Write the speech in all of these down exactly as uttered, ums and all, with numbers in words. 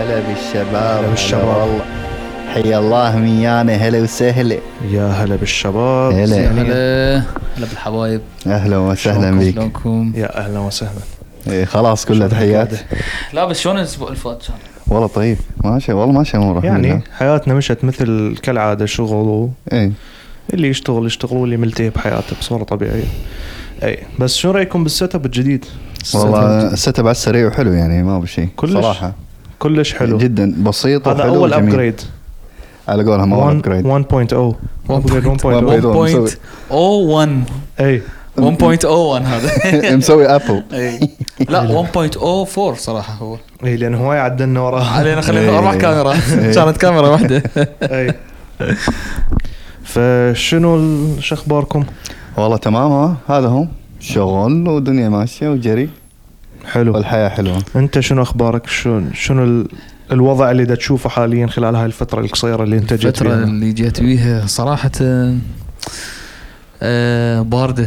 هلا بالشباب. هلا بالشباب. والله حيا الله ميانا. هلا وسهلا. يا هلا بالشباب. هلا هلا هلا بالحبايب. اهلا وسهلا بك. شلونكم؟ يا اهلا وسهلا. إيه خلاص كلها تحيات. لا بس شلون الاسبوع اللي فات كان؟ والله طيب ماشي والله ماشي اموره يعني حياتنا مشت مثل كالعاده شغل ايه اللي يشتغل يشتغل واللي ملتهي بحياته بصوره طبيعيه. اي بس شو رايكم بالسيت اب الجديد؟ والله السيت اب على السريع وحلو يعني ما بشيء صراحه كلش حلو جدا بسيط هذا وحلو اول وجميل. ابجريد على قولهم اول ابجريد واحد نقطة صفر ابجريد واحد نقطة واحد. اي واحد نقطة واحد هذا مسوي ابل. اي لا واحد نقطة صفر أربعة صراحه هو. اي لان هواي عدلنا وراه علينا خلينا اربع كاميرا كانت كاميرا واحده. اي فشنو شو اخباركم؟ والله تمام ها هذا هو شغل ودنيا ماشيه وجري حلو والحياه حلوه. انت شنو اخبارك؟ شنو شنو ال... الوضع اللي دا تشوفه حاليا خلال هاي الفتره القصيره اللي انت جيت الفتره فيها؟ اللي جيت بيها صراحه آه بارده.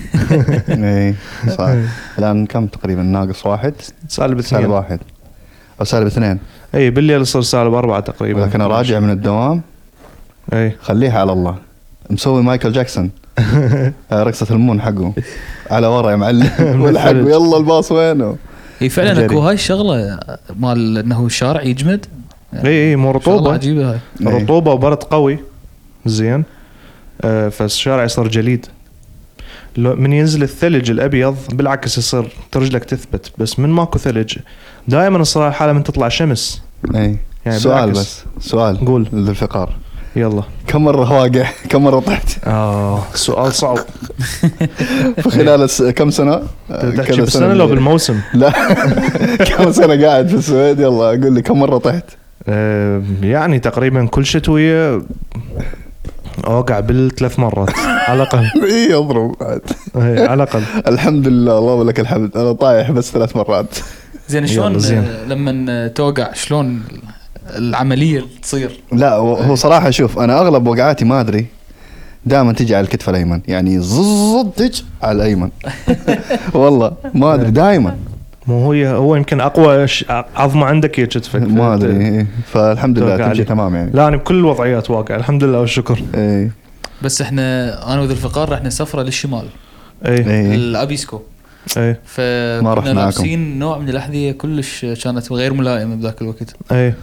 اي صح. الان كم تقريبا ناقص واحد سالب سالب اثنين واحد او سالب اثنين. اي بالليل يصير سالب أربعة تقريبا. لكن انا راجع من الدوام اي خليها على الله مسوي مايكل جاكسون رقصة المون حقه على ورا يا معلم والحق يلا الباص وينه. هي فعلا اكو هاي الشغله مال انه الشارع يجمد. اي اي مو رطوبه عجيبه هاي رطوبه وبرد قوي زين. آه فالشارع يصير جليد. لو من ينزل الثلج الابيض بالعكس يصير رجلك تثبت. بس من ماكو ثلج دائما الصراحه الحاله من تطلع شمس. اي يعني سؤال بالعكس. بس سؤال قول للفقار. يلا. كم مرة واقع كم مرة طحت؟ اه سؤال صعب. في خلال الس... كم سنة؟ تحكي بالسنة لو بالموسم؟ لا كم سنة قاعد في السويد يلا أقول لي كم مرة طحت؟ آه يعني تقريبا كل شتوية أوقع بالثلاث مرات على الأقل. إيه أضرب بعد. إيه على الأقل. الحمد لله الله لك الحمد أنا طايح بس ثلاث مرات. زين شلون لما توقع شلون العملية تصير؟ لا هو صراحة شوف أنا أغلب وقعاتي ما أدري دائما تجي على الكتف الأيمن يعني زز تج على الأيمن. والله ما أدري دائما. مو هو هو يمكن أقوى عظمة عندك هي كتفك. ما أدري فالحمد لله تمشي تمام يعني. لا أنا بكل الوضعيات واقع الحمد لله والشكر. إيه. بس إحنا أنا وذي الفقار رحنا سفرة للشمال. إيه. الأبيسكو. إيه. فكنا لابسين نوع من الأحذية كلش كانت غير ملائمة بذاك الوقت. إيه.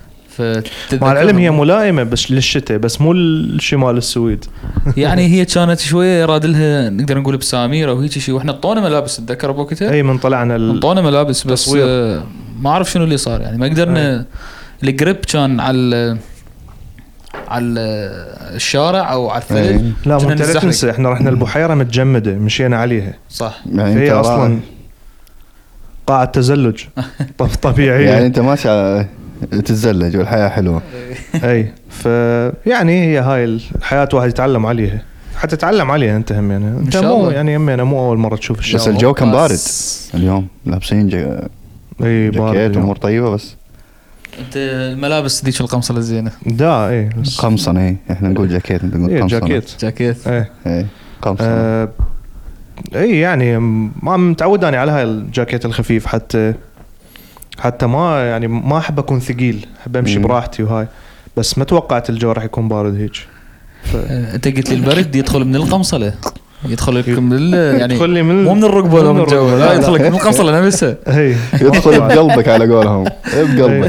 مع العلم هي ملائمة بس للشتاء بس مو الشمال السويد. يعني هي كانت شوية يراد لها نقدر نقول بسامير أو هيك شيء وإحنا طونا ملابس تذكر بوقتها. أي من طلعنا ال... طونا ملابس بس آه ما أعرف شنو اللي صار يعني ما قدرنا. الجريب كان على على الشارع أو على الثلج. لا مو تنسى إحنا رحنا البحيرة متجمدة مشينا عليها صح. يعني هي أصلا قاعة تزلج طبيعية. يعني أنت ماشي تتزلج والحياة حلوة. اي فيعني هي هاي الحياة واحد يتعلم عليها حتى تتعلم عليها انت هم يعني انت مو يعني هم انا مو اول مرة تشوف الشارع. بس الجو كان بارد اليوم لابسين جا... اي بارد امور طيبة بس انت الملابس ديش القمصة الزينة دا اي قمصة اي احنا نقول جاكيت انت نقول قمصة. جاكيت جاكيت اي اي قمصة. آه اي يعني ما متعود اني على هاي الجاكيت الخفيف حتى حتى ما يعني ما أحب أكون ثقيل أحب أمشي براحتي وهاي بس ما توقعت الجو راح يكون بارد هيك. ف... أنت قلت لي البرد يدخل من القمصلة يدخل لك من يعني يدخل من مو من الركبة ولا من الجو لا يدخل لك من القمصلة نفسها. هي يدخل بقلبك على قولهم بقلبك.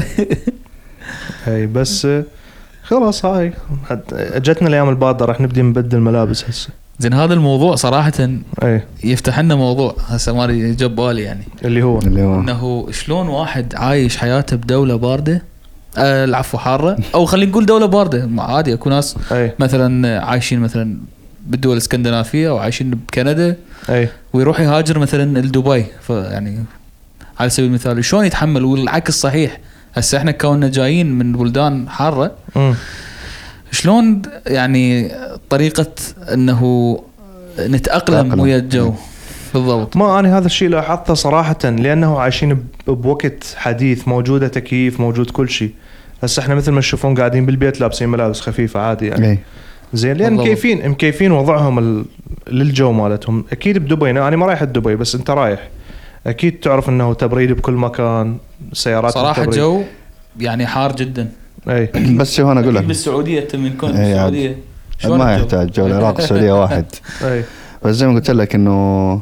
هي بس خلاص هاي جتنا الأيام الباردة راح نبدي نبدل ملابس هسه. زين هذا الموضوع صراحة أي. يفتح لنا موضوع هسه مالي جبالي يعني اللي هو اللي هو إنه شلون واحد عايش حياته بدولة باردة آه العفو حارة أو خلينا نقول دولة باردة عادي أكو ناس أي. مثلا عايشين مثلا بالدول الاسكندنافية أو عايشين بكندا أي. ويروح يهاجر مثلا لدبي فيعني على سبيل المثال شلون يتحمل والعكس صحيح هسه إحنا كوننا جايين من بلدان حارة م. شلون يعني طريقة أنه نتأقلم ويا الجو بالضبط. ما أنا هذا الشيء لاحظته صراحة لأنه عايشين بوقت حديث موجودة تكييف موجود كل شيء. هسه إحنا مثل ما تشوفون قاعدين بالبيت لابسين ملابس خفيفة عادي يعني. أي. زين لأن مكيفين مكيفين وضعهم ال... للجو مالتهم. أكيد بدبي أنا ما رايح دبي بس أنت رايح أكيد تعرف أنه تبريد بكل مكان سيارات صراحة التبريد. جو يعني حار جدا. اي بس شو انا اقول لك بالسعوديه انت من كون إيه بالسعوديه شلون ما الجو؟ يحتاج جو العراق السعوديه واحد. اي بس زي ما قلت لك انه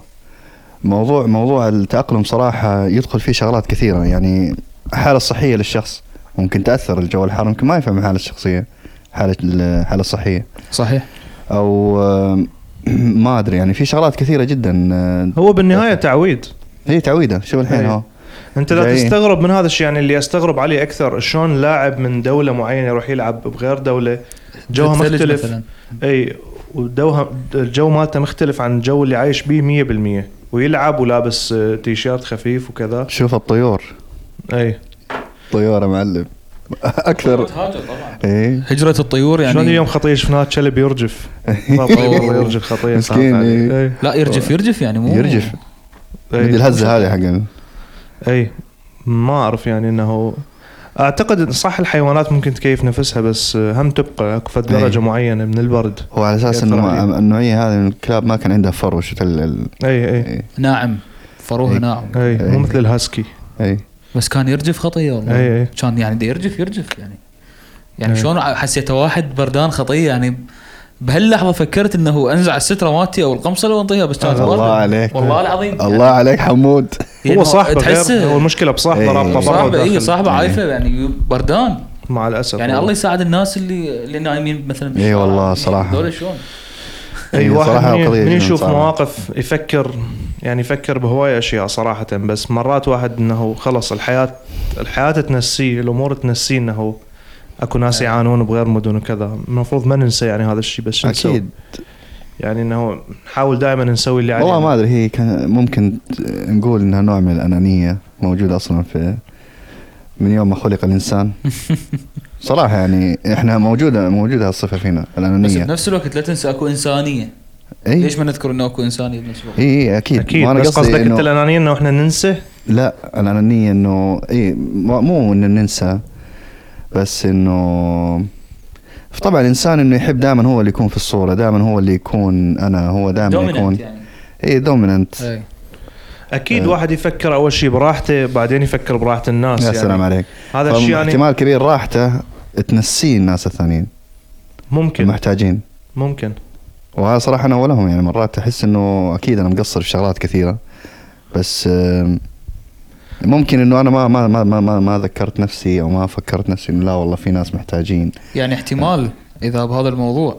موضوع موضوع التأقلم صراحة يدخل فيه شغلات كثيرة. يعني الحالة الصحية للشخص ممكن تأثر. الجو الحار ممكن ما يفهم الحالة الشخصية حالة الحالة الصحية صحيح. أو آه، ما أدري. يعني في شغلات كثيرة جدا. آه، هو بالنهايه تعويد. هي تعويدة. شو الحين أي. هو انت لا جايين. تستغرب من هذا الشيء. يعني اللي استغرب عليه اكثر شلون لاعب من دوله معينه يروح يلعب بغير دوله جوها بالثلج مختلف مثلاً. اي ودوها الجو مالته مختلف عن الجو اللي عايش بيه مية بالمية ويلعب ولابس آه، تيشيرت خفيف وكذا. شوف الطيور اي طيورة معلم أكثر. هاجر طبعا. إيه هجرة الطيور يعني. شلون اليوم خطيه شفناه كلب يرجف والله يرجف خطيه مسكين. اي إيه. لا يرجف يرجف يعني مو يرجف. أي. بدي الهزة هذه حق اي ما اعرف يعني انه اعتقد صح الحيوانات ممكن تكيف نفسها بس هم تبقى اكو درجه أي. معينه من البرد. هو على أساس يأثر إنه ما- عليه. النوعية هذه من الكلاب ما كان عندها فر. وشو ال ال- اي اي إيه. ناعم فروها إيه. ناعم. اي أي. مو مثل الهاسكي. إيه. بس كان يرجف خطيه والله. أي أي. كان يعني دي يرجف يرجف يعني. يعني أي. شلون حسيته واحد بردان خطيه يعني. بهاللحظه فكرت انه انزع الستره مالتي او القمصله وانطيها بس كانت الله باردة. عليك. والله العظيم الله عليك حمود. يعني هو صاحبه تحسه غير. هو المشكله بصاحبه إيه. رابطه برا صاحبه اي وداخل. صاحبه إيه. عايفه يعني بردان. مع الاسف يعني الله يساعد الناس اللي اللي نايمين مثلا إيه بالشارع. والله يعني صراحة. دول شلون اي إيه واحد صراحة من, قضية من جداً يشوف صعبة. مواقف يفكر يعني يفكر بهواية اشياء صراحه. بس مرات واحد انه خلص الحياه الحياه تنسيه الامور تنسيه انه اكو ناس يعانون بغير مدن وكذا. المفروض ما ننسى يعني هذا الشيء. بس شو نسوي؟ أكيد. يعني انه نحاول دائما نسوي اللي علينا. والله ما أدري. هي كان ممكن نقول إنها نوع من الأنانية موجودة أصلا في من يوم ما خلق الإنسان. صراحة يعني إحنا موجودة موجودة هالصفة فينا بس الأنانية. بنفس الوقت لا تنسى اكو انسانيه. إيه ليش ما نذكر انه اكو انسانيه بنفس الوقت؟ إيه أكيد. اكيد وأنا بس قصدي قصدك انت إنه- الانانيه انه احنا ننسى. لا الأنانية إنه إيه مو مو إنه ننسى. بس إنه طبعا الإنسان إنه يحب دائما هو اللي يكون في الصورة. دائما هو اللي يكون أنا. هو دائما يكون Dominant يعني. إيه دوميننت. اي اكيد آه. واحد يفكر اول شيء براحته بعدين يفكر براحه الناس. يا يعني سلام عليك. هذا الشيء يعني احتمال كبير راحته تنسيه الناس الثانيين ممكن المحتاجين. ممكن وهذا صراحة أنا أولهم. يعني مرات أحس إنه أكيد أنا مقصر في شغلات كثيرة. بس آم، ممكن إنه أنا ما ما ما ما ما, ما ذكرت نفسي أو ما فكرت نفسي إنه لا والله في ناس محتاجين. يعني احتمال اذا بهذا الموضوع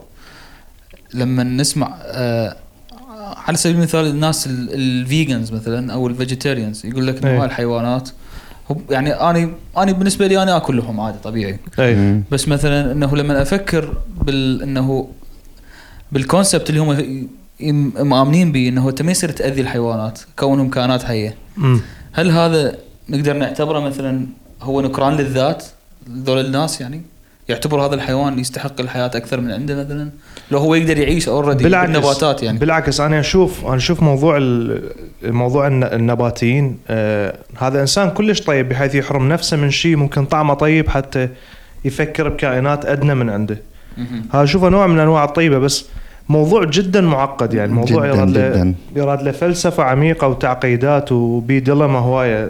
لما نسمع آه على سبيل المثال الناس الفيجنز مثلا او الفيجيتيريانز يقول لك انه إيه. هاي الحيوانات هو يعني انا انا بالنسبه لي انا اكل لهم عادي طبيعي. اي مم. بس مثلا انه لما افكر بال انه بالكونسبت اللي هم يم- مآمنين به انه انت ما يصير تاذي الحيوانات كونهم كائنات حيه. امم هل هذا نقدر نعتبره مثلا هو نكران للذات ذول الناس يعني يعتبر هذا الحيوان يستحق الحياة أكثر من عنده مثلا لو هو يقدر يعيش أوريدي بالنباتات يعني. بالعكس انا اشوف انا اشوف موضوع ال- موضوع الن- النباتيين آه هذا انسان كلش طيب بحيث يحرم نفسه من شيء ممكن طعمه طيب حتى يفكر بكائنات ادنى من عنده. مهم. هذا اشوفه نوع من انواع الطيبه. بس موضوع جدا معقد يعني موضوع جداً يراد له جداً. يراد له فلسفه عميقه وتعقيدات وبيدلما هوايه.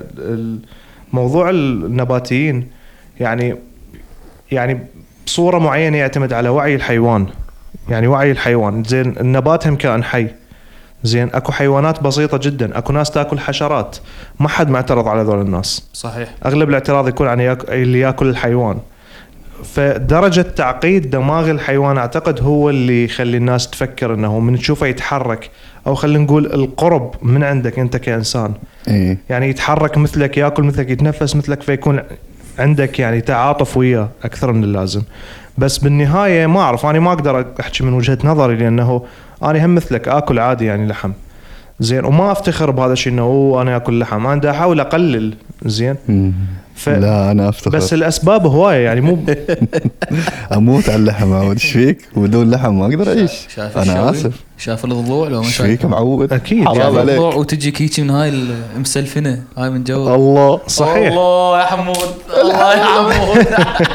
موضوع النباتيين يعني يعني بصوره معينه يعتمد على وعي الحيوان. يعني وعي الحيوان زين النبات هم كائن حي زين. اكو حيوانات بسيطه جدا. اكو ناس تاكل حشرات ما حد معترض على ذول الناس. صحيح. اغلب الاعتراض يكون عن ياك... اللي ياكل الحيوان. فدرجه تعقيد دماغ الحيوان اعتقد هو اللي يخلي الناس تفكر انه من تشوفه يتحرك او خلينا نقول القرب من عندك انت كانسان إيه يعني يتحرك مثلك ياكل مثلك يتنفس مثلك فيكون عندك يعني تعاطف وياه اكثر من اللازم. بس بالنهايه ما اعرف انا ما اقدر احكي من وجهه نظري لانه انا هم مثلك اكل عادي يعني لحم زين وما افتخر بهذا الشيء انه أوه انا اكل لحم. انا دا احاول اقلل زين. مم. ف... لا أنا أفتخر. بس الاسباب هوايه يعني مو أموت على اللحم عود. إيش فيك بدون لحم ما أقدر أعيش. شاف أنا الشوي؟ آسف. شاف الضلوع لو ما إيش شاف فيك معود. اكيد حرام يعني عليك. الضلوع وتجي كيتشي من هاي المسلفنه هاي من جو. الله صحيح. الله يا حمود الله يا حمود.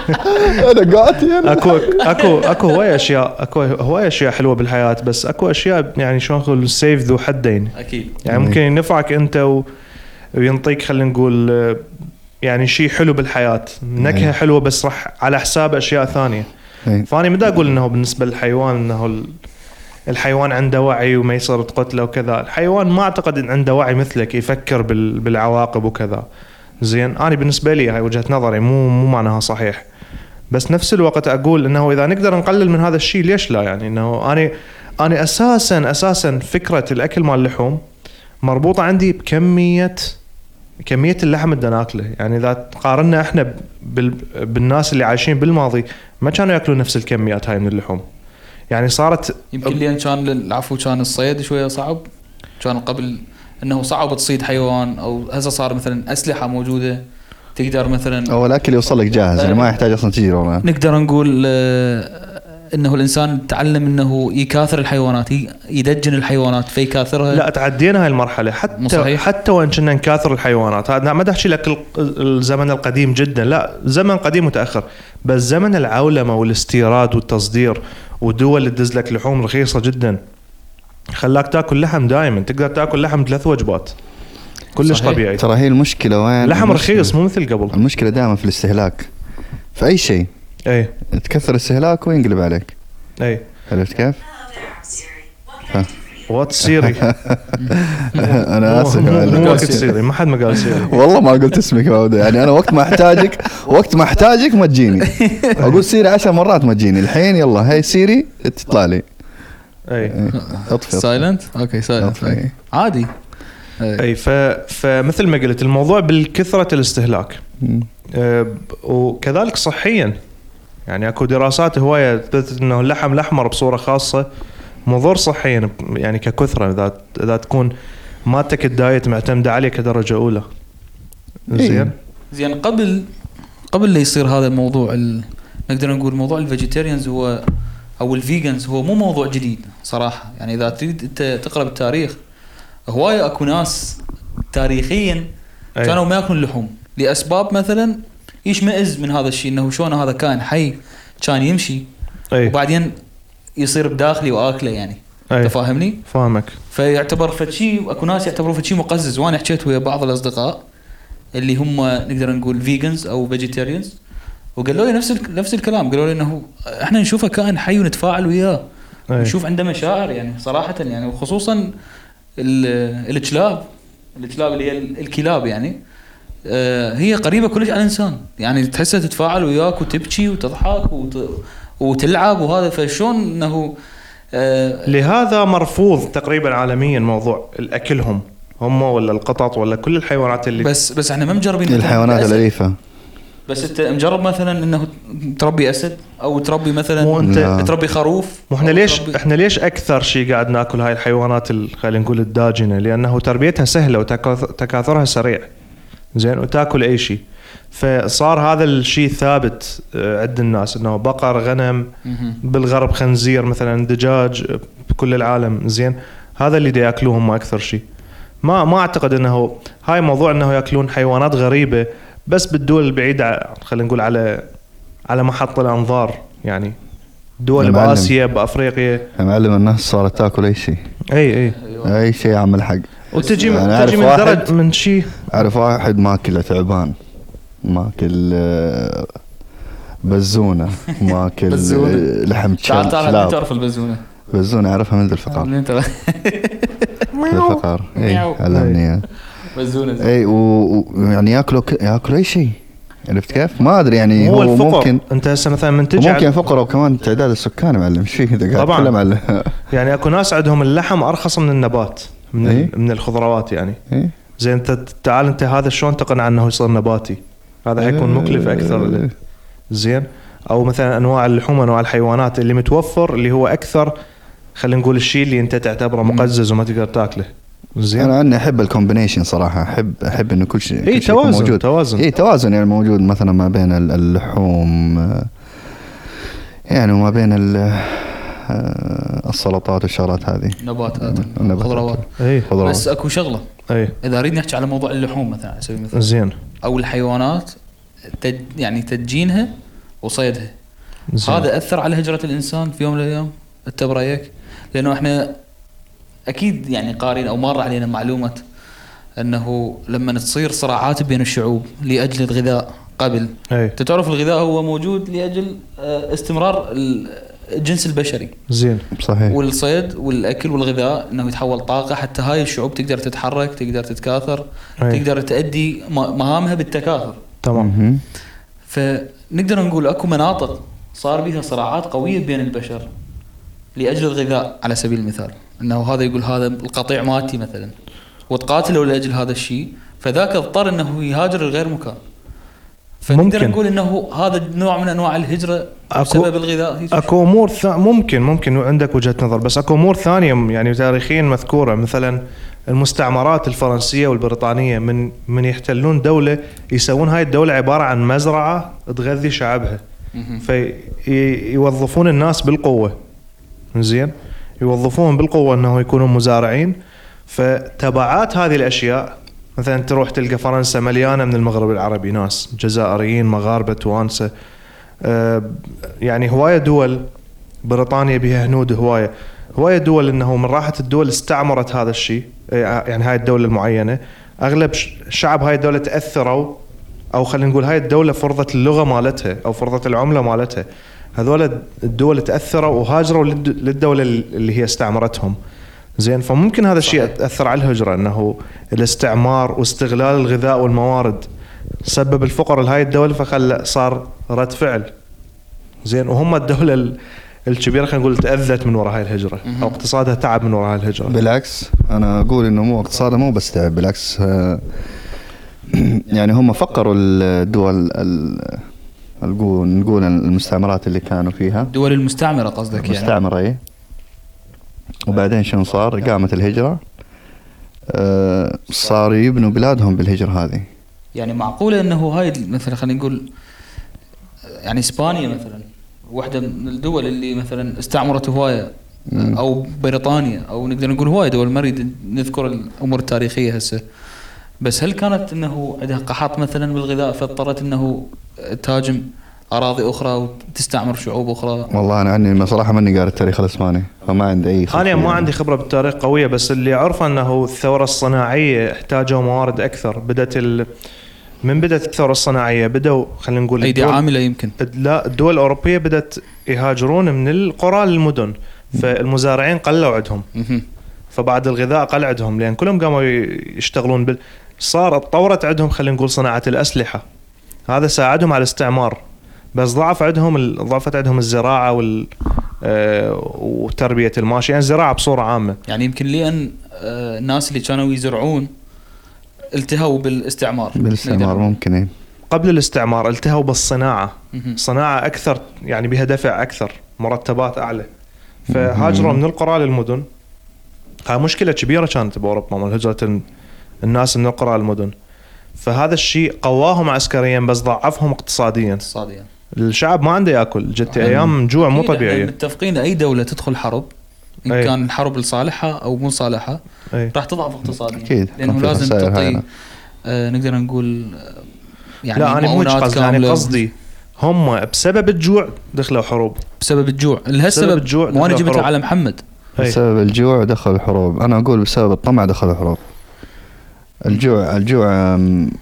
أنا قاتل. اكو اكو اكو هوايه اشياء اكو هوايه اشياء حلوه بالحياه. بس اكو اشياء يعني شلون نقول سيف ذو حدين. اكيد. يعني ممكن ينفعك انت و... وينطيك خلينا نقول يعني شيء حلو بالحياة، نكهة أي. حلوة بس راح على حساب أشياء ثانية. أي. فأنا ما دا أقول إنه بالنسبة للحيوان إنه ال- الحيوان عنده وعي وما يصير تقتله وكذا. الحيوان ما أعتقد إن عنده وعي مثلك يفكر بال- بالعواقب وكذا. زين أنا بالنسبة لي هاي وجهة نظري، مو مو معناها صحيح، بس نفس الوقت أقول إنه إذا نقدر نقلل من هذا الشيء ليش لا؟ يعني إنه أنا أنا أساسا أساسا فكرة الأكل مال اللحوم مربوطة عندي بكمية كمية اللحم اللي ناكله. يعني إذا قارنا إحنا بال... بالناس اللي عايشين بالماضي ما كانوا يأكلون نفس الكميات هاي من اللحوم. يعني صارت يمكن لأن كان العفو كان الصيد شوية صعب، كان قبل انه صعب تصيد حيوان، او هسه صار مثلا اسلحه موجوده تقدر مثلا او الاكل يوصل لك جاهز يعني ما يحتاج اصلا تجي وراه. نقدر نقول آه، انه الانسان تعلم انه يكاثر الحيوانات، ي- يدجن الحيوانات فيكاثرها. لا تعدينا هاي المرحلة مو حتى صحيح. حتى وان كنا نكاثر الحيوانات. هذا ما دحشي لك ال- الزمن القديم جدا، لا زمن قديم متأخر، بس زمن العولمة والاستيراد والتصدير ودول اللي تدز لك لحوم رخيصة جدا خلاك تاكل لحم دائما، تقدر تاكل لحم ثلاث وجبات كلش صحيح. طبيعي. ترى هي المشكله وين؟ لحم المشكلة- رخيص مو مثل قبل. المشكله دائما في الاستهلاك في اي شيء، اي تكثر استهلاك وينقلب عليك. اي عرفت كيف؟ وات سيري. انا اسف يا معلم. مو وقت سيري، ما حد ما قال سيري. والله ما قلت اسمك يا ودي. يعني انا وقت ما احتاجك وقت ما احتاجك ما تجيني، اقول سيري عشر مرات ما تجيني، الحين يلا هاي سيري تطلع لي. اي اطفي سايلنت اوكي سايلنت أوكي. عادي. اي ف... فمثل ما قلت الموضوع بالكثرة الاستهلاك. مم. أه، وكذلك صحيا، يعني اكو دراسات هوايه تثبت انه اللحم الاحمر بصوره خاصه مضر صحيا، يعني ككثره اذا اذا تكون مالتك الدايت معتمده عليه كدرجه اولى. زين زين قبل قبل لا يصير هذا الموضوع ال... نقدر نقول موضوع الفيجيتيريانز هو او الفيجنز هو مو موضوع جديد صراحه. يعني اذا تريد انت تقرا بالتاريخ هوايه اكو ناس تاريخيا أي. كانوا ما ياكلون لحوم لاسباب مثلا يشمئز من هذا الشيء، انه شلون هذا كان حي كان يمشي اي وبعدين يصير بداخلي واكله يعني. أي. انت فاهمني؟ فاهمك. فيعتبر فشي اكو ناس يعتبروه فشي مقزز. وانا حكيت ويا بعض الاصدقاء اللي هم نقدر نقول فيجنز او فيجيتيريانز وقالوا لي نفس ال- نفس الكلام، قالوا لي انه احنا نشوفه كائن حي ونتفاعل وياه، أي. نشوف عنده مشاعر يعني صراحه يعني، وخصوصا ال- الكلاب الكلاب اللي هي ال- الكلاب يعني آه، هي قريبه كلش على الانسان، يعني تحسها تتفاعل وياك وتبكي وتضحك وت... وتلعب وهذا. فشون انه آه، لهذا مرفوض تقريبا عالميا موضوع الاكلهم هم ولا القطط ولا كل الحيوانات اللي بس بس احنا ما مجربين مثلاً الحيوانات الأسد. الاليفه. بس انت مجرب مثلا انه تربي اسد او تربي مثلا مو انت لا. تربي خروف؟ مو احنا أو ليش تربي- احنا ليش اكثر شيء قاعد ناكل هاي الحيوانات ال- خلينا نقول الداجنه؟ لانه تربيتها سهله وتكاثرها سريع. زين وتاكل اي شيء، فصار هذا الشيء ثابت آه، عند الناس انه بقر غنم مهم. بالغرب خنزير مثلا دجاج آه، بكل العالم. زين هذا اللي دا ياكلوهم ما اكثر شيء. ما ما اعتقد انه هاي موضوع انه ياكلون حيوانات غريبه بس بالدول البعيده ع- خلينا نقول على على محط الانظار، يعني دول يا معلم. باسيا بافريقيا. يا معلم الناس صارت تاكل اي شيء، اي اي أيوة. اي شيء عم الحق. وتجي أنا من أعرف تجي من واحد- درج من شيء. اعرف واحد ماكل تعبان، ماكل آه، بزونه، ماكل بزونة. آه، لحم تعال كلاب. تعال تعال تعرف البزونه بزونه اعرفها من ذي الفقار. منين ترى؟ ذي الفقار اي مياو. علمني إياه. بزونه زين. اي ويعني ياكلوا ك- ياكلوا اي شيء. عرفت كيف؟ ما ادري يعني هو هو الفقر ممكن انت هسه مثلا من تجي ممكن على- فقر وكمان تعداد السكان معلم. ايش فيه اذا قاعد طبعاً. تتكلم على يعني اكو ناس عندهم اللحم ارخص من النبات من إيه؟ ال- من الخضروات يعني. إيه؟ زين انت تعال انت هذا شلون تقنع انه يصير نباتي؟ هذا حيكون مكلف اكثر لك. زين او مثلا انواع اللحوم انواع الحيوانات اللي متوفر اللي هو اكثر خلينا نقول الشيء اللي انت تعتبره مقزز وما تقدر تاكله. زين انا عني احب الكومبينيشن صراحه، احب احب انه كل شيء اي كل شيء يكون توازن موجود. توازن اي توازن يعني موجود مثلا ما بين ال- اللحوم آه، يعني وما بين ال- آه، السلطات والشغلات هذه نباتات النباتات. خضروات. اي خضروات. بس اكو شغله اي اذا اريد نحكي على موضوع اللحوم مثلا على سبيل المثال زين او الحيوانات تد يعني تدجينها وصيدها، زين. هذا اثر على هجره الانسان في يوم من الايام؟ انت برايك؟ لانه احنا اكيد يعني قارين او مر علينا معلومه انه لما تصير صراعات بين الشعوب لاجل الغذاء قبل، اي تعرف الغذاء هو موجود لاجل آه، استمرار الجنس البشري، زين صحيح. والصيد والاكل والغذاء انه يتحول طاقه حتى هاي الشعوب تقدر تتحرك، تقدر تتكاثر، أي. تقدر تؤدي م- مهامها بالتكاثر. تمام. مهم. فنقدر نقول اكو مناطق صار بها صراعات قويه بين البشر لاجل الغذاء، على سبيل المثال انه هذا يقول هذا القطيع مالتي مثلا، وتقاتلوا لاجل هذا الشيء، فذاك اضطر انه يهاجر لغير مكان. فنقدر ممكن. نقول انه هذا نوع من انواع الهجره أكو- بسبب الغذاء. هيك اكو امور ث... ممكن ممكن عندك وجهة نظر، بس اكو امور ثانيه يعني تاريخيا مذكوره، مثلا المستعمرات الفرنسيه والبريطانيه من من يحتلون دوله يسوون هاي الدوله عباره عن مزرعه تغذي شعبها، مهم. فيوظفون الناس بالقوه. زين، يوظفوهم بالقوه انه يكونوا مزارعين. فتبعات هذه الاشياء مثلا تروح تلقى فرنسا مليانه من المغرب العربي، ناس جزائريين مغاربه توانسه، أه يعني هوايه دول. بريطانيا بها هنود، هوايه هوايه دول انه من راحه الدول استعمرت هذا الشيء، يعني هاي الدوله المعينه. اغلب شعب هاي الدوله تاثروا، او خلينا نقول هاي الدوله فرضت اللغه مالتها او فرضت العمله مالتها. هذول الدول تاثروا وهاجروا للدوله اللي هي استعمرتهم. زين، فممكن هذا الشيء اثر على الهجره، انه الاستعمار واستغلال الغذاء والموارد سبب الفقر لهاي الدول، فخلى صار رد فعل. زين، وهم الدوله الكبيره خلينا نقول تاذت من وراء هاي الهجره، او اقتصادها تعب من وراء هاي الهجره. بالعكس انا اقول انه مو اقتصادها مو بس تعب، بالعكس آه، يعني هم فقروا الدول ال- نقول نقول المستعمرات اللي كانوا فيها، الدول المستعمره قصدك يعني. مستعمرة ايه. وبعدين شنو صار؟ قامت الهجرة، آه، صاروا يبنوا بلادهم بالهجرة هذه. يعني معقوله انه هاي مثلا خلينا نقول يعني اسبانيا مثلا واحده من الدول اللي مثلا استعمرت هوايه، او بريطانيا، او نقدر نقول هوايه دول، ما نريد نذكر الامور التاريخيه هسه، بس هل كانت انه عندها قحط مثلا بالغذاء فاضطرت انه تهاجم اراضي اخرى وتستعمر شعوب اخرى؟ والله انا عني صراحة ماني قاري التاريخ الاسباني، فما عندي اي خلفية. حاليا ما عندي خبره بالتاريخ قويه، بس اللي اعرفه انه الثوره الصناعيه احتاجوا موارد اكثر. بدات ال... من بدات الثوره الصناعيه بدأوا خلينا نقول ايدي الدول... عامله يمكن. لا، الدول الاوروبيه بدات يهاجرون من القرى للمدن، فالمزارعين قلوا عندهم، مهم. فبعد الغذاء قل عندهم، لان كلهم قاموا يشتغلون بال... صار اتطورت عندهم خلينا نقول صناعه الاسلحه، هذا ساعدهم على الاستعمار. بس ضعف عندهم ال... ضعفت عندهم الزراعه وال آه... وتربيه الماشي، يعني الزراعه بصوره عامه. يعني يمكن لان آه، الناس اللي كانوا يزرعون التهوا بالاستعمار. بالاستعمار نقدر. ممكن ايه. قبل الاستعمار التهوا بالصناعه، مهم. صناعه اكثر، يعني بها دفع اكثر، مرتبات اعلى، فهاجروا من القرى للمدن. هاي مشكله كبيره كانت باوروبا من هجره الناس من القرى للمدن، فهذا الشيء قواهم عسكريا بس ضعفهم اقتصاديا. اقتصاديا الشعب ما عنده ياكل، جت ايام جوع مو أكيد إحنا طبيعيه. متفقين اي دوله تدخل حرب، ان أي. كان الحرب لصالحها او مو لصالحها، أي. راح تضعف اقتصاديا. أكيد. لانه كان في لازم خسائر تعطي هائلة. آه نقدر نقول آه، يعني لا انا مو مؤونات قصدي، يعني كاملة. قصدي هم بسبب الجوع دخلوا حروب. بسبب الجوع، لهالسبب بسبب الجوع وانا دخلوا جبتها حروب. على محمد. أي. بسبب الجوع دخل الحروب، انا اقول بسبب الطمع دخل الحروب. الجوع الجوع أم،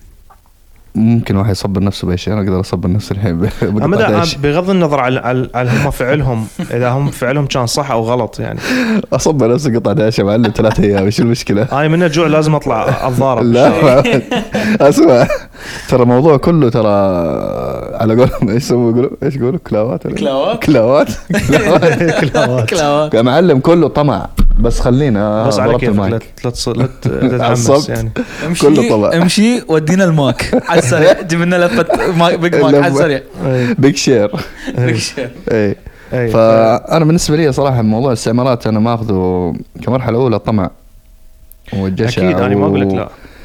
ممكن واحد يصبر نفسه باي شيء، انا اقدر اصبر نفسي الحين أما بقطع ده بغض النظر على على, على هم فعلهم، اذا هم فعلهم كان صح او غلط، يعني اصبر نفسي قطع داشه معلم ثلاثة ايام، ايش المشكله؟ هاي من الجوع لازم اطلع اتضارب. لا اسمع، ترى الموضوع كله ترى على قولهم ايش يسموا يقولوا ايش يقولوا كلاوات ولا- كلاوات؟ كلاوات كلاوات. كلاوات. يا معلم كله طمع، بس خلينا بس على ضربت كيفك لا المايك. لا تص- لا ت- تتحمس عصبت. يعني. امشي كله طبع. امشي ودينا الماك على السريع، جيب لنا لفه ما- بيج ماك على السريع. أي. بيج شير. بيج شير. اي أي. فانا بالنسبه لي صراحه موضوع الاستعمارات انا ماخذه كمرحله اولى طمع والجشع اكيد انا ما اقول لك لا،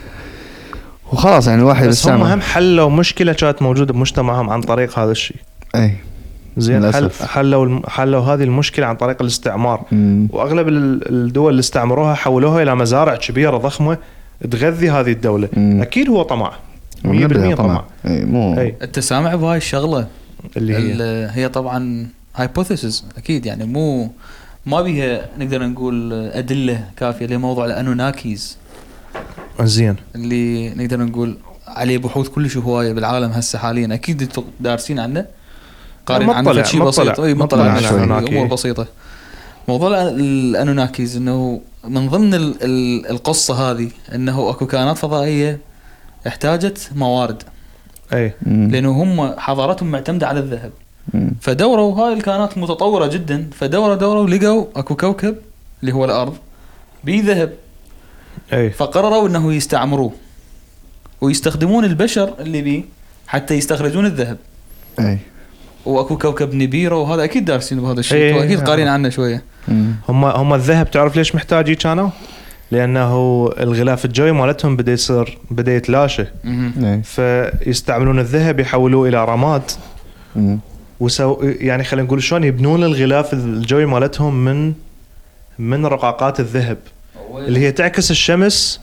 وخلاص يعني الواحد بس هم يستعمل. هم حلوا مشكله كانت موجوده بمجتمعهم عن طريق هذا الشيء. اي زين، حل للأسف. حلوا الم- حلوا هذه المشكله عن طريق الاستعمار. مم. واغلب ال- الدول اللي استعمروها حولوها الى مزارع كبيره ضخمه تغذي هذه الدوله. مم. اكيد هو طمع، مية ونبدأ بالمية طمع. اي مو أي. انت سامع بهاي الشغله اللي هي ال- هي طبعا هايبوثيسز اكيد، يعني مو ما بيها نقدر نقول ادله كافيه لموضوع الانوناكيز. زين اللي نقدر نقول عليه بحوث كلش هوايه بالعالم هسه حاليا، اكيد انتم دارسين عنه قارين عنه شيء بسيط. اي مطلع عنه امور بسيطه. موضوع الانوناكيز انه من ضمن ال ال القصه هذه انه اكو كائنات فضائيه احتاجت موارد، اي لانه هم حضارتهم معتمده على الذهب، فدوروا هاي الكائنات متطوره جدا، فدوروا دوروا لقوا اكو كوكب اللي هو الارض بيه ذهب، اي فقرروا انه يستعمروه ويستخدمون البشر اللي بيه حتى يستخرجون الذهب. اي واكو كوكب نبيرو، وهذا اكيد دارسين بهذا الشيء ايه واكيد قارين عنه شويه. هم هم الذهب تعرف ليش محتاجين كانوا؟ لانه الغلاف الجوي مالتهم بدا يصير بدا يتلاشى، فيستعملون الذهب يحولوه الى رماد، وسو يعني خلينا نقول شلون يبنون الغلاف الجوي مالتهم من من رقاقات الذهب اللي هي تعكس الشمس.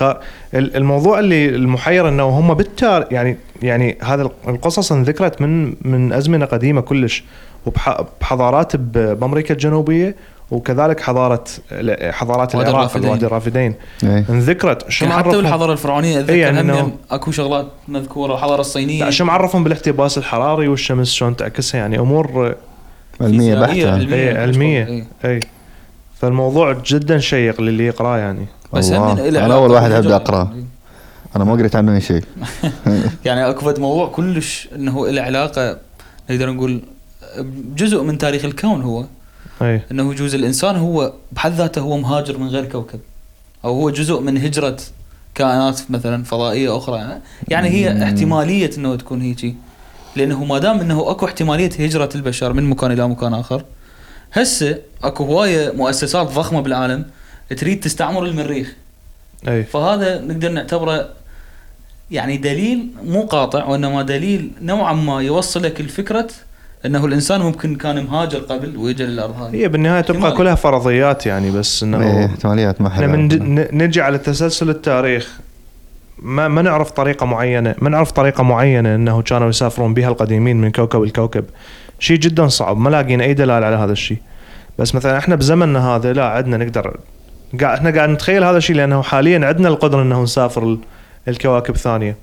الموضوع اللي المحير انه هم بالتار يعني يعني هذا القصص انذكرت من من ازمنه قديمه كلش، وبحضارات بامريكا الجنوبيه، وكذلك حضاره حضارات العراق الوادي الرافدين انذكرت. شو حتى بالحضاره الفرعونيه اتذكر يعني هم اكو شغلات مذكوره. الحضاره الصينيه شو معرفهم بالاحتباس الحراري والشمس شلون تعكسها، يعني امور علميه بحته علميه, علمية. اي اي فالموضوع جدا شيق للي يقراه يعني. بس انا اول واحد ابدا اقراه، انا ما قريت عنه اي شيء. يعني اكو فد موضوع كلش انه له علاقه نقدر نقول جزء من تاريخ الكون، هو أي. انه جزء الانسان هو بحد ذاته هو مهاجر من غير كوكب، او هو جزء من هجره كائنات مثلا فضائيه اخرى. يعني هي احتماليه انه تكون هيجي، لانه ما دام انه اكو احتماليه هجره البشر من مكان الى مكان اخر، هسه اكو هوايه مؤسسات ضخمه بالعالم تريد تستعمر المريخ. أي. فهذا نقدر نعتبره يعني دليل مو قاطع، وانما دليل نوعا ما يوصلك الفكره انه الانسان ممكن كان مهاجر قبل ويجي للارض هذه. هي بالنهايه تبقى احتمال. كلها فرضيات يعني، بس انه احتماليات ما احنا من نجي على تسلسل التاريخ ما ما نعرف طريقه معينه ما نعرف طريقه معينه انه كانوا يسافرون بها القديمين من كوكب الكوكب. شيء جدا صعب، ما لاقينا اي دلالة على هذا الشيء. بس مثلا احنا بزمننا هذا لا عندنا نقدر قاعد احنا قاعد نتخيل هذا الشيء، لانه حاليا عندنا القدره انه نسافر الكواكب ثانيه.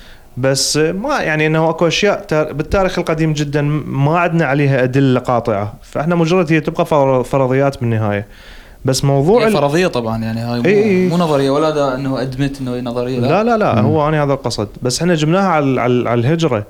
بس ما يعني انه اكو اشياء بالتاريخ القديم جدا ما عندنا عليها ادله قاطعه، فاحنا مجرد هي تبقى فرضيات بالنهايه. بس موضوع فرضيه طبعا يعني هاي مو, ايه مو نظريه ولا ده انه ادمت انه نظريه. لا لا لا, لا هو انا هذا القصد. بس احنا جبناها على على الهجره.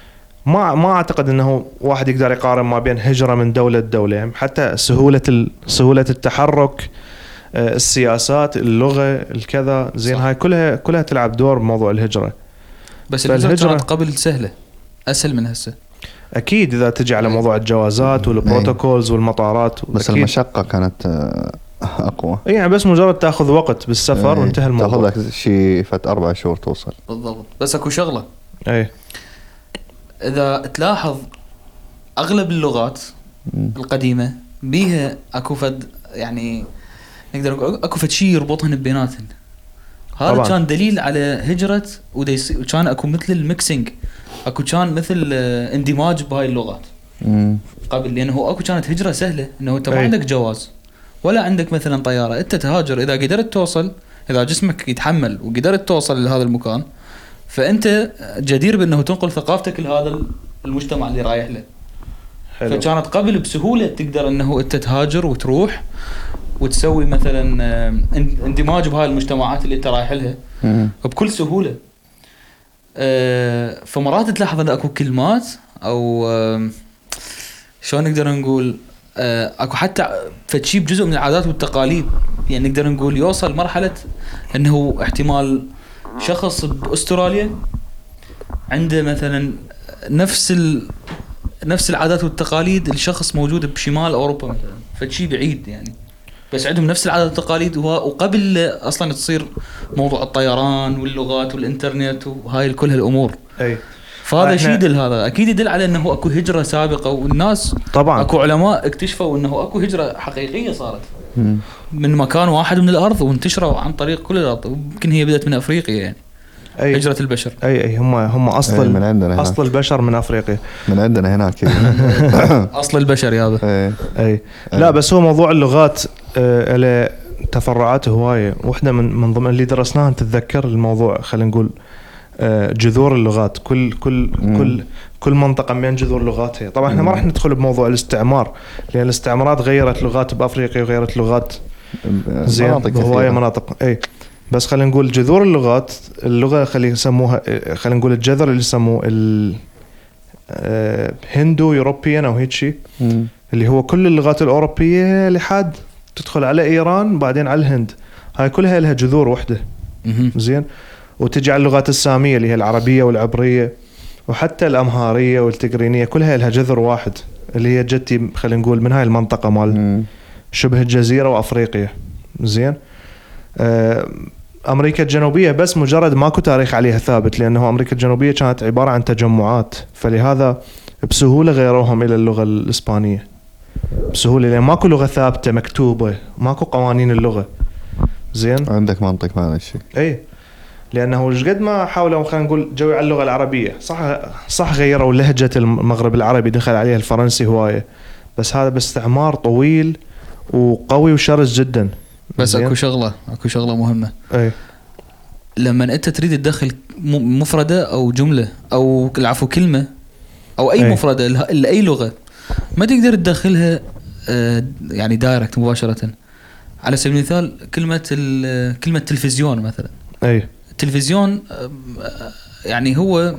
ما ما اعتقد انه واحد يقدر يقارن ما بين هجره من دوله لدوله، يعني حتى سهوله سهوله التحرك، السياسات، اللغه، الكذا زين. هاي كلها كلها تلعب دور بموضوع الهجره. بس الهجره كانت قبل سهله اسهل من هسه اكيد اذا تجي على موضوع الجوازات والبروتوكولز والمطارات. بس المشقه كانت اقوى يعني، بس مجرد تاخذ وقت بالسفر وانتهى الموضوع. تاخذ لك شيء فت اربع شهور توصل بالضبط. بس اكو شغله اي اذا تلاحظ اغلب اللغات القديمه بيها اكو فد يعني نقدر نقول اكو فد شيء يربطهن بيناتهن. هذا كان دليل على هجره، وكان اكو مثل الميكسينج، اكو كان مثل اندماج بهاي اللغات مم. قبل، لانه اكو كانت هجره سهله، انه انت ما عندك جواز ولا عندك مثلا طياره، انت تهاجر اذا قدرت توصل، اذا جسمك يتحمل وقدرت توصل لهذا المكان، فانت جدير بانه تنقل ثقافتك لهذا المجتمع اللي رايح له. حلو. فكانت قبل بسهوله تقدر انه انت تهاجر وتروح وتسوي مثلا اندماج بهاي المجتمعات اللي انت رايح لها بكل سهوله. فمرات تلاحظ ان اكو كلمات او شلون نقدر نقول اكو حتى فتشي بجزء من العادات والتقاليد، يعني نقدر نقول يوصل مرحله انه احتمال شخص باستراليا عنده مثلا نفس ال... نفس العادات والتقاليد الشخص موجود بشمال اوروبا مثلا، فشي بعيد يعني، بس عندهم نفس العادات والتقاليد. وقبل اصلا تصير موضوع الطيران واللغات والانترنت وهاي كل هالامور. اي فهذا شيء يدل، هذا اكيد يدل على انه اكو هجره سابقه، والناس طبعا اكو علماء اكتشفوا انه اكو هجره حقيقيه صارت من مكان واحد من الارض وانتشروا عن طريق كل الارض. يمكن هي بدات من افريقيا يعني. أي هجره البشر. اي اي هم هم اصل من عندنا اصل هناك. البشر من افريقيا من عندنا هناك اصل البشر هذا. اي, أي. لا بس هو موضوع اللغات آه تفرعات هوايه. واحده من من ضمن اللي درسناها تتذكر الموضوع خلينا نقول آه، جذور اللغات. كل كل مم. كل كل منطقه من جذور لغاتها. طبعا احنا ما مم. راح ندخل بموضوع الاستعمار لان الاستعمارات غيرت لغات بافريقيا وغيرت لغات زين مناطق بهوايه كثيرة. مناطق. اي بس خلينا نقول جذور اللغات. اللغه خلي يسموها خلينا نقول الجذر اللي يسموه ال آه، هندو يوروبيان او هيك شيء مم. اللي هو كل اللغات الاوروبيه لحد تدخل على ايران بعدين على الهند. هاي كلها لها جذور وحده مهم. زين. وتجي على اللغات الساميه اللي هي العربيه والعبريه وحتى الامهاريه والتقرينيه كلها لها جذر واحد اللي هي جتي خلينا نقول من هاي المنطقه مال مم. شبه الجزيره وافريقيا زين. آه، امريكا الجنوبيه بس مجرد ماكو تاريخ عليها ثابت لانه امريكا الجنوبيه كانت عباره عن تجمعات فلهذا بسهوله غيروهم الى اللغه الاسبانيه بسهوله لان ماكو لغه ثابته مكتوبه ماكو قوانين اللغه زين. عندك منطق ما هالشيء. اي لانه ايش قد ما حاولوا خلينا نقول جوي على اللغه العربيه صح صح غيروا لهجه المغرب العربي دخل عليها الفرنسي هوايه بس هذا باستعمار طويل وقوي وشرس جدا. بس زين؟ اكو شغله اكو شغله مهمه. اي لما انت تريد تدخل م- مفرده او جمله او العفو كلمه او اي أي. مفرده له- لاي لغه ما تقدر تدخلها آه، يعني دايركت مباشره. على سبيل المثال كلمه ال- كلمه تلفزيون مثلا. اي التلفزيون آه، يعني هو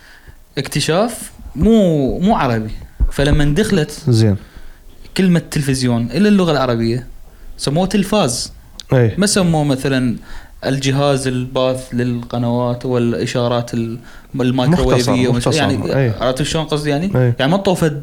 اكتشاف مو مو عربي فلما دخلت زين. كلمه تلفزيون الى اللغه العربيه سموه تلفاز. اي ما سموه مثلا الجهاز الباث للقنوات والاشارات الم- الميكروويفيه مختصر- مختصر. يعني أي. عرفت شلون قصدي يعني أي. يعني ما انطوا فد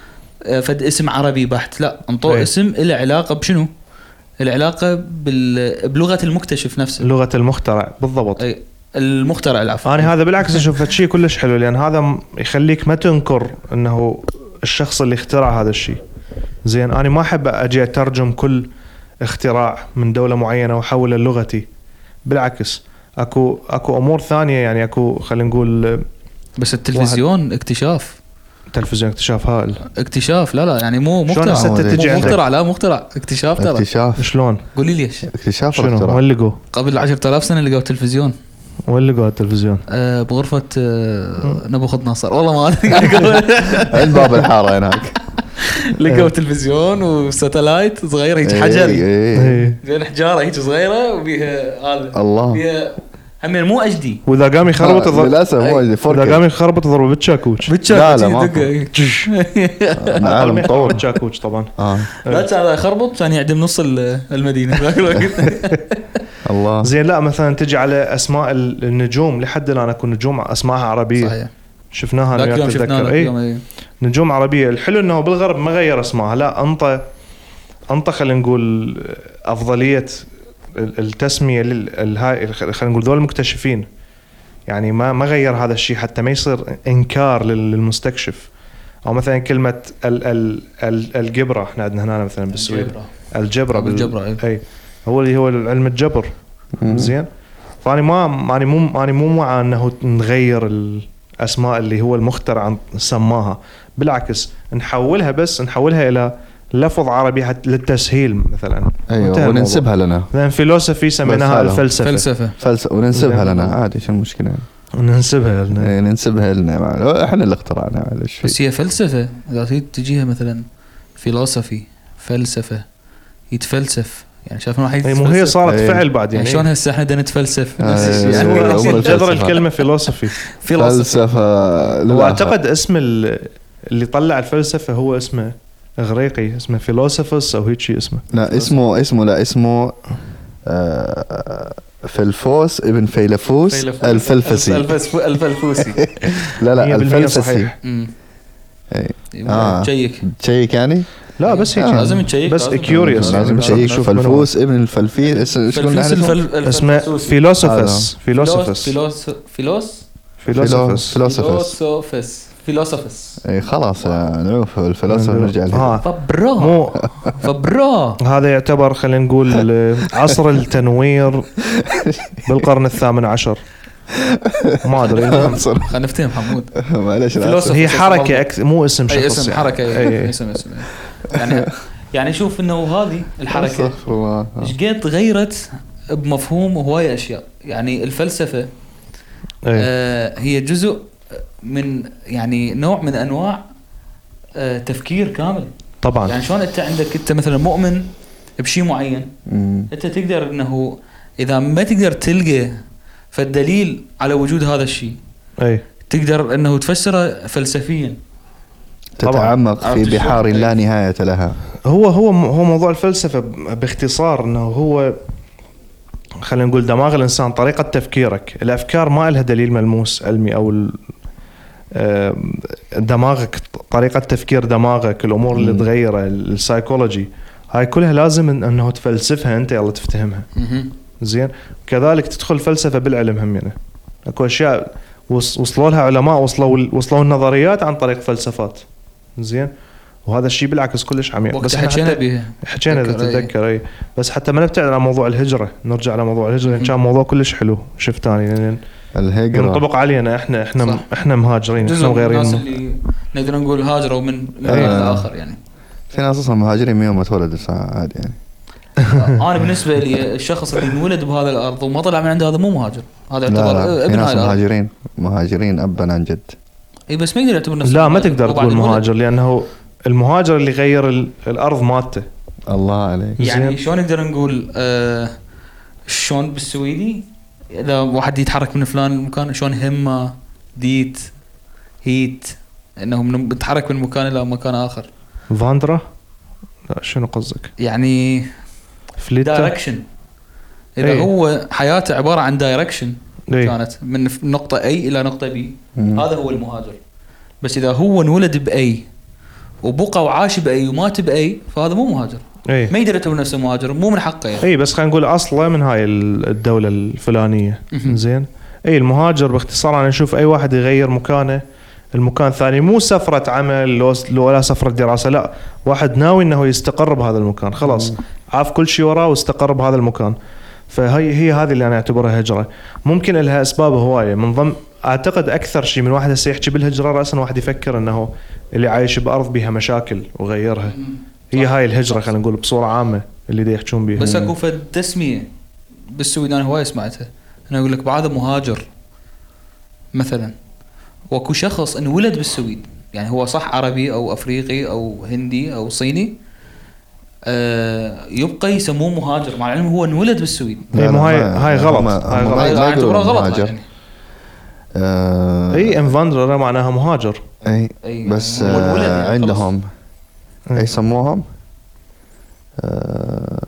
فد اسم عربي بحت لا انطوا أي. اسم له علاقه بشنو العلاقه بال... بلغه المكتشف نفسه لغه المخترع بالضبط. اي المخترع العفو. انا هذا بالعكس اشوف شيء كلش حلو لان هذا م- يخليك ما تنكر انه الشخص اللي اخترع هذا الشيء زين. انا ما احب اجي اترجم كل اختراع من دوله معينه واحوله للغتي بالعكس اكو اكو امور ثانيه يعني اكو خلينا نقول بس التلفزيون اكتشاف تلفزيون اكتشاف هائل. اكتشاف لا لا يعني مو شلون مخترع هسه مو تجي عندك؟ مخترع لا مخترع اكتشاف ترى. اكتشاف. شلون قولي ليش اكتشاف شنو الاختراع. وين لقوا قبل عشرة آلاف سنه لقوا تلفزيون وين لقوا التلفزيون آه بغرفه آه نبوخذ ناصر والله ما ادري عند باب الحاره هناك. لقوا تلفزيون وساتلايت صغير هيك إيه، حجر إيه. اي زين حجاره هيك صغيره وبيها هذا الله. بيها همين مو اتش دي واذا قام يخربط آه، يضرب للاسف مو اذا فور قام يخربط يضرب بالشاكوش لا، لا، ماكو. دقه عالم مطور. بالشاكوش طبعا. اه لا كان يخربط كان يعدم نص ال- المدينه ذاك الوقت. الله. زين. لا مثلا تجي على اسماء ال- النجوم لحد الان اكو نجوم اسماءها عربيه صحيح شفناها ذاك انا اليوم وياك شفناه تتذكر. ذاك اي اليوم إيه. نجوم عربيه. الحلو انه بالغرب ما غير اسمائها لا انطى انطى خلينا نقول افضليه ال- التسميه للهاي خلينا نقول ذول المكتشفين يعني ما ما غير هذا الشيء حتى ما يصير انكار لل- للمستكشف. او مثلا كلمه ال ال ال الجبره احنا عندنا هنا مثلا بالسويد الجبرة. الجبره بال- الجبرة، أي. اي هو اللي هو علم الجبر مم. زين. فاني ما اني مو اني مو مع انه نغير الاسماء اللي هو المخترع سماها بالعكس نحولها بس نحولها الى لفظ عربي حتى للتسهيل مثلا. ايوه انتهى وننسبها لنا. لان فيلوسفي سميناها هذا هو. الفلسفه فلسفه فلسفه وننسبها زين. لنا عادي شو المشكله؟ ننسبها لنا. إيه، ننسبها لنا مع- احنا اللي اخترعناها معلش. بس هي فلسفه اذا تريد تجيها مثلا فيلوسفي فلسفه يتفلسف يعني شايف واحد اي مو هي صارت إيه. فعل بعد يعني يعني شلون هسه احنا بدنا نتفلسف آه، نفس الشيء. إيه. يعني هو- هو هو جذر الفلسفة. الكلمه فيلوسفي. فيلوسفي فلسفه للآخر. واعتقد اسم ال- اللي طلع الفلسفه هو اسمه اغريقي اسمه فيلوسوفوس او هيك شيء اسمه. لا اسمه اسمه لا اسمه آه فلفوس ابن فيلفوس فيلفوس. الفلفسي. الفلسف- الفلفوسي لا لا مية بالمية الفلفسي. صحيح. أمم. إيه. إيه، آه. تشيك تشيك يعني لا بس هيك آه، يعني. لازم نشيك، بس لازم. كيوريوس لازم تشيك فلفوس ابن الفلفي اس- ايش قلنا فلفوس احنا؟ الفل- اسمه الفلسوسي. فيلوسوفس فيلوس فيلوسوفس فيلوس فيلوسوفس فيلوسوفس. فيلوسوفس فيلوسوفس اي خلاص يعني نعوف الفلسفه نرجع لها. ها فبرا مو فبرا هذا يعتبر خلينا نقول عصر التنوير بالقرن الثامن عشر ما ادري. خلينا نفتهم حمود معلش أنا فيلوسوف. آسف. هي حركه أكثر مو اسم اي شخص اسم يعني. حركه أي. اي اسم اسم يعني يعني شوف انه هذه الحركه استغفر الله. ايش قد تغيرت بمفهوم هوايه اشياء. يعني الفلسفه إيه. آه هي جزء من يعني نوع من انواع آه تفكير كامل. طبعا يعني شلون انت عندك انت مثلا مؤمن بشيء معين، مم. انت تقدر انه اذا ما تقدر تلقى فالدليل على وجود هذا الشيء اي تقدر انه تفسره فلسفيا. تتعمق في عرفت بحار شلون؟ لا نهاية لها. هو هو هو موضوع الفلسفه باختصار انه هو خلينا نقول دماغ الانسان، طريقه تفكيرك، الافكار ما لها دليل ملموس علمي او ال- آه، دماغك، طريقه تفكير دماغك، الامور اللي مم. تغيره، السايكولوجي، هاي كلها لازم إن- انه تفلسفها انت يلا تفتهمها. مهم. زين كذلك تدخل فلسفه بالعلم هم يعني اكو اشياء وص- وصلوا لها علماء، وصلوا وصلوا النظريات عن طريق فلسفات. زين وهذا الشيء بالعكس كلش عميق. وقت إحنا حكينا حتى- بيه حكينا اذا تذكر، أي. تتذكر اي، بس حتى ما نبتعد عن موضوع الهجره، نرجع على موضوع الهجره لان كان موضوع كلش حلو. شفت ثاني يعني الهجرة ينطبق علينا احنا احنا صح. احنا مهاجرين، احنا جزء من الناس مغيرين. اللي نقدر نقول هاجروا من من أي. مكان لاخر يعني. في ناس اصلا مهاجرين من يوم ما تولدوا ساعة عادي يعني. انا بالنسبه لي الشخص اللي انولد بهذا الارض وما طلع من عند هذا مو مهاجر، هذا لا يعتبر لا في ابن ناس هاي الارض. مهاجرين مهاجرين ابا عن جد. اي بس ما يقدر يعتبر نفسه لا ما مهاجر. تقدر وبعد تقول الولد. مهاجر لانه المهاجر اللي غير ال- الارض مالته. الله عليك. يعني زين. شلون نقدر نقول آه شلون بالسويدي اذا واحد يتحرك من فلان مكان شلون همه ديت هيت انه من بتحرك من مكان الى مكان اخر. فاندرا لا شنو قصدك؟ يعني فليتا دايركشن. اذا إيه. هو حياته عباره عن دايركشن إيه. كانت من نقطه A الى نقطه B، مم. هذا هو المهاجر. بس اذا هو انولد بأي وبقى وعاش بأي ومات بأي فهذا مو مهاجر. اي ما يقدر يعتبر نفسه مهاجر، مو من حقه يعني. اي بس خلينا نقول اصله من هاي ال- الدوله الفلانيه. مهم. زين اي المهاجر باختصار انا اشوف اي واحد يغير مكانه المكان ثاني، مو سفره عمل لو لو ولا سفره دراسه، لا واحد ناوي انه يستقر بهذا المكان، خلاص عاف كل شيء وراه واستقر بهذا المكان. فهي هي هذه اللي انا اعتبرها هجره. ممكن لها اسباب هوايه، من ضمن اعتقد اكثر شيء من واحد هسه يحكي بالهجره راسا واحد يفكر انه اللي عايش بارض بها مشاكل وغيرها، هي هاي الهجره خلينا نقول بصوره عامه اللي دا يحكون بيها. بس اكو فد تسميه بالسويد انا هواي سمعتها، انا اقول لك بعد مهاجر مثلا، واكو شخص انولد بالسويد يعني هو صح عربي او افريقي او هندي او صيني آه يبقى يسموه مهاجر مع العلم هو انولد بالسويد. اي مو هاي هاي غلط، هم- هاي هم غلط. ما- هاي ما اعتبره يقولون غلط مهاجر. يعني. آه اي انفاندرر معناها مهاجر. اي أي بس هو انولد آه يعني عندهم إيه. اي يسموهم آه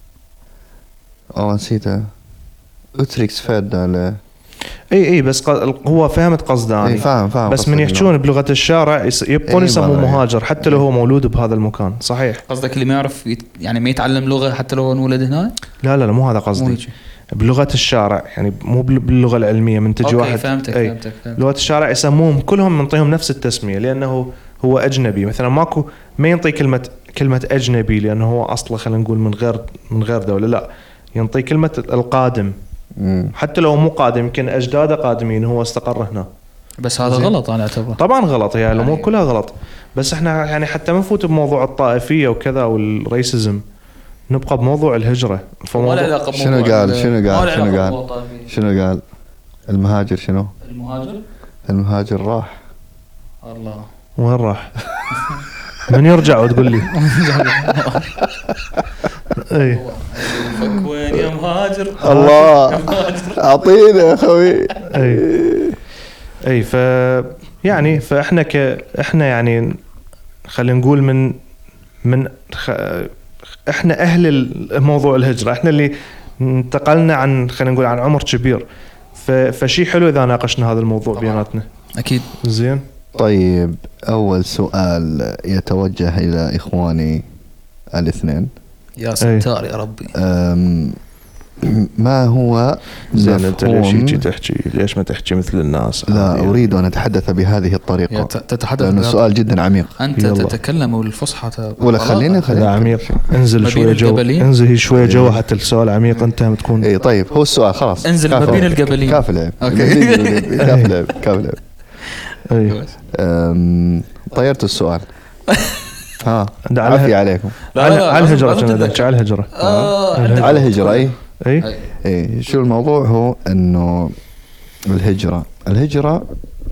او نسيته اوتريكس فيد على اي اي بس ق- هو فهمت قصده اي يعني. فاهم فاهم بس قصدك من إنه- يحكون بلغه الشارع يس- يبقون إي يسموه ما- مهاجر حتى لو هو مولود بهذا المكان. صحيح. قصدك اللي ما يعرف يت... يعني ما يتعلم لغه حتى لو انولد هنا؟ لا لا لا مو هذا مو قصدي، هيك. بلغه الشارع يعني مو بال- باللغه العلميه. من تجي أوكي، واحد فهمتك أي. فهمتك, فهمتك. لغه الشارع يسموهم كلهم منطيهم نفس التسميه لانه هو اجنبي. مثلا ماكو ما ينطي كلمه كلمه اجنبي لانه هو اصله خلينا نقول من غير من غير دوله، لا ينطي كلمه القادم مم. حتى لو مو قادم، يمكن اجداده قادمين هو استقر هنا. بس هذا زين. غلط انا اعتبره. طبعا غلط، هي الامور يعني- كلها غلط. بس احنا يعني حتى ما نفوت بموضوع الطائفيه وكذا والريسيزم، نبقى بموضوع الهجره. ما له فموضوع علاقه شنو بموضوع قال- ال- شنو قال- ما له شنو علاقة قال؟ بموضوع الطائفية. شنو قال المهاجر شنو المهاجر المهاجر راح الله وين راح؟ من يرجع وتقول لي اي فك وين يا مهاجر الله يا مهاجر. اعطينا يا اخوي. اي اي ف يعني فاحنا ك احنا يعني خلينا نقول من من خ... احنا اهل الموضوع الهجره، احنا اللي انتقلنا عن خلينا نقول عن عمر كبير. ف... فشي حلو اذا ناقشنا هذا الموضوع طبعاً. بيناتنا. اكيد. زين. طيب أول سؤال يتوجه إلى إخواني الاثنين. يا ستار يا ربي. أم، ما هو زين انت ليش مفهوم- يجي تحكي؟ ليش ما تحكي مثل الناس؟ لا عادي. أريد أن أتحدث بهذه يا الطريقة ت- تتحدث لأن بهذا- السؤال جدا عميق. انت يلا. تتكلم بالفصحى ولا خلينا خلينا لا عميق، انزل ما شويه بين جو، الجبلين؟ انزل شويه جو حتى السؤال عميق انت هم تكون. اي طيب هو السؤال خلاص انزل ما كافي بين العيب. الجبلين. كافي العيب أوكي. كافي العيب كافي العيب اي أم، طيرت السؤال. ها ده على- عافية عليكم. لا، على لا، لا، على لازم- الهجرة لازم كنا تتذكر. نحكي على الهجرة. آه، الهجرة. عندك- على الهجرة اي اي أي. اي شو الموضوع هو انه الهجرة الهجرة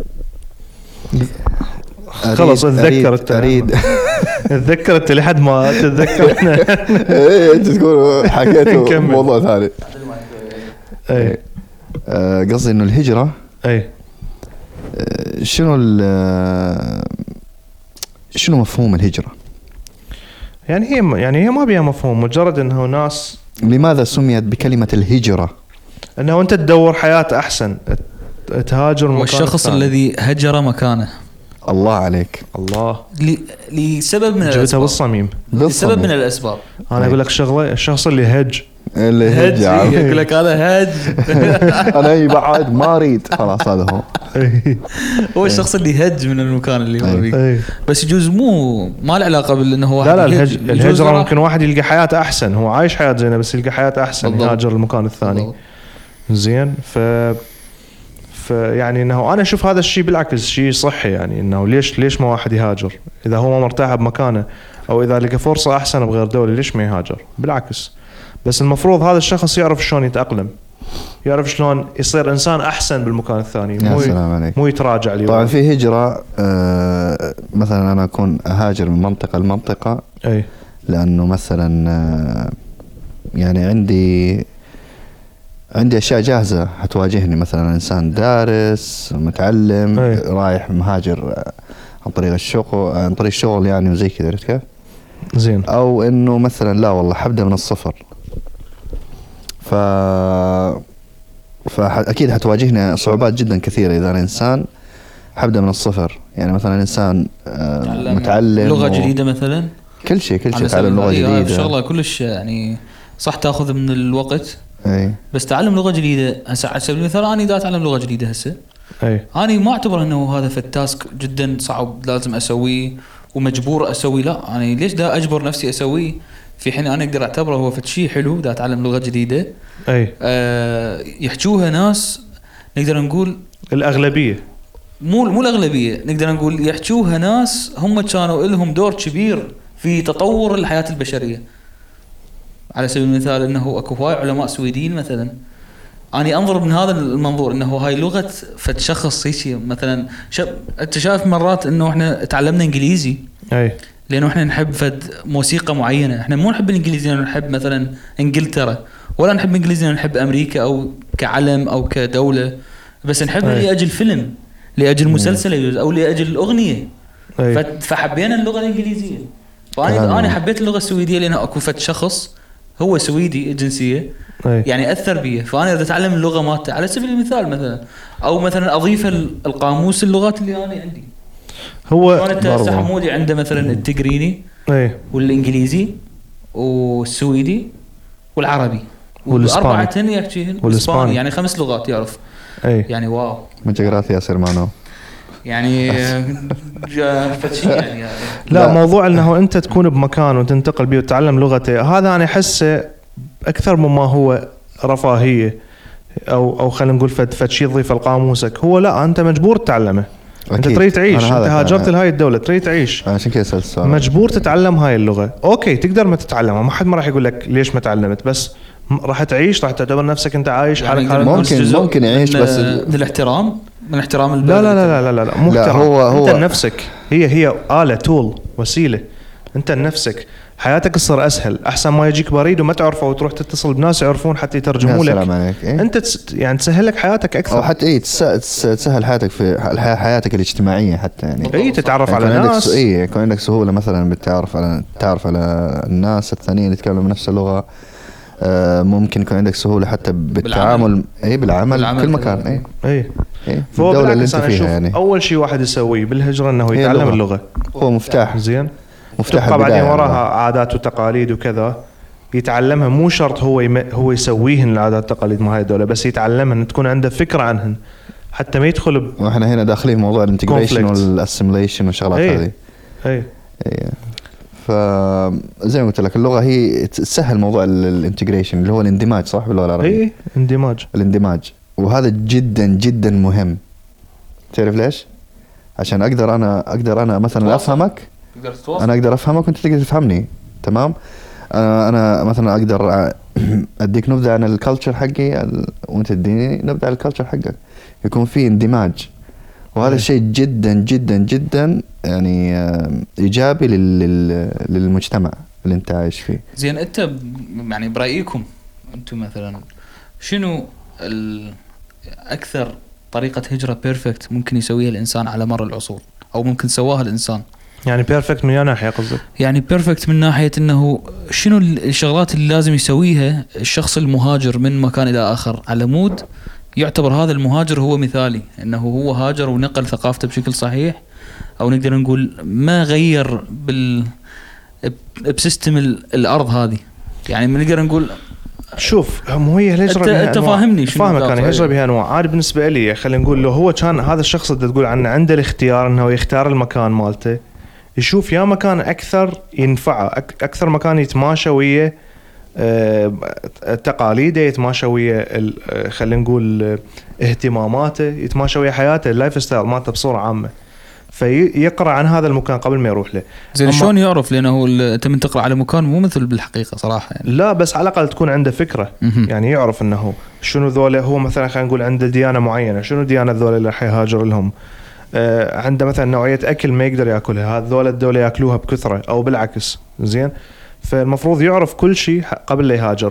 خلص اتذكرت اريد تذكرت لحد ما تتذكر. ايه انت تقول حكيتوا نكمل. موضوع ثاني. اي آه، قصدي انه الهجرة اي آه، شنو ال- شنو مفهوم الهجرة؟ يعني هي يعني هي ما بيها مفهوم، مجرد انه ناس لماذا سميت بكلمة الهجرة؟ انه انت تدور حياة احسن، ت- تهاجر مكان والشخص الثاني. الذي هجر مكانه الله عليك. الله ل- لسبب من جبتها الاسباب بالصميم. لسبب من الاسباب انا اقول لك شغله، الشخص اللي هج اللي هج هج عارف. يقول لك هذا هج انا أي بعد ما اريد خلاص هذا هو. هو الشخص اللي هج من المكان اللي هو أي. فيه. اي بس يجوز مو ما له علاقه بانه واحد لا لا يهج. الهج... يجوز الهجرة راح- ممكن واحد يلقى حياة احسن، هو عايش حياة زينة بس يلقى حياة احسن بالضبط. يهاجر المكان الثاني. بالضبط. زين ف فيعني انه انا اشوف هذا الشيء بالعكس شيء صحي، يعني انه ليش ليش ما واحد يهاجر اذا هو ما مرتاح بمكانه او اذا لقى فرصه احسن بغير دوله، ليش ما يهاجر؟ بالعكس، بس المفروض هذا الشخص يعرف شلون يتاقلم، يعرف شلون يصير انسان احسن بالمكان الثاني، يا مو سلام عليك. مو يتراجع لي. طبعا في هجرة آه، مثلا انا اكون اهاجر من منطقة لمنطقة اي لانه مثلا آه، يعني عندي عندي اشياء جاهزة حتواجهني، مثلا انسان دارس متعلم أي. رايح مهاجر آه، عن طريق الشغل عن طريق الشغل يعني وزي كذا، عرفت كيف؟ زين او انه مثلا لا والله حبدا من الصفر. ف فاكيد حتواجهنا صعوبات جدا كثيره اذا انا انسان حبدا من الصفر، يعني مثلا انسان آه، تعلم متعلم لغه و- جديده مثلا كل شيء كل شيء على تعلم سبيل لغه المثال، هاي جديده. شغله كلش يعني صح تاخذ من الوقت، اي بس تعلم لغه جديده هسه على سبيل المثال انا دا اتعلم لغه جديده هسه، اي انا ما اعتبر انه هذا فتاسك جدا صعب لازم اسويه ومجبور اسويه، لا انا ليش دا اجبر نفسي اسويه في حين انا اقدر اعتبره هو فد شيء حلو دا اتعلم لغه جديده اي أه يحجوها ناس نقدر نقول الاغلبيه مو مو الاغلبيه، نقدر نقول يحجوها ناس هم كانوا لهم دور كبير في تطور الحياه البشريه. على سبيل المثال انه اكو هواي علماء سويديين مثلا، اني انظر من هذا المنظور انه هاي لغه فد شخص هيك مثلا شا... انت شايف مرات انه احنا تعلمنا انجليزي اي لانه احنا نحب فد موسيقى معينه، احنا مو نحب الانجليزي لانه نحب مثلا انجلترا، ولا نحب الانجليزي لانه نحب امريكا او كعلم او كدوله، بس نحب أي. لاجل فيلم، لاجل مسلسل يجوز او لاجل اغنيه، اي ف- فحبينا اللغه الانجليزيه. فانا كلام. انا حبيت اللغه السويديه لانه اكو فد شخص هو سويدي الجنسيه اي يعني اثر بي، فانا بدي اتعلم اللغه مالته على سبيل المثال مثلا، او مثلا اضيف ال- القاموس اللغات اللي انا عندي. هو كان انت برضو. هسه حمودي عنده مثلا التجريني اي والانجليزي والسويدي والعربي والإسباني. اربعه يحكيهن والإسباني. والاسباني، يعني خمس لغات يعرف، اي يعني واو مجرات ياسر مانو. يعني جا- فد شيء يعني, يعني لا, لا. موضوع انه انت تكون بمكان وتنتقل بيه وتتعلم لغته، هذا انا احسه اكثر مما هو رفاهيه او او خلينا نقول فد فد شيء تضيفه لقاموسك، هو لا انت مجبور تتعلمه. انت أكيد. تريد تعيش، أنا انت هذا هاجرت كان- لهاي الدوله تريد تعيش، أنا عشان كذا سألت السؤال. مجبور تتعلم هاي اللغه. اوكي تقدر ما تتعلمها، ما حد ما راح يقول لك ليش ما تعلمت، بس م- راح تعيش، راح تعتبر نفسك انت عايش يعني حالك حالك. ممكن- جزء ممكن يعيش من- بس- من الاحترام من احترام البلد. لا لا لا لا لا لا مو لا، احترام. هو- هو- انت لنفسك، هي هي آلة تول وسيله، انت لنفسك حياتك تصير اسهل، احسن ما يجيك بريد وما تعرفه وتروح تتصل بناس يعرفون حتى يترجموا يا لك. سلام عليك. إيه؟ انت تس يعني تسهل لك حياتك او اكثر. حتى اي تس- تس- تسهل حياتك في الحياة- حياتك الاجتماعيه حتى يعني. اي تتعرف يعني على يكون عندك ناس. س- اي يكون عندك سهوله مثلا بالتعرف على التعرف على الناس الثانيين اللي يتكلموا نفس اللغه. آه، ممكن يكون عندك سهوله حتى بالتعامل اي بالعمل, بالعمل كل مكان. كذا. اي اي اي فهو الدوله اللي بالعكس انت انا فيها اشوف يعني اول شيء واحد يسويه بالهجره انه هي يتعلم اللغة. اللغه. هو مفتاح زين مفتاح تبقى بعدين البداية وراها يعني. عادات وتقاليد وكذا يتعلمها، مو شرط هو يم... هو يسويهن العادات والتقاليد مع هاي الدوله، بس يتعلمهن تكون عنده فكره عنهن حتى ما يدخل ب... واحنا هنا داخلين في موضوع الانتجريشن Conflict. والاسيميليشن والشغلات إيه. هذه. اي إيه. فزي ما قلت لك اللغه هي تسهل موضوع الانتجريشن اللي هو الاندماج، صح باللغه العربيه؟ اي اندماج. الاندماج، وهذا جدا جدا مهم. تعرف ليش؟ عشان اقدر انا اقدر انا مثلا تواصل. افهمك تقدر تتواصل. انا اقدر افهمك وانت تقدر تفهمني. تمام. انا انا مثلا اقدر اديك نبذه عن الكالتشر حقي ال- وانت تديني نبذه عن الكالتشر حقك، يكون في اندماج، وهذا الشيء جدا جدا جدا يعني آه، ايجابي لل- لل- للمجتمع اللي انت عايش فيه. زين انت ب- يعني برايكم انتم مثلا شنو ال- اكثر طريقه هجره بيرفكت ممكن يسويها الانسان على مر العصور، او ممكن سواها الانسان؟ يعني بيرفكت من أي ناحية قصدك؟ يعني بيرفكت من ناحيه انه شنو الشغلات اللي لازم يسويها الشخص المهاجر من مكان الى اخر على مود يعتبر هذا المهاجر هو مثالي، انه هو هاجر ونقل ثقافته بشكل صحيح، او نقدر نقول ما غير بال بسيستم ال- الارض هذه. يعني نقدر نقول شوف هم هي الهجرة أنت- بها أنت أنواع. فاهمني شنو فاهمك قصدي. أنا، هجرة بها أنواع. عادي بالنسبة لي خلينا نقول له هو كان هذا الشخص اللي تقول عنه عنده الاختيار أنه يختار المكان مالته، يشوف يا مكان أكثر ينفعه، أك- أكثر مكان يتماشى ويا آه، تقاليده، يتماشى ويا ال- آه، خلينا نقول آه، اهتماماته، يتماشى ويا حياته، اللايف ستايل مالته بصورة عامة، فيقرأ عن هذا المكان قبل ما يروح له. زين أما- شلون يعرف؟ لانه ال- انت من تقرا على مكان مو مثل بالحقيقه صراحه يعني. لا بس على الأقل تكون عنده فكرة، مهم. يعني يعرف انه شنو ذولا. هو مثلا خلينا نقول عنده ديانه معينه، شنو ديانه ذولا اللي راح يهاجر لهم. آه عنده مثلا نوعيه اكل ما يقدر ياكلها، هذول الدوله ياكلوها بكثره او بالعكس. زين، فالمفروض يعرف كل شيء قبل لا يهاجر.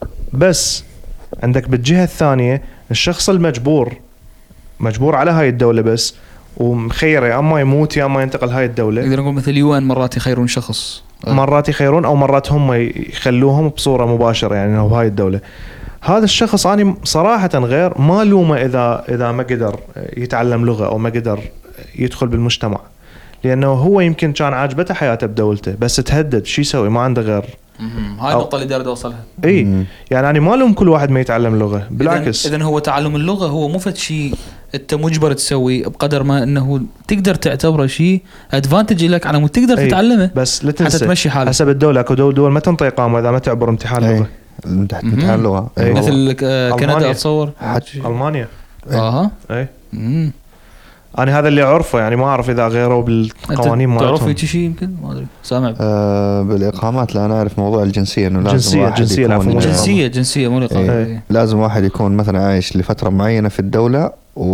بس عندك بالجهه الثانيه الشخص المجبور، مجبور على هاي الدوله بس، ومخير يا اما يموت يا اما ينتقل هاي الدوله. نقدر نقول مثل يو ان مرات يخيرون شخص مرات يخيرون او مرات هم يخلوهم بصوره مباشره، يعني انه بهاي الدوله. هذا الشخص انا صراحه غير ما لومه اذا اذا ما قدر يتعلم لغه او ما قدر يدخل بالمجتمع، لانه هو يمكن كان عاجبته حياته بدولته بس تهدد، شو يسوي؟ ما عنده غير. مهم. هاي أو- النقطه اللي داير اوصلها. اي مم. يعني انا ما لوم كل واحد ما يتعلم لغه، بالعكس. اذا هو تعلم اللغه هو مو فد شيء انت مجبر تسويه، بقدر ما انه تقدر تعتبره شيء ادفانتج لك على مود تقدر أي. تتعلمه بس لا حتى تنسى تمشي حالك. حسب الدوله، اكو دول, دول ما تنطي اقامه اذا ما تعبر امتحان أي. لغه. تحت مهم. امتحان لغه. أي. أي والله. مثل آه، كندا ألمانيا. اتصور. حج. المانيا. اها. اي مم. انا هذا اللي اعرفه، يعني ما اعرف اذا غيروا بالقوانين انت تعرف مالتهم. هيك شيء يمكن ما ادري سامع. آه بالاقامات لا انا اعرف موضوع الجنسيه انه لازم جنسية- واحد جنسية، يكون العفو، مو الإقامة. جنسيه جنسيه مو الاقامه. إيه. إيه. لازم واحد يكون مثلا عايش لفتره معينه في الدوله و...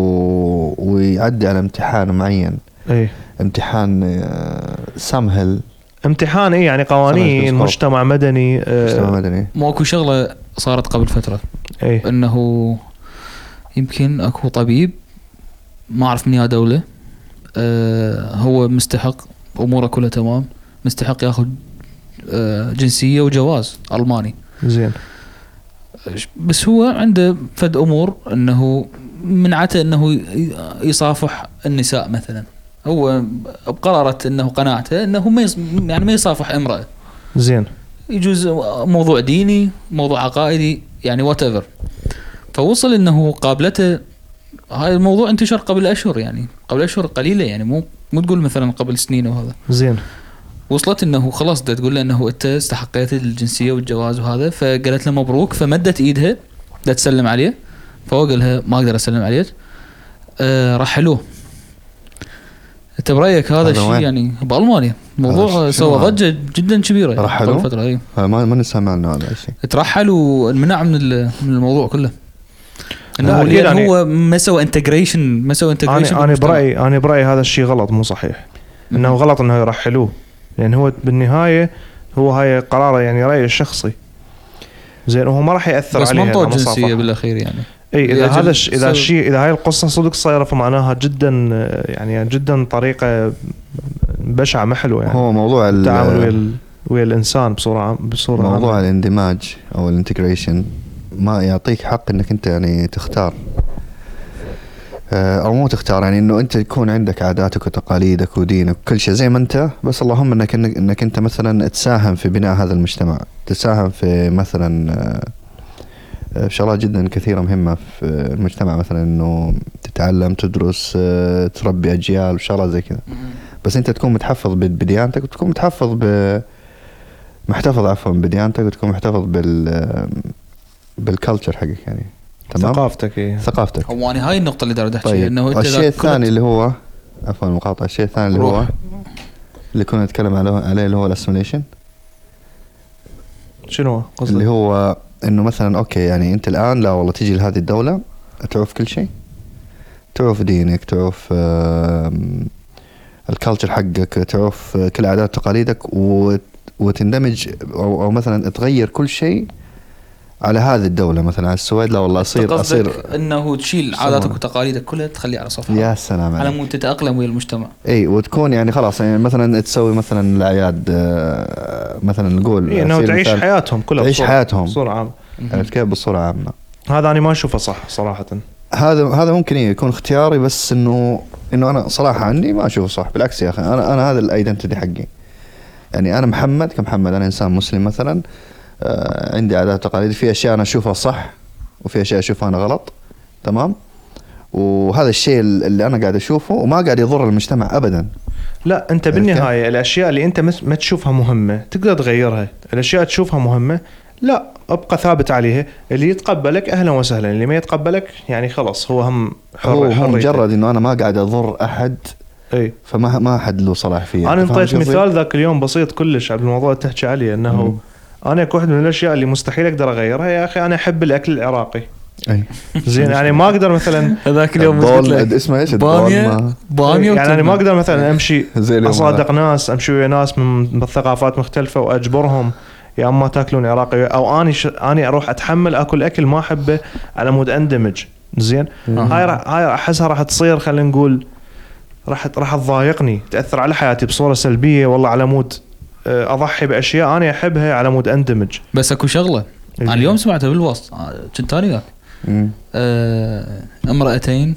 ويعدي على امتحان معين، اي امتحان آه، سمهل امتحان، اي يعني قوانين سمح مجتمع مدني. مجتمع آه مدني. مو اكو شغله صارت قبل فتره اي انه يمكن اكو طبيب ما اعرف من يا دوله، آه هو مستحق اموره كلها تمام، مستحق ياخذ آه جنسيه وجواز الماني، زين. بس هو عنده فد امور انه منعته انه ي- يصافح النساء مثلا. هو بقررت انه قناعته انه ما يص... يعني ما يصافح امراه. زين. يجوز موضوع ديني، موضوع عقائدي، يعني وات ايفر. فوصل انه قابلته. هاي الموضوع انتشر قبل اشهر، يعني قبل اشهر قليله، يعني مو مو تقول مثلا قبل سنين وهذا. زين. وصلت انه خلاص دا تقول له انه انت استحقيت الجنسيه والجواز وهذا، فقالت له مبروك، فمدت ايدها دا تسلم عليه، فهو قال لها ما اقدر اسلم عليك. آه رحلوه. انت برايك هذا هذا الشيء وين؟ يعني بالمانيا الموضوع هذا سوى شنو هذا؟ ضجه جدا كبيره يعني رحلوه؟ قبل فتره. اي آه، ما ما نسمع عنه هذا الشيء. ترحل وانمنع من ال- من الموضوع كله. انه لا، هو, أكيد لأن يعني- هو ما سوى انتجريشن ما سوى انتجريشن انا انا برايي انا برايي هذا الشيء غلط، مو صحيح. انه غلط انه يرحلوه، لان هو بالنهايه هو هاي قراره، يعني رايه الشخصي. زين، وهو ما راح ياثر بس عليه. منطقه إذا ما صافح. جنسيه بالاخير يعني. اي اذا يجب هذا الش... اذا سبب- الشيء اذا هاي القصه صدق صايره، فمعناها جدا آه، يعني جدا طريقه بشعه، ما حلوه يعني. هو موضوع ال- التعامل ويا ال... ويا الانسان بصوره عام... بصوره موضوع عامة. الاندماج او الانتجريشن ما يعطيك حق انك انت يعني تختار آه، او مو تختار، يعني انه انت يكون عندك عاداتك وتقاليدك ودينك وكل شيء زي ما انت، بس اللهم انك انك انت مثلا تساهم في بناء هذا المجتمع، تساهم في مثلا آه، آه، شغلات جدا كثيره مهمه في المجتمع، مثلا انه تتعلم، تدرس، آه، تربي اجيال وشغلات زي كذا. بس انت تكون متحفظ بديانتك، وتكون متحفظ ب محتفظ عفوا بديانتك، وتكون محتفظ بال بالكالتشر حقك يعني. تمام. ثقافتك. إيه. ثقافتك. هو انا هاي النقطه اللي داير احكيها، طيب انه انت الشيء إذا الثاني كنت- اللي هو عفوا المقاطعه، الشيء الثاني اللي هو روح. اللي كنا نتكلم عليه عليه اللي هو الاسيميليشن، شنو هو قصدك؟ اللي هو انه مثلا اوكي يعني انت الان لا والله تيجي لهذه الدوله تعرف كل شيء، تعرف دينك، تعرف الكالتشر حقك، تعرف كل عادات وتقاليدك، وتندمج او, أو مثلا تغير كل شيء على هذه الدولة. مثلا على السويد لا والله أصير أصير أنه تشيل عاداتك وتقاليدك كلها تخليها على صفحة. يا سلام على مود تتأقلم ويا المجتمع. أي وتكون يعني خلاص يعني مثلا تسوي مثلا الأعياد مثلا نقول إيه إنه تعيش حياتهم كلها، تعيش حياتهم بصورة عامة. عرفت كيف؟ بصورة عامة. هذا أنا ما أشوفه صح صراحة. هذا هذا ممكن يكون اختياري، بس إنه إنه أنا صراحة عني ما أشوفه صح. بالعكس يا أخي أنا أنا هذا الأيدنتيتي حقي. يعني أنا محمد كمحمد، أنا إنسان مسلم مثلا، آه عندي عادات وتقاليد، في أشياء أنا أشوفها صح وفي أشياء أشوفها أنا غلط، تمام؟ وهذا الشيء اللي أنا قاعد أشوفه وما قاعد يضر المجتمع أبدا. لا أنت بالنهاية الأشياء اللي أنت ما تشوفها مهمة تقدر تغيرها، الأشياء تشوفها مهمة لا أبقى ثابت عليها. اللي يتقبلك أهلا وسهلا، اللي ما يتقبلك يعني خلاص هو هم حر هو, هو مجرد إنه أنا ما قاعد أضر أحد. أي فما ما حد له صلاح فيه. أنا انطيت مثال ذاك اليوم بسيط كلش على الموضوع اللي تحكي عليه، أنه مم. أنا واحد من الأشياء اللي مستحيل أقدر أغيرها يا أخي، أنا أحب الأكل العراقي. أي زين يعني ما أقدر مثلا هذاك اليوم اسمه إيش بامية بامية يعني أنا ما أقدر مثلا أمشي أصادق ناس، أمشي ويا ناس من ثقافات مختلفة وأجبرهم يا أما تاكلون عراقي، أو أني ش... أني أروح أتحمل أكل أكل ما أحبه على مود أندمج. زين هاي راح هاي أحسها راح تصير خلينا نقول راح راح تضايقني، تأثر على حياتي بصورة سلبية والله، على مود أضحي بأشياء أنا أحبها على مود أندمج. بس أكو شغلة أنا اليوم سمعتها بالوسط كنت أنا وياك، أه امرأتين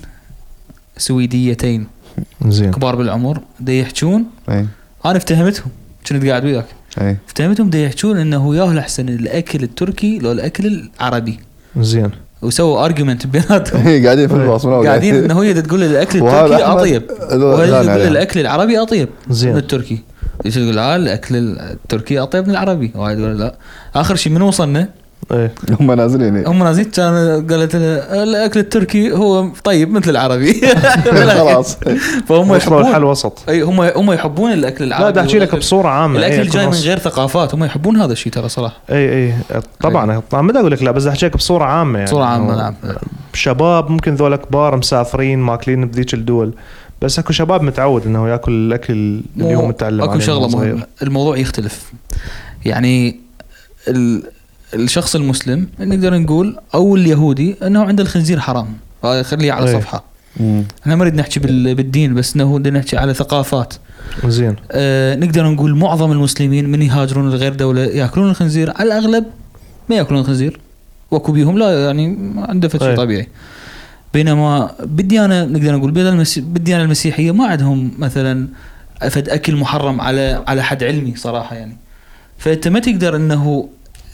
سويديتين زين كبار بالعمر دا يحجون، أي. أنا افتهمتهم كنت قاعد وياك، أي. افتهمتهم دا يحجون إنه ياهل أحسن الأكل التركي لو الأكل العربي. زين وسووا ارجيومنت بيناتهم قاعدين في الباص قاعدين انه هي تقول الاكل التركي اطيب وهي تقول الاكل العربي اطيب من التركي. ايش تقول؟ لا الاكل التركي اطيب من العربي، واحد يقول لا. اخر شيء من وصلنا ايه هم نازلين هم نازلين كان قالت الاكل التركي هو طيب مثل العربي خلاص. فهم يحبون الحل وسط. اي هم هم يحبون الاكل العربي. لا بدي احكي لك بصوره عامه، الاكل الجاي من غير ثقافات هم يحبون هذا الشيء ترى صراحه. اي اي طبعا طبعا ما بدي اقول لك لا، بس احكي لك بصوره عامه يعني بصوره عامه. نعم شباب ممكن ذول كبار مسافرين ماكلين بذيك الدول، بس اكو شباب متعود انه ياكل الاكل اللي هو متعلم عليه. اكو شغله مهمه الموضوع يختلف يعني ال الشخص المسلم نقدر نقول او اليهودي انه عند الخنزير حرام، خليه على صفحه. احنا ما نريد نحكي بالدين، بس انه بدنا نحكي على ثقافات. زين آه نقدر نقول معظم المسلمين من يهاجرون لغير دوله ياكلون الخنزير، على الاغلب ما ياكلون الخنزير واكو بيهم لا يعني عنده شيء طبيعي. بينما بالديانه نقدر نقول بالديانه المسيحيه ما عندهم مثلا افد اكل محرم على على حد علمي صراحه يعني. فانت ما تقدر انه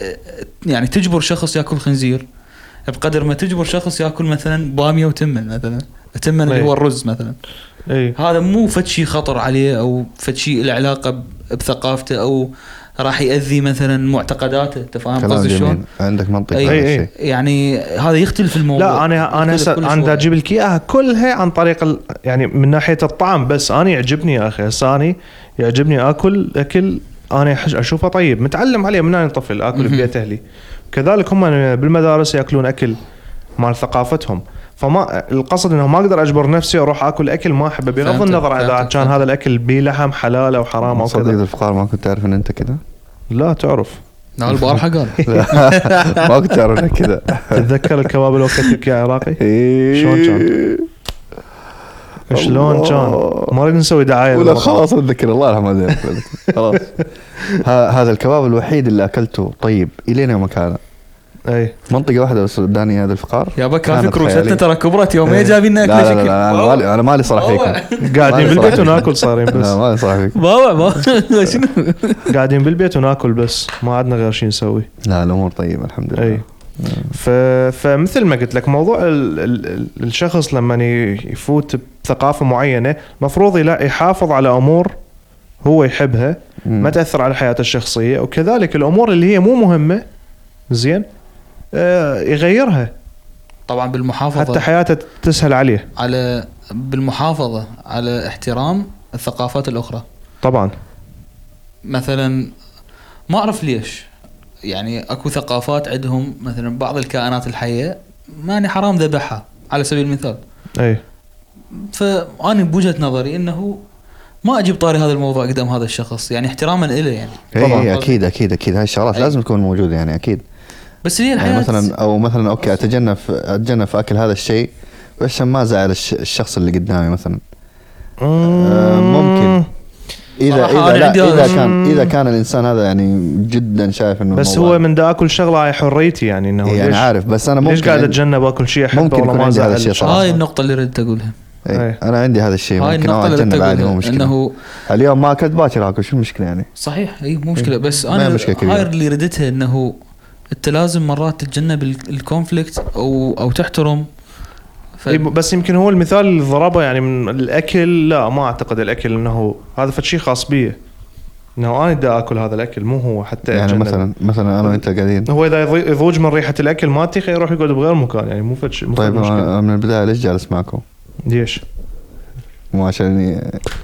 يعني تجبر شخص ياكل خنزير بقدر ما تجبر شخص ياكل مثلا باميه وتمن مثلا، تمن اللي هو الرز مثلا. أي. هذا مو فد شيء خطر عليه او فد شيء له علاقه بثقافته او راح يأذي مثلا معتقداته. انت فاهم قصدي شلون؟ عندك منطقه. أي أي. يعني هذا يختلف الموضوع. لا انا انا انا اجيب لك اياها كلها عن طريق ال... يعني من ناحيه الطعم، بس انا يعجبني يا اخي ثاني يعجبني اكل اكل انا اشوفه طيب متعلم عليه من انا طفل اكل في بيت اهلي. كذلك هم بالمدارس ياكلون اكل مال ثقافتهم، فما القصد انه ما اقدر اجبر نفسي اروح اكل اكل ما احبه بغض النظر عن اذا كان هذا الاكل بلحم حلال او حرام او كذا. صديق الفقار ما كنت تعرف ان انت كذا؟ لا تعرف لا البارحه قال ما كنت تعرف انك كذا. تتذكر الكباب اللي وكلتك يا عراقي شلون كان؟ شلون كان؟ ما نريد نسوي دعايه ولا خلاص اتذكر الله يرحمه خلاص. هذا الكباب الوحيد اللي اكلته طيب الين يوم كان اي منطقه واحده بس قدامي هذا الفقار يا بكر فكروا ستة ترى كبرت يومين جايبين لنا اكل شكل. لا لا لا انا مالي صراحه فيكم قاعدين بالبيت وناكل صارين بس. لا مالي صراحه فيكم بابا شنو قاعدين بالبيت وناكل بس ما عندنا غير شيء نسوي. لا الامور طيبه الحمد لله. اي ف... فمثل ما قلت لك موضوع ال... ال... الشخص لما يفوت بثقافه معينه مفروض لا يحافظ على امور هو يحبها ما تاثر على حياته الشخصيه، وكذلك الامور اللي هي مو مهمه زين آه يغيرها طبعا بالمحافظه حتى حياته تسهل عليه، على بالمحافظه على احترام الثقافات الاخرى. طبعا مثلا ما اعرف ليش يعني اكو ثقافات عندهم مثلا بعض الكائنات الحيه ماني حرام ذبحها على سبيل المثال. اي فأنا بوجهة نظري انه ما اجيب طاري هذا الموضوع قدام هذا الشخص يعني احتراما له يعني. طبعا اي اكيد اكيد اكيد هاي الشغلات أي. لازم تكون موجوده يعني اكيد. بس هي الحياه يعني مثلا او مثلا اوكي اتجنب اتجنب اكل هذا الشيء عشان ما زعل الشخص اللي قدامي مثلا. آه ممكن اذا اذا لا اذا كان اذا كان الانسان هذا يعني جدا شايف انه بس هو من دا اكل شغله هاي حريتي يعني انه يعني عارف بس انا ممكن ليش قاعد اتجنب اكل شيء احبه ممكن ولا ما عندي هذا الشيء صراحه. هاي النقطه اللي ردت اقولها. ايه. انا عندي هذا الشيء هاي ممكن النقطه اللي ردت عادي مو اقولها مشكله انه اليوم ما اكلت باكر اكل شو المشكله يعني. صحيح اي مو مشكله بس ما انا مشكلة هاي اللي ردتها انه انت لازم مرات تتجنب الكونفليكت او او تحترم ف... بس يمكن هو المثال اللي ضربه يعني من الاكل. لا ما اعتقد الاكل انه هذا فشي خاص بيه انه انا بدي اكل هذا الاكل مو هو حتى يعني أتجنب. مثلا مثلا انا وانت قاعدين هو اذا يضوج من ريحه الاكل ما تيخي يروح يقعد بغير مكان يعني مو فش مو طيب من البدايه ليش جالس معكم؟ ليش؟ مو عشان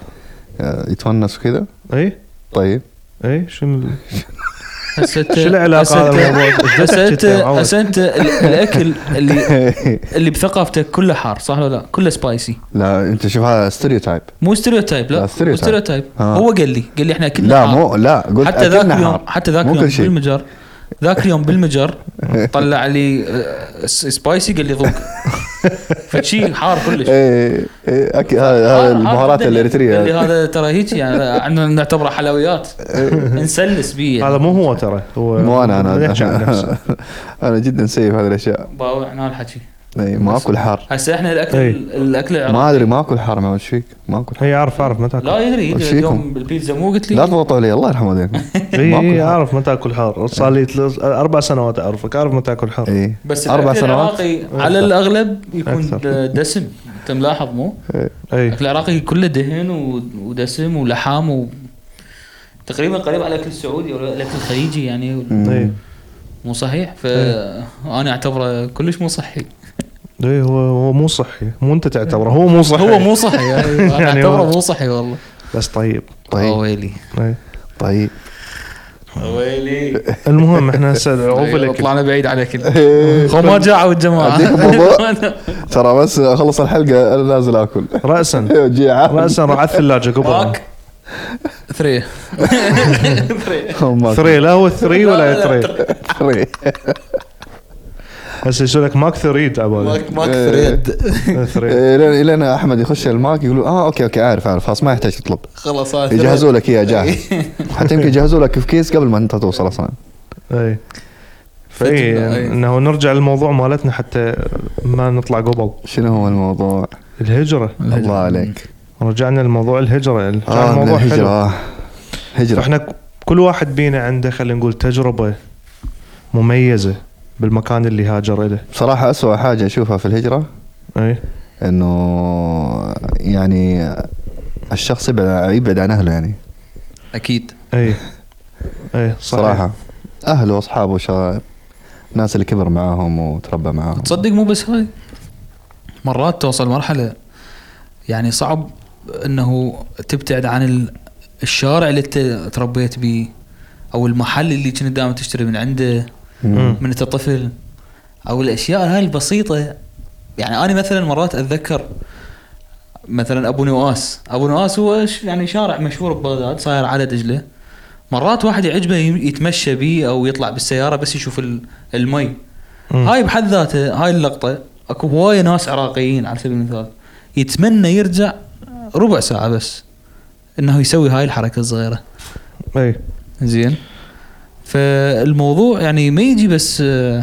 يتونس وكذا؟ اي طيب اي شنو هسه شو العلاقه هذا الموضوع؟ هسه انت هسه انت الاكل اللي اللي بثقافتك كله حار صح ولا لا؟ كله سبايسي. لا انت شوف هذا ستيريوتايب. مو ستيريوتايب لا, لا ستيريوتايب. هو قال لي قال لي احنا كلنا لا حار. مو لا قلت حتى ذاك اليوم حتى ذاك اليوم بالمجر ذاك اليوم بالمجر طلع لي سبايسي قال لي ذوق فشي حار كلش. ايه ايه اكيد هذا البهارات الاريتريه اللي هذا ترى هيك يعني عندنا نعتبره حلويات نسلس بيه. هذا مو هو ترى هو مو انا انا انا جدا سيء هذه الاشياء. باوع احنا الحكي اي ما اكل حار. هسه احنا الاكل أي. الاكل العراقي ما ادري ما اكل حار ما ايش فيك ما اكل. هي اعرف اعرف ما تاكل. لا يدري اليوم بالبيتزا مو قلت لي لا تضغطوا علي الله يرحمه دين. اي اعرف ما تاكل حار صار لي اربع سنوات اعرفك اعرف ما تاكل حار. اي بس اربع سنوات على الاغلب يكون دسم. انت ملاحظ مو؟ اي الاكل العراقي كله دهن ودسم ولحام و تقريبا قريب على الاكل السعودي او الاكل الخليجي يعني. اي مو صحيح فانا اعتبره كلش مو صحي. ايه هو هو مو صحي مو انت تعتبره هو مو صحي. هو مو صحي يعني اعتبره مو صحي والله. بس طيب طيب ويلي طيب ويلي. المهم احنا هسه عوف لك طلعنا بعيد عليك خو ما جاعوا الجماعه. ترى بس اخلص الحلقه انا نازل اكل راسا جيعان راسا راح الثلاجه قبل ثري ثري لا هو ثري ولا ثري ثري بس يسوي لك ماك ثريد عبالي ماك ماك ثريد الين الين احمد يخش الماك يقولوا اه اوكي اوكي عارف عارف خلاص ما يحتاج تطلب خلاص يجهزوا لك اياه جاهز. حتى يمكن يجهزوا لك في كيس قبل ما انت توصل اصلا. اي فاي انه نرجع للموضوع مالتنا حتى ما نطلع قبل. شنو هو الموضوع؟ الهجره. الله عليك رجعنا لموضوع الهجره. آه الموضوع حلو. آه. هجره احنا كل واحد بينا عنده خلينا نقول تجربه مميزه بالمكان اللي هاجر له. بصراحه أسوأ حاجه اشوفها في الهجره اي انه يعني الشخص يبعد يبعد عن اهله يعني. اكيد اي اي صراحه اهله واصحابه وشباب الناس اللي كبر معاهم وتربى معاهم. تصدق مو بس هاي مرات توصل مرحله يعني صعب انه تبتعد عن الشارع اللي انت تربيت بيه او المحل اللي كنت دائما تشتري من عنده مم. من انت طفل او الاشياء هاي البسيطه. يعني انا مثلا مرات اتذكر مثلا ابو نواس ابو نواس هو يعني شارع مشهور ببغداد صاير على دجله. مرات واحد يعجبه يتمشى بيه او يطلع بالسياره بس يشوف المي. مم. هاي بحد ذاتها هاي اللقطه اكو هوايه ناس عراقيين على سبيل المثال يتمنى يرجع ربع ساعه بس انه يسوي هاي الحركه الصغيره. اي زين. فالموضوع يعني ما يجي بس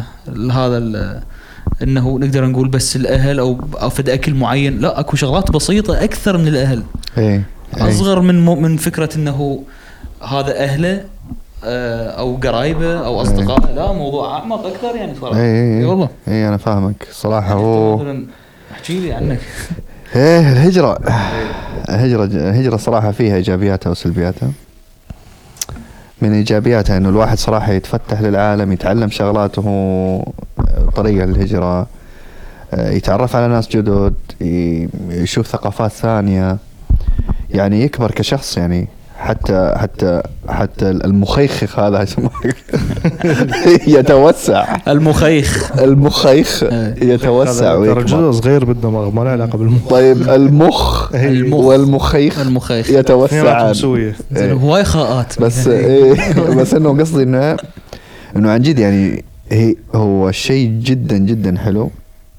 هذا انه نقدر نقول بس الاهل او افد اكل معين. لا اكو شغلات بسيطه اكثر من الاهل. اي اصغر من من فكره انه هذا اهله او قرايبه او اصدقائه. لا موضوع اعمق اكثر يعني صراحه. اي والله اي انا فاهمك صراحه. هو مثلا احكي لي عنك. ايه الهجره الهجره الهجره صراحه فيها ايجابياتها وسلبياتها. من ايجابياتها انه الواحد صراحه يتفتح للعالم يتعلم شغلاته طريقه الهجره يتعرف على ناس جدد يشوف ثقافات ثانيه يعني يكبر كشخص يعني حتى حتى حتى المخيخ هذا يتوسع. المخيخ المخيخ يتوسع ترى ويكبر. جزء صغير بالدماغ ما له علاقه بالمخ. طيب المخ المخ. والمخيخ المخيخ يتوسعان. مسويه زين هواي خاءات بس إيه بس انه قصدي انه انه عن جد يعني هي هو شيء جدا جدا حلو،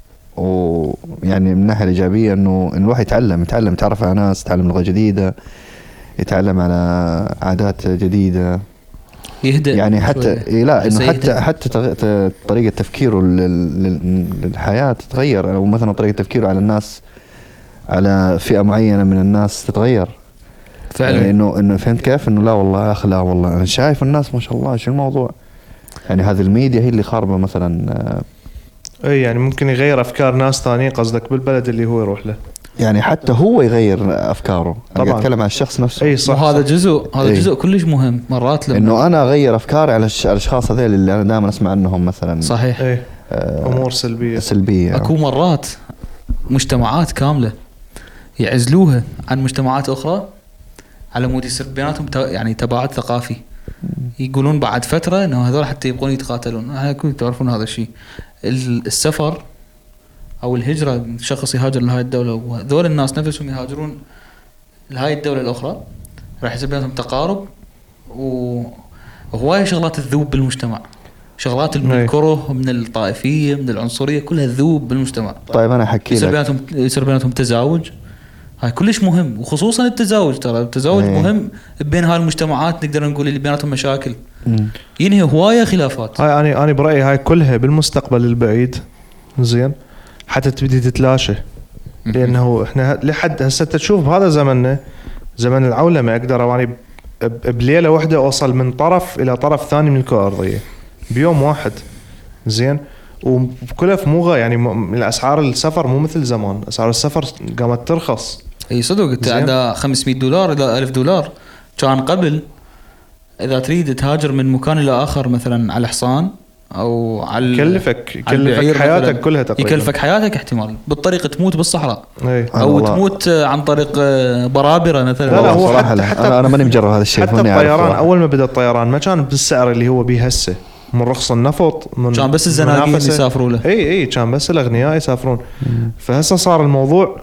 ويعني من الناحيه الايجابيه انه إن الواحد يتعلم يتعلم يتعرف على ناس، يتعلم لغه جديده، يتعلم على عادات جديده، يهدأ يعني حتى إيه لا انه حتى يهدأ. حتى تغ- طريقه تفكيره لل- لل- للحياه تتغير، او مثلا طريقه تفكيره على الناس، على فئه معينه من الناس تتغير فعلا. يعني انه انه فهمت كيف انه لا والله يا اخي لا والله انا شايف الناس ما شاء الله شو الموضوع، يعني هذه الميديا هي اللي خاربه مثلا. آه، اي يعني ممكن يغير افكار ناس ثانيين قصدك بالبلد اللي هو يروح له. يعني حتى هو يغير افكاره. انا طبعاً. قاعد اتكلم عن الشخص نفسه. اي صح وهذا صح. جزء هذا إيه. جزء كلش مهم مرات لما انه انا اغير افكاري على الش- الاشخاص هذول اللي انا دائما اسمع عنهم مثلا صحيح. اي آه، امور سلبيه. سلبيه. اكو مرات مجتمعات كامله يعزلوها عن مجتمعات اخرى على مود يصير بيناتهم ت- يعني تباعد ثقافي. يقولون بعد فتره انه هذول حتى يبغون يتقاتلون. انا كنت تعرفون هذا الشيء. ال- السفر او الهجره، شخص يهاجر لهاي الدوله وهذول الناس نفسهم يهاجرون لهاي الدوله الاخرى، راح يصير بيناتهم تقارب و- وهواي شغلات تذوب بالمجتمع. شغلات من أي. الكره، من الطائفيه، من العنصريه، كلها تذوب بالمجتمع. طيب انا احكي يصير لك بيناتهم يصير بيناتهم تزاوج. هاي كلش مهم، وخصوصا التزاوج. ترى التزاوج إيه. مهم بين هاي المجتمعات. نقدر نقول اللي بيناتهم مشاكل مم. ينهي هوايه خلافات. هاي انا انا برايي هاي كلها بالمستقبل البعيد زين حتى تبدي تتلاشى، لانه احنا لحد هسه تشوف بهذا زمننا زمن العولمه اقدر اني ب- بليله واحده اوصل من طرف الى طرف ثاني من الكره الارضيه بيوم واحد زين. وكلها مو غا- يعني م- الاسعار السفر مو مثل زمان، اسعار السفر قامت ترخص. اي صدق. انت زين. عندها خمسمية دولار الى ألف دولار. كان قبل اذا تريد تهاجر من مكان الى اخر مثلا على حصان او على يكلفك على البعير يكلفك حياتك مثلاً. كلها تقريبا. يكلفك حياتك احتمال بالطريق تموت بالصحراء اي أنا او والله- تموت عن طريق برابره مثلا. لا، لا، هو صراحة حتى- لا. حتى- انا انا ماني مجرب هذا الشيء حتى فاني أعرف الطيران صراحة. اول ما بدا الطيران ما كان بالسعر اللي هو بيه هسه، من رخص النفط من كان بس الزناقين منافسة. يسافروا له. اي اي كان بس الاغنياء يسافرون. فهسه صار الموضوع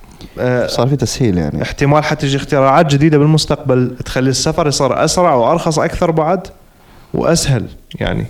آه صار في تسهيل يعني. احتمال حتى تجي اختراعات جديده بالمستقبل تخلي السفر يصير اسرع وارخص اكثر بعد واسهل يعني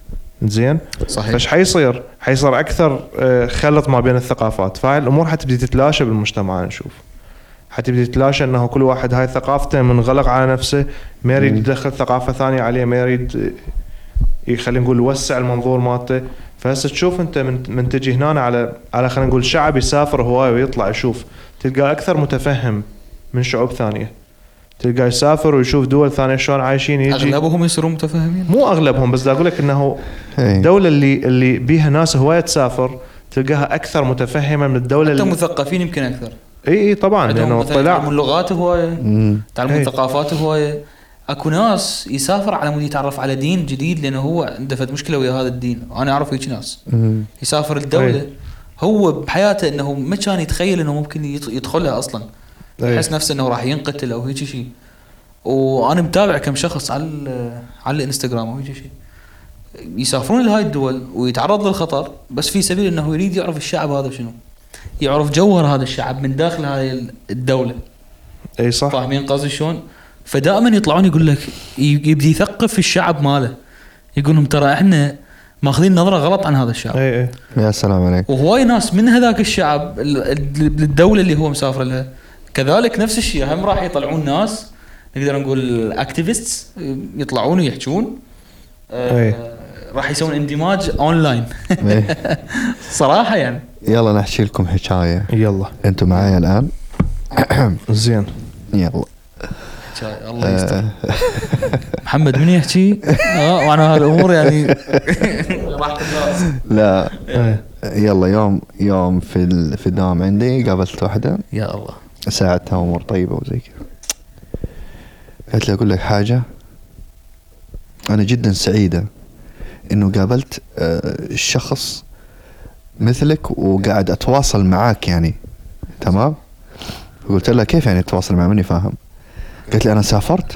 زين. صحيح. فايش حيصير؟ حيصير اكثر آه، خلط ما بين الثقافات، فهاي الامور حتبدي تتلاشى بالمجتمع. نشوف حتبدي تتلاشى انه كل واحد هاي ثقافته منغلق على نفسه، ما يريد يدخل ثقافه ثانيه عليه، ما يريد آه، خلينا نقول يوسع المنظور مالته. فهسه تشوف انت من, من تجي هنا على على خلينا نقول شعب يسافر هواي ويطلع يشوف، تلقى اكثر متفهم من شعوب ثانيه. تلقى يسافر ويشوف دول ثانيه شلون عايشين، يجي اغلبهم يصيرون متفاهمين. مو اغلبهم بس دا اقول لك انه إيه. الدوله اللي اللي بيها ناس هوايه تسافر تلقاها اكثر متفهمه من الدوله حتى اللي مثقفين يمكن اكثر. اي اي طبعا عندهم لانه مثلا يتعلمون طلع اللغات هوايه، مم. يتعلمون إيه. ثقافات هوايه. اكو ناس يسافر على مود يتعرف على دين جديد لانه هو عنده فد مشكله ويا هذا الدين. انا اعرف هيك ناس مم. يسافر الدوله إيه. هو بحياته انه ما كان يتخيل انه ممكن يت- يدخلها اصلا. إيه. يحس نفسه انه راح ينقتل او هيك شيء. وانا متابع كم شخص على ال- على الانستغرام او هيك شيء يسافرون لهاي الدول ويتعرض للخطر بس في سبيل انه يريد يعرف الشعب هذا شنو، يعرف جوهر هذا الشعب من داخل هاي الدوله. اي صح. فاهمين قصدي شلون؟ فدائما يطلعون يقول لك يبدي يثقف في الشعب ماله، يقول لهم ترى احنا ماخذين نظره غلط عن هذا الشعب. اي اي يا سلام عليك. وهواي ناس من هذاك الشعب للدوله اللي هو مسافر لها كذلك نفس الشيء هم راح يطلعون ناس نقدر نقول اكتيفيستس يطلعون ويحجون. أي. آه راح يسوون اندماج اونلاين. إيه. صراحه يعني. يلا نحكي لكم حكايه. يلا انتم معايا الان؟ زين. يلا. الله يستر. محمد من يحكي اه وانا هالامور يعني راح تدرس. لا إيه. يلا. يوم يوم في ال... في الدوام عندي قابلت واحده يا الله. ساعدتها امور طيبه وزي كذا. قالت لي اقول لك حاجه، انا جدا سعيده انه قابلت آه، شخص مثلك وقاعد اتواصل معاك يعني. تمام. قلت لها كيف يعني تتواصل مع مني فاهم؟ قالت لي انا سافرت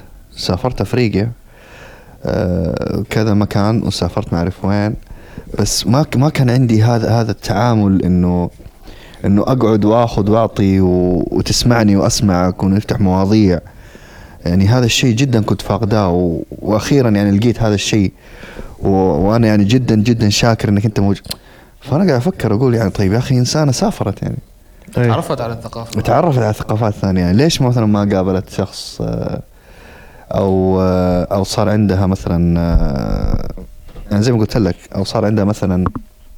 سافرت افريقيا آه كذا مكان وسافرت ما اعرف وين، بس ما ما كان عندي هذا هذا التعامل انه انه اقعد واخذ واعطي وتسمعني واسمعك ونفتح مواضيع. يعني هذا الشيء جدا كنت فاقداه، واخيرا يعني لقيت هذا الشيء، وانا يعني جدا جدا شاكر انك انت موجود. فانا قاعد افكر اقول يعني طيب يا اخي انسانه سافرت يعني تعرفت على الثقافه، تعرفت على ثقافات ثانيه، يعني ليش مثلا ما قابلت شخص او او صار عندها مثلا يعني زي ما قلت لك، او صار عندها مثلا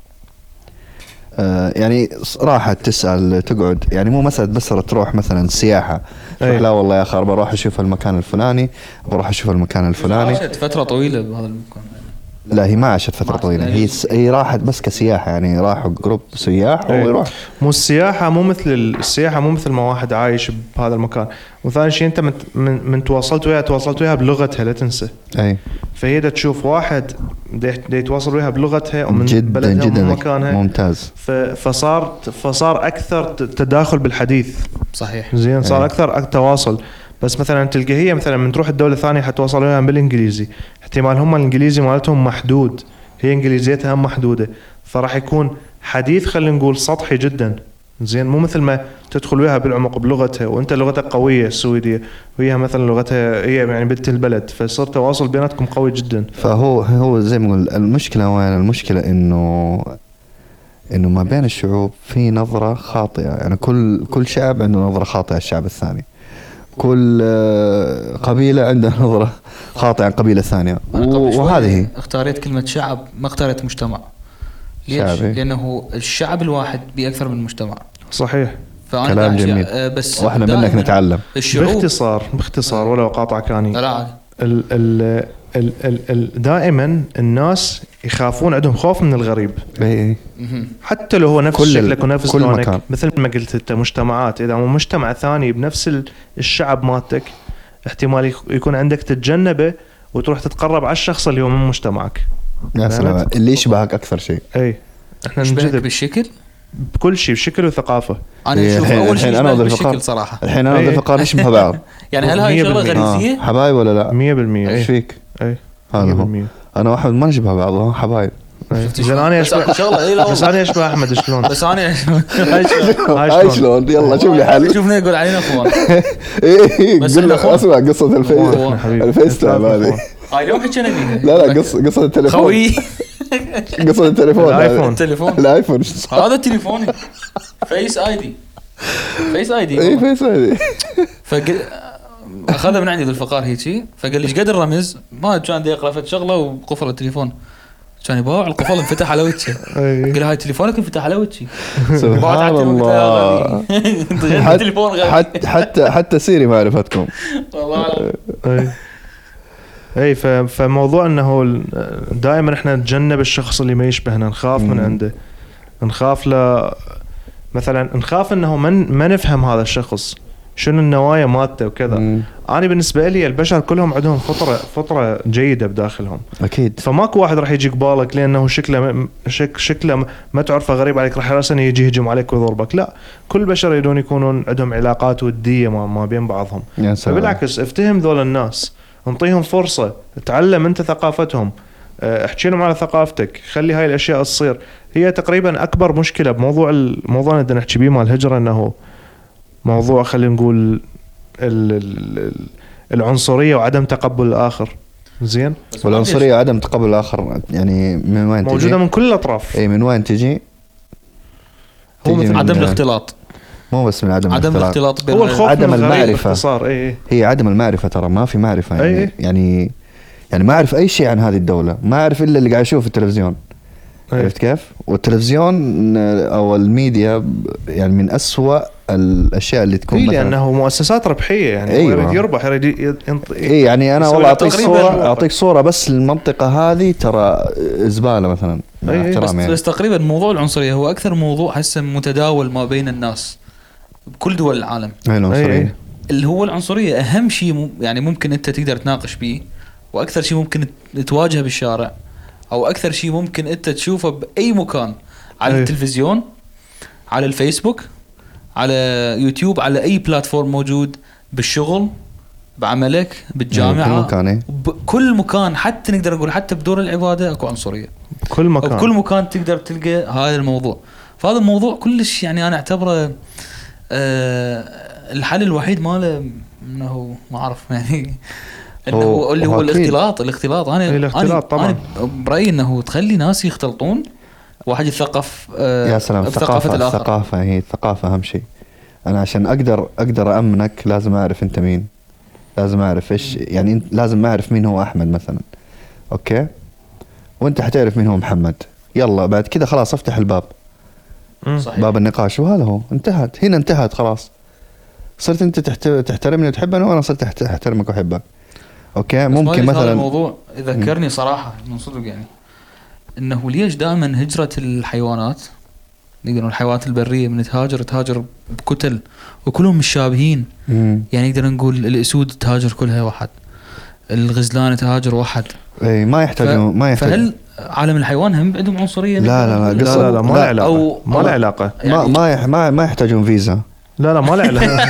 يعني راحت تسأل تقعد، يعني مو مسألة بس تروح مثلا سياحة أيه. لا والله يا أخي بروح أشوف المكان الفلاني، بروح أشوف المكان الفلاني. عاشت فترة طويلة بهذا المكان؟ لا هي ما عاشت فترة طويلة، هي س... هي راحت بس كسياحة، يعني راحوا جروب سياح ويروح. مو السياحة مو مثل السياحة مو مثل ما واحد عايش بهذا المكان. وثاني شيء أنت من من, من تواصلت وياها تواصلت وياها بلغتها لا تنسى. أي. فهي دا تشوف واحد دا يتواصل وياها بلغتها ومن جدا بلدها جدا ومن مكانها ممتاز. فصار فصار أكثر تداخل بالحديث. صحيح. زين صار أي. أكثر تواصل. بس مثلا تلقى هي مثلا من تروح الدولة الثانية حتواصل وياها بالإنجليزي، احتمال هم الإنجليزي مالتهم محدود، هي إنجليزيتها هم محدودة، فراح يكون حديث خلينا نقول سطحي جدا. زين مو مثل ما تدخل وياها بالعمق بلغتها، وانت لغتك قوية السويدية وهي مثلا لغتها هي يعني بنت البلد، فصار تواصل بيناتكم قوي جدا. فهو هو زي ما قلت المشكلة وين؟ المشكلة انه انه ما بين الشعوب في نظرة خاطئة، يعني كل كل شعب عنده نظرة خاطئة على الشعب الثاني، كل قبيلة عندها نظرة خاطئة عن قبيلة ثانية، وهذه اختاريت كلمة شعب ما اختاريت مجتمع. ليش؟ شعبي. لأنه الشعب الواحد بأكثر من مجتمع. صحيح. كلام جميل. بس واحنا منك نتعلم. باختصار باختصار ولو قاطع كاني. لا ال ال ال ال ال دائما الناس يخافون، عندهم خوف من الغريب. اي. حتى لو هو نفس شكلك ونفس لونك، مكان. مثل ما قلت انت مجتمعات، اذا مو مجتمع ثاني بنفس الشعب مالتك احتمال يكون عندك تتجنبه وتروح تتقرب على الشخص اللي هو من مجتمعك. يا سلام، اللي يشبهك اكثر شيء. اي احنا نجذب بالشكل بكل شيء، بشكل وثقافه. انا اشوف اول شيء بالشكل صراحه. الحين انا الفقار نشبه بعض. يعني هل هاي شغله غريزيه؟ آه. حبايب ولا لا؟ مية بالمية. ايش فيك؟ اي هذا هو. انا واحد ما نشبه بعض، حبايب. زين انا اشبه شغله. اي لا بس انا اشبه احمد شلون؟ بس انا هاي شلون؟ يلا شوف لي حل. شوفنا يقول علينا اخوان. ايه بس اسمع قصه الفيس الفيس تايم هذه. هاي اليوم حكينا بيها. لا لا قصه قصه التليفون. خوي قصه التليفون. الايفون. التليفون. الايفون. هذا تليفوني. فيس اي دي. فيس اي دي. اي فيس اي دي. فقل اخذها من عندي ذو الفقار هيجي، فقال لي ايش قد الرمز؟ ما كان دي اقرا فت شغله وقفل التليفون، كان يباوع القفل انفتح على وجهه. قال هاي تليفونك انفتح على وجهي. سبحان الله. حتى حتى حتى سيري معرفتكم والله. اي اي فموضوع انه دائما احنا نتجنب الشخص اللي ما يشبهنا، نخاف من عنده، نخاف لا مثلا نخاف انه من ما نفهم هذا الشخص شنو النوايا مالته وكذا. مم. أنا بالنسبة لي البشر كلهم عندهم فطرة فطرة جيدة بداخلهم أكيد. فماكو واحد راح يجي قبالك لأنه شكله شك شكله ما تعرفه غريب عليك راح راسا يجي يهجم عليك ويضربك. لا، كل بشر يدون يكونون عندهم علاقات ودية ما, ما بين بعضهم. فبالعكس افتهم ذول الناس، انطيهم فرصة، تعلم أنت ثقافتهم، احكي لهم على ثقافتك، خلي هاي الأشياء تصير. هي تقريبا أكبر مشكلة بموضوع الموضوع اللي بدنا نحكي بيه مال الهجرة أنه موضوع خلينا نقول العنصرية وعدم تقبل الآخر. زين، والعنصرية وعدم تقبل الآخر يعني من وين تجي؟ موجودة من كل الأطراف. أي من وين تجي؟ هو من عدم الاختلاط، مو بس من عدم, عدم الاختلاط بين هو الخوف عدم من المعرفة. أي هي عدم المعرفة، ترى ما في معرفة يعني أي. يعني يعني ما أعرف أي شيء عن هذه الدولة، ما أعرف إلا اللي قاعد أشوفه في التلفزيون. عرفت كيف؟ والتلفزيون أو الميديا يعني من أسوأ الأشياء اللي تكون مثلا لأنه مؤسسات ربحية يعني. أيوة. يريد يربح يريد ينط... إيه يعني أنا والله أعطيك صورة أعطيك صورة بس المنطقة هذه ترى زبالة مثلا. أيه بس, يعني. بس تقريبا موضوع العنصرية هو أكثر موضوع حسن متداول ما بين الناس بكل دول العالم. أيه العنصرية. اللي هو العنصرية أهم شيء يعني ممكن أنت تقدر تناقش بيه، وأكثر شيء ممكن تواجهه بالشارع، أو أكثر شيء ممكن أنت تشوفه بأي مكان، على أيه. التلفزيون، على الفيسبوك، على يوتيوب، على أي بلاتفورم موجود، بالشغل، بعملك بالجامعه، كل مكان إيه؟ بكل مكان، حتى نقدر نقول حتى بدور العباده اكو عنصريه كل مكان، وبكل مكان تقدر تلقى هذا الموضوع. فهذا الموضوع كلش يعني انا اعتبره أه الحل الوحيد ماله انه ما اعرف يعني انه هو- اللي هو هو أكيد. الاختلاط الاختلاط انا إيه الاختلاط أنا طبعاً. انا برايي انه تخلي ناس يختلطون، واحد يتثقف أه يا سلام، بثقافه الثقافة الاخر. الثقافة هي الثقافة أهم شيء. أنا عشان أقدر أقدر أأمنك لازم أعرف أنت مين، لازم أعرف إيش يعني، أنت- لازم أعرف مين هو أحمد مثلا، أوكي، وأنت حتعرف مين هو محمد. يلا بعد كده خلاص افتح الباب، مم. صحيح. باب النقاش، وهذا هو انتهت. هنا انتهت خلاص. صرت أنت تحت- تحترمني وتحبني، وأنا صرت أحت- أحترمك وأحبك. أوكي، بس ما ممكن أدري، هذا مثلا الموضوع يذكرني صراحه من صدق يعني انه ليش دائما هجره الحيوانات، نقدر نقول الحيوانات البريه من تهاجر تهاجر بكتل وكلهم مشابهين. مم. يعني نقدر نقول الاسود تهاجر كلها واحد، الغزلان تهاجر واحد. إيه، ما يحتاجون ما يحتاج. فهل عالم الحيوان هم عندهم عنصريه؟ لا لا لا، لا قصة- لا لا ما له لا، علاقة، أو- ما له أو- علاقة، ما يعني ما يح- ما ما يحتاجون فيزا. لا لا ما له علاقة.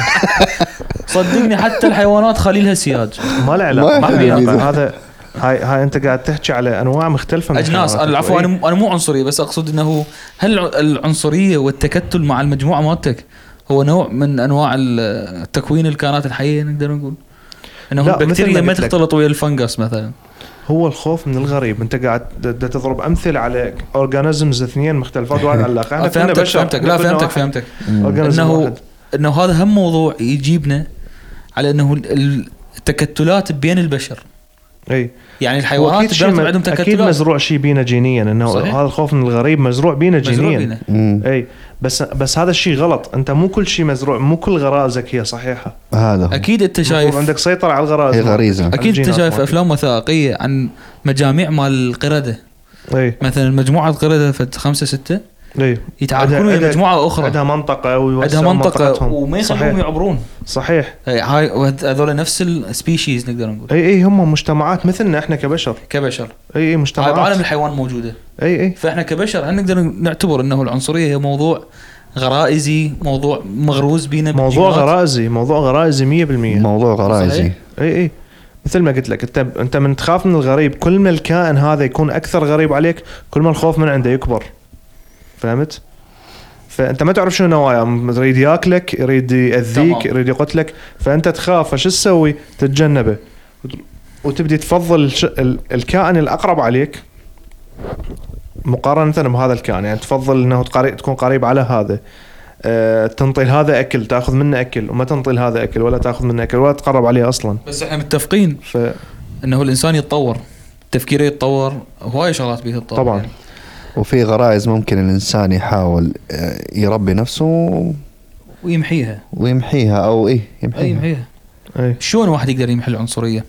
صدقني حتى الحيوانات خليلها سياج. ما له علاقة، ما ما في له ميزة. علاقة. هذا هاي هاي انت قاعد تحكي على انواع مختلفة من اجناس. الحيوانات. العفو، إيه. انا انا مو عنصريه، بس اقصد انه هل العنصريه والتكتل مع المجموعه مالتك هو نوع من انواع التكوين الكائنات الحيه؟ نقدر نقول انه لا، مثل البكتيريا ما ما قلت لك. تختلط ويا الفنغس مثلا. هو الخوف من الغريب. انت قاعد د- د- تضرب امثله على اورجانيزمز اثنين مختلفات واحد على الاخر. احنا كنا فهمتك بشر، فهمتك إحنا لا كنا فهمتك واحد. فهمتك أورجانيزم انه واحد. انه هذا هم موضوع يجيبنا على انه ال- التكتلات بين البشر. اي يعني وأكيد الحيوانات شيء بيرتب م- عندهم اكيد تكتلات مزروع شيء بينا جينيا، انه صحيح. هذا الخوف من الغريب مزروع بينا مزروع جينيا. بينا. مم. اي بس بس هذا الشيء غلط. انت مو كل شيء مزروع، مو كل غرائزك هي صحيحه. هذا هو. اكيد انت المفروض شايف، عندك سيطره على الغرائز هي مالتك. غريزة. اكيد انت الجينات شايف مالتك. افلام وثائقيه عن مجاميع مال القرده، اي مثلا مجموعه قرده فد خمسه سته اي يتعاركون عندها- ويا مجموعه اخرى، عندها منطقه عندها ويوسعون منطقه منطقتهم. وما يخلوهم صحيح يعبرون. صحيح. هاي هاي هذول نفس السبيشيز نقدر نقول اي اي هم مجتمعات مثلنا احنا كبشر. كبشر. اي اي هاي مجتمعات. بعالم الحيوان موجوده. اي اي فاحنا كبشر هل نقدر نعتبر انه العنصريه هي موضوع غرائزي، موضوع مغروز بينا موضوع بالجينات؟ غرائزي، موضوع غرائزي مية بالمية. موضوع غرائزي. صحيح. اي اي مثل ما قلت لك، انت انت من تخاف من الغريب، كل ما الكائن هذا يكون اكثر غريب عليك كل ما الخوف من عنده يكبر. فهمت؟ فانت ما تعرف شنو نوايا، يريد ياكلك، يريد ياذيك، تمام. يريد يقتلك، فانت تخاف. فشو تسوي؟ تتجنبه وتبدي تفضل الش... ال... الكائن الاقرب عليك مقارنه بهذا الكائن. يعني تفضل انه تقاري... تكون قريب على هذا، أه... تنطي هذا اكل تاخذ منه اكل، وما تنطي هذا اكل ولا تاخذ منه اكل ولا تقرب عليه اصلا. بس احنا متفقين ف انه الانسان يتطور، تفكيره يتطور، هواي شغلات بيه تتطور طبعاً. يعني. وفي غرائز ممكن الإنسان يحاول آه، يربي نفسه ويمحيها. ويمحيها، أو إيه اي يمحيها. يمحيها. اي شلون واحد يقدر يمحي العنصريه؟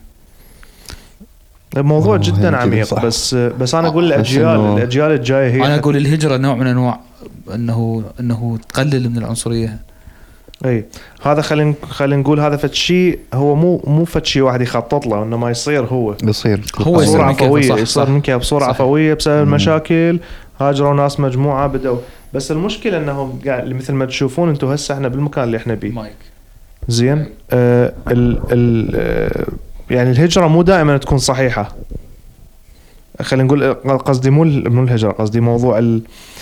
الموضوع أوه، جدا هي عميق. صح. بس بس انا آه، اقول بس الاجيال إنه- الاجيال الجايه هي انا اقول الهجره نوع من انواع انه انه تقلل من العنصريه. اي هذا خلينا خلينا نقول هذا فد شيء هو مو مو فد شيء واحد يخطط له، انما يصير هو بيصير هو بصوره يصير من كيفه. عفويه، صح، يصير صح. من كيف بصوره صحيح. عفويه بسبب مم. المشاكل. هاجروا ناس مجموعه بدوا. بس المشكله انهم قاعد مثل ما تشوفون انتم هسه احنا بالمكان اللي احنا بيه مايك. زين. آه ال ال آه يعني الهجره مو دائما تكون صحيحه. خلينا نقول قصدي مو مو الهجره، قصدي موضوع ال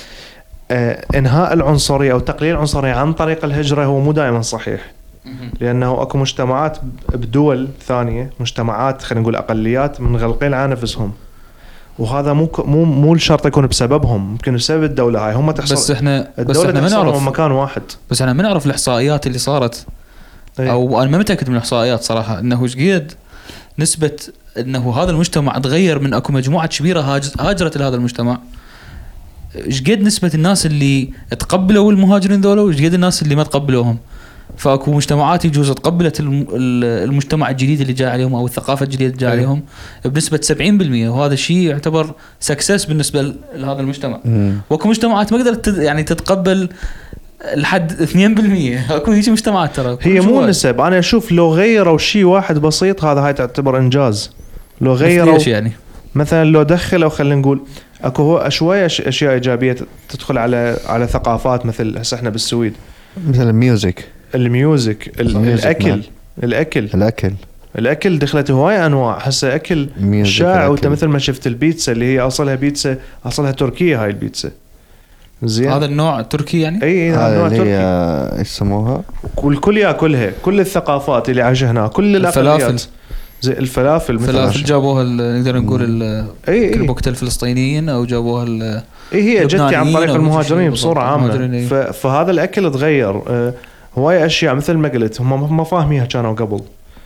آه انهاء العنصريه او تقليل العنصريه عن طريق الهجره هو مو دائما صحيح. لانه اكو مجتمعات بدول ثانيه، مجتمعات خلينا نقول اقليات منغلقين على نفسهم، وهذا مو مو مو الشرط يكون بسببهم، ممكن بسبب الدوله هاي. هم تحصل بس احنا بس الدوله احنا ما تحصلهم نعرف مكان واحد. بس احنا ما نعرف الاحصائيات اللي صارت، أي. او انا ما متاكد من الاحصائيات صراحه انه ايش قد نسبه انه هذا المجتمع تغير من اكو مجموعه كبيره هاج- هاجرت لهذا المجتمع. ايش قد نسبه الناس اللي تقبلوا المهاجرين ذولا وايش قد الناس اللي ما تقبلوهم. فاكو مجتمعات يجوز تقبلت الم- ال- المجتمع الجديد اللي جاء عليهم او الثقافه الجديده اللي جاء أي. عليهم بنسبه سبعين بالمئة، وهذا الشيء يعتبر سكسس بالنسبه ل- لهذا المجتمع. مم. واكو مجتمعات ما قدرت تد- يعني تتقبل لحد اثنين بالمئة. اكو هيك مجتمعات ترى هي كل مو شوي. نسب. انا اشوف لو غيروا شيء واحد بسيط هذا هاي تعتبر انجاز. لو غيروا ليش يعني؟ مثلا لو دخلوا خلينا نقول اكو هو شويه أش- اشياء ايجابيه تدخل على على ثقافات مثل هسه احنا بالسويد مثل الميوزك، الميوزك ال- الميوزك، الاكل نعم. الاكل الأكل. الاكل دخلت هواي انواع هسه اكل مية شائع. ذكر وانت أكل. مثل ما شفت البيتزا اللي هي اصلها بيتزا اصلها تركيه هاي البيتزا زين. هذا النوع تركي يعني. اي اي هذا نوع اللي تركي هي ايش يسموها؟ والكل ياكلها كل الثقافات اللي عايشه هنا كل الاقليات الفلافل. زي الفلافل مثلا فلافل جابوها ال- نقدر نقول ال- اي اي كربوكة الفلسطينيين او جابوها ال- اي هي جت عن لبنانيين طريق أو المهاجرين شيء بصوره بالضبط، عامه. المهاجرين، ف- فهذا الاكل تغير. آه، هواي اشياء مثل ما قلت هم ما فاهمينها كانوا قبل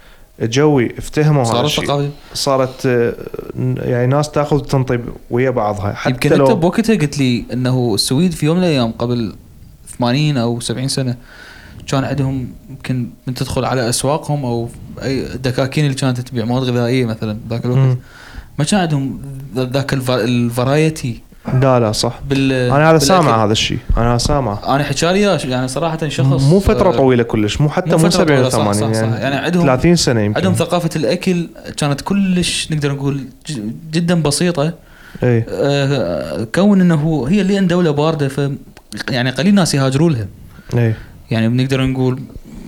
جوي افتهموا هذا صارت الشيء. ثقافة. صارت آه، يعني ناس تاخذ تنطي ويا بعضها حتى يمكن انت لو بوقتها قلت لي انه السويد في يوم من الايام قبل ثمانين او سبعين سنه كان عندهم يمكن من تدخل على اسواقهم او اي الدكاكين اللي كانت تبيع مواد غذائيه مثلا ذاك الوقت مم. ما كان عندهم ذاك الفا- الفرايتي لا لا صح. بال انا هذا بالأكل. سامع هذا الشيء انا سامع انا حكى لي إياه، يعني صراحه شخص مو فتره آه، طويله كلش مو حتى مو مو فترة سبعين طويلة، صح، ثمانين صح، صح. يعني, يعني عندهم- ثلاثين سنه يمكن عندهم ثقافه الاكل كانت كلش نقدر نقول ج- جدا بسيطه. اي آه، كون انه هي اللي دوله بارده ف يعني قليل ناس يهاجروا لها. اي يعني بنقدر نقول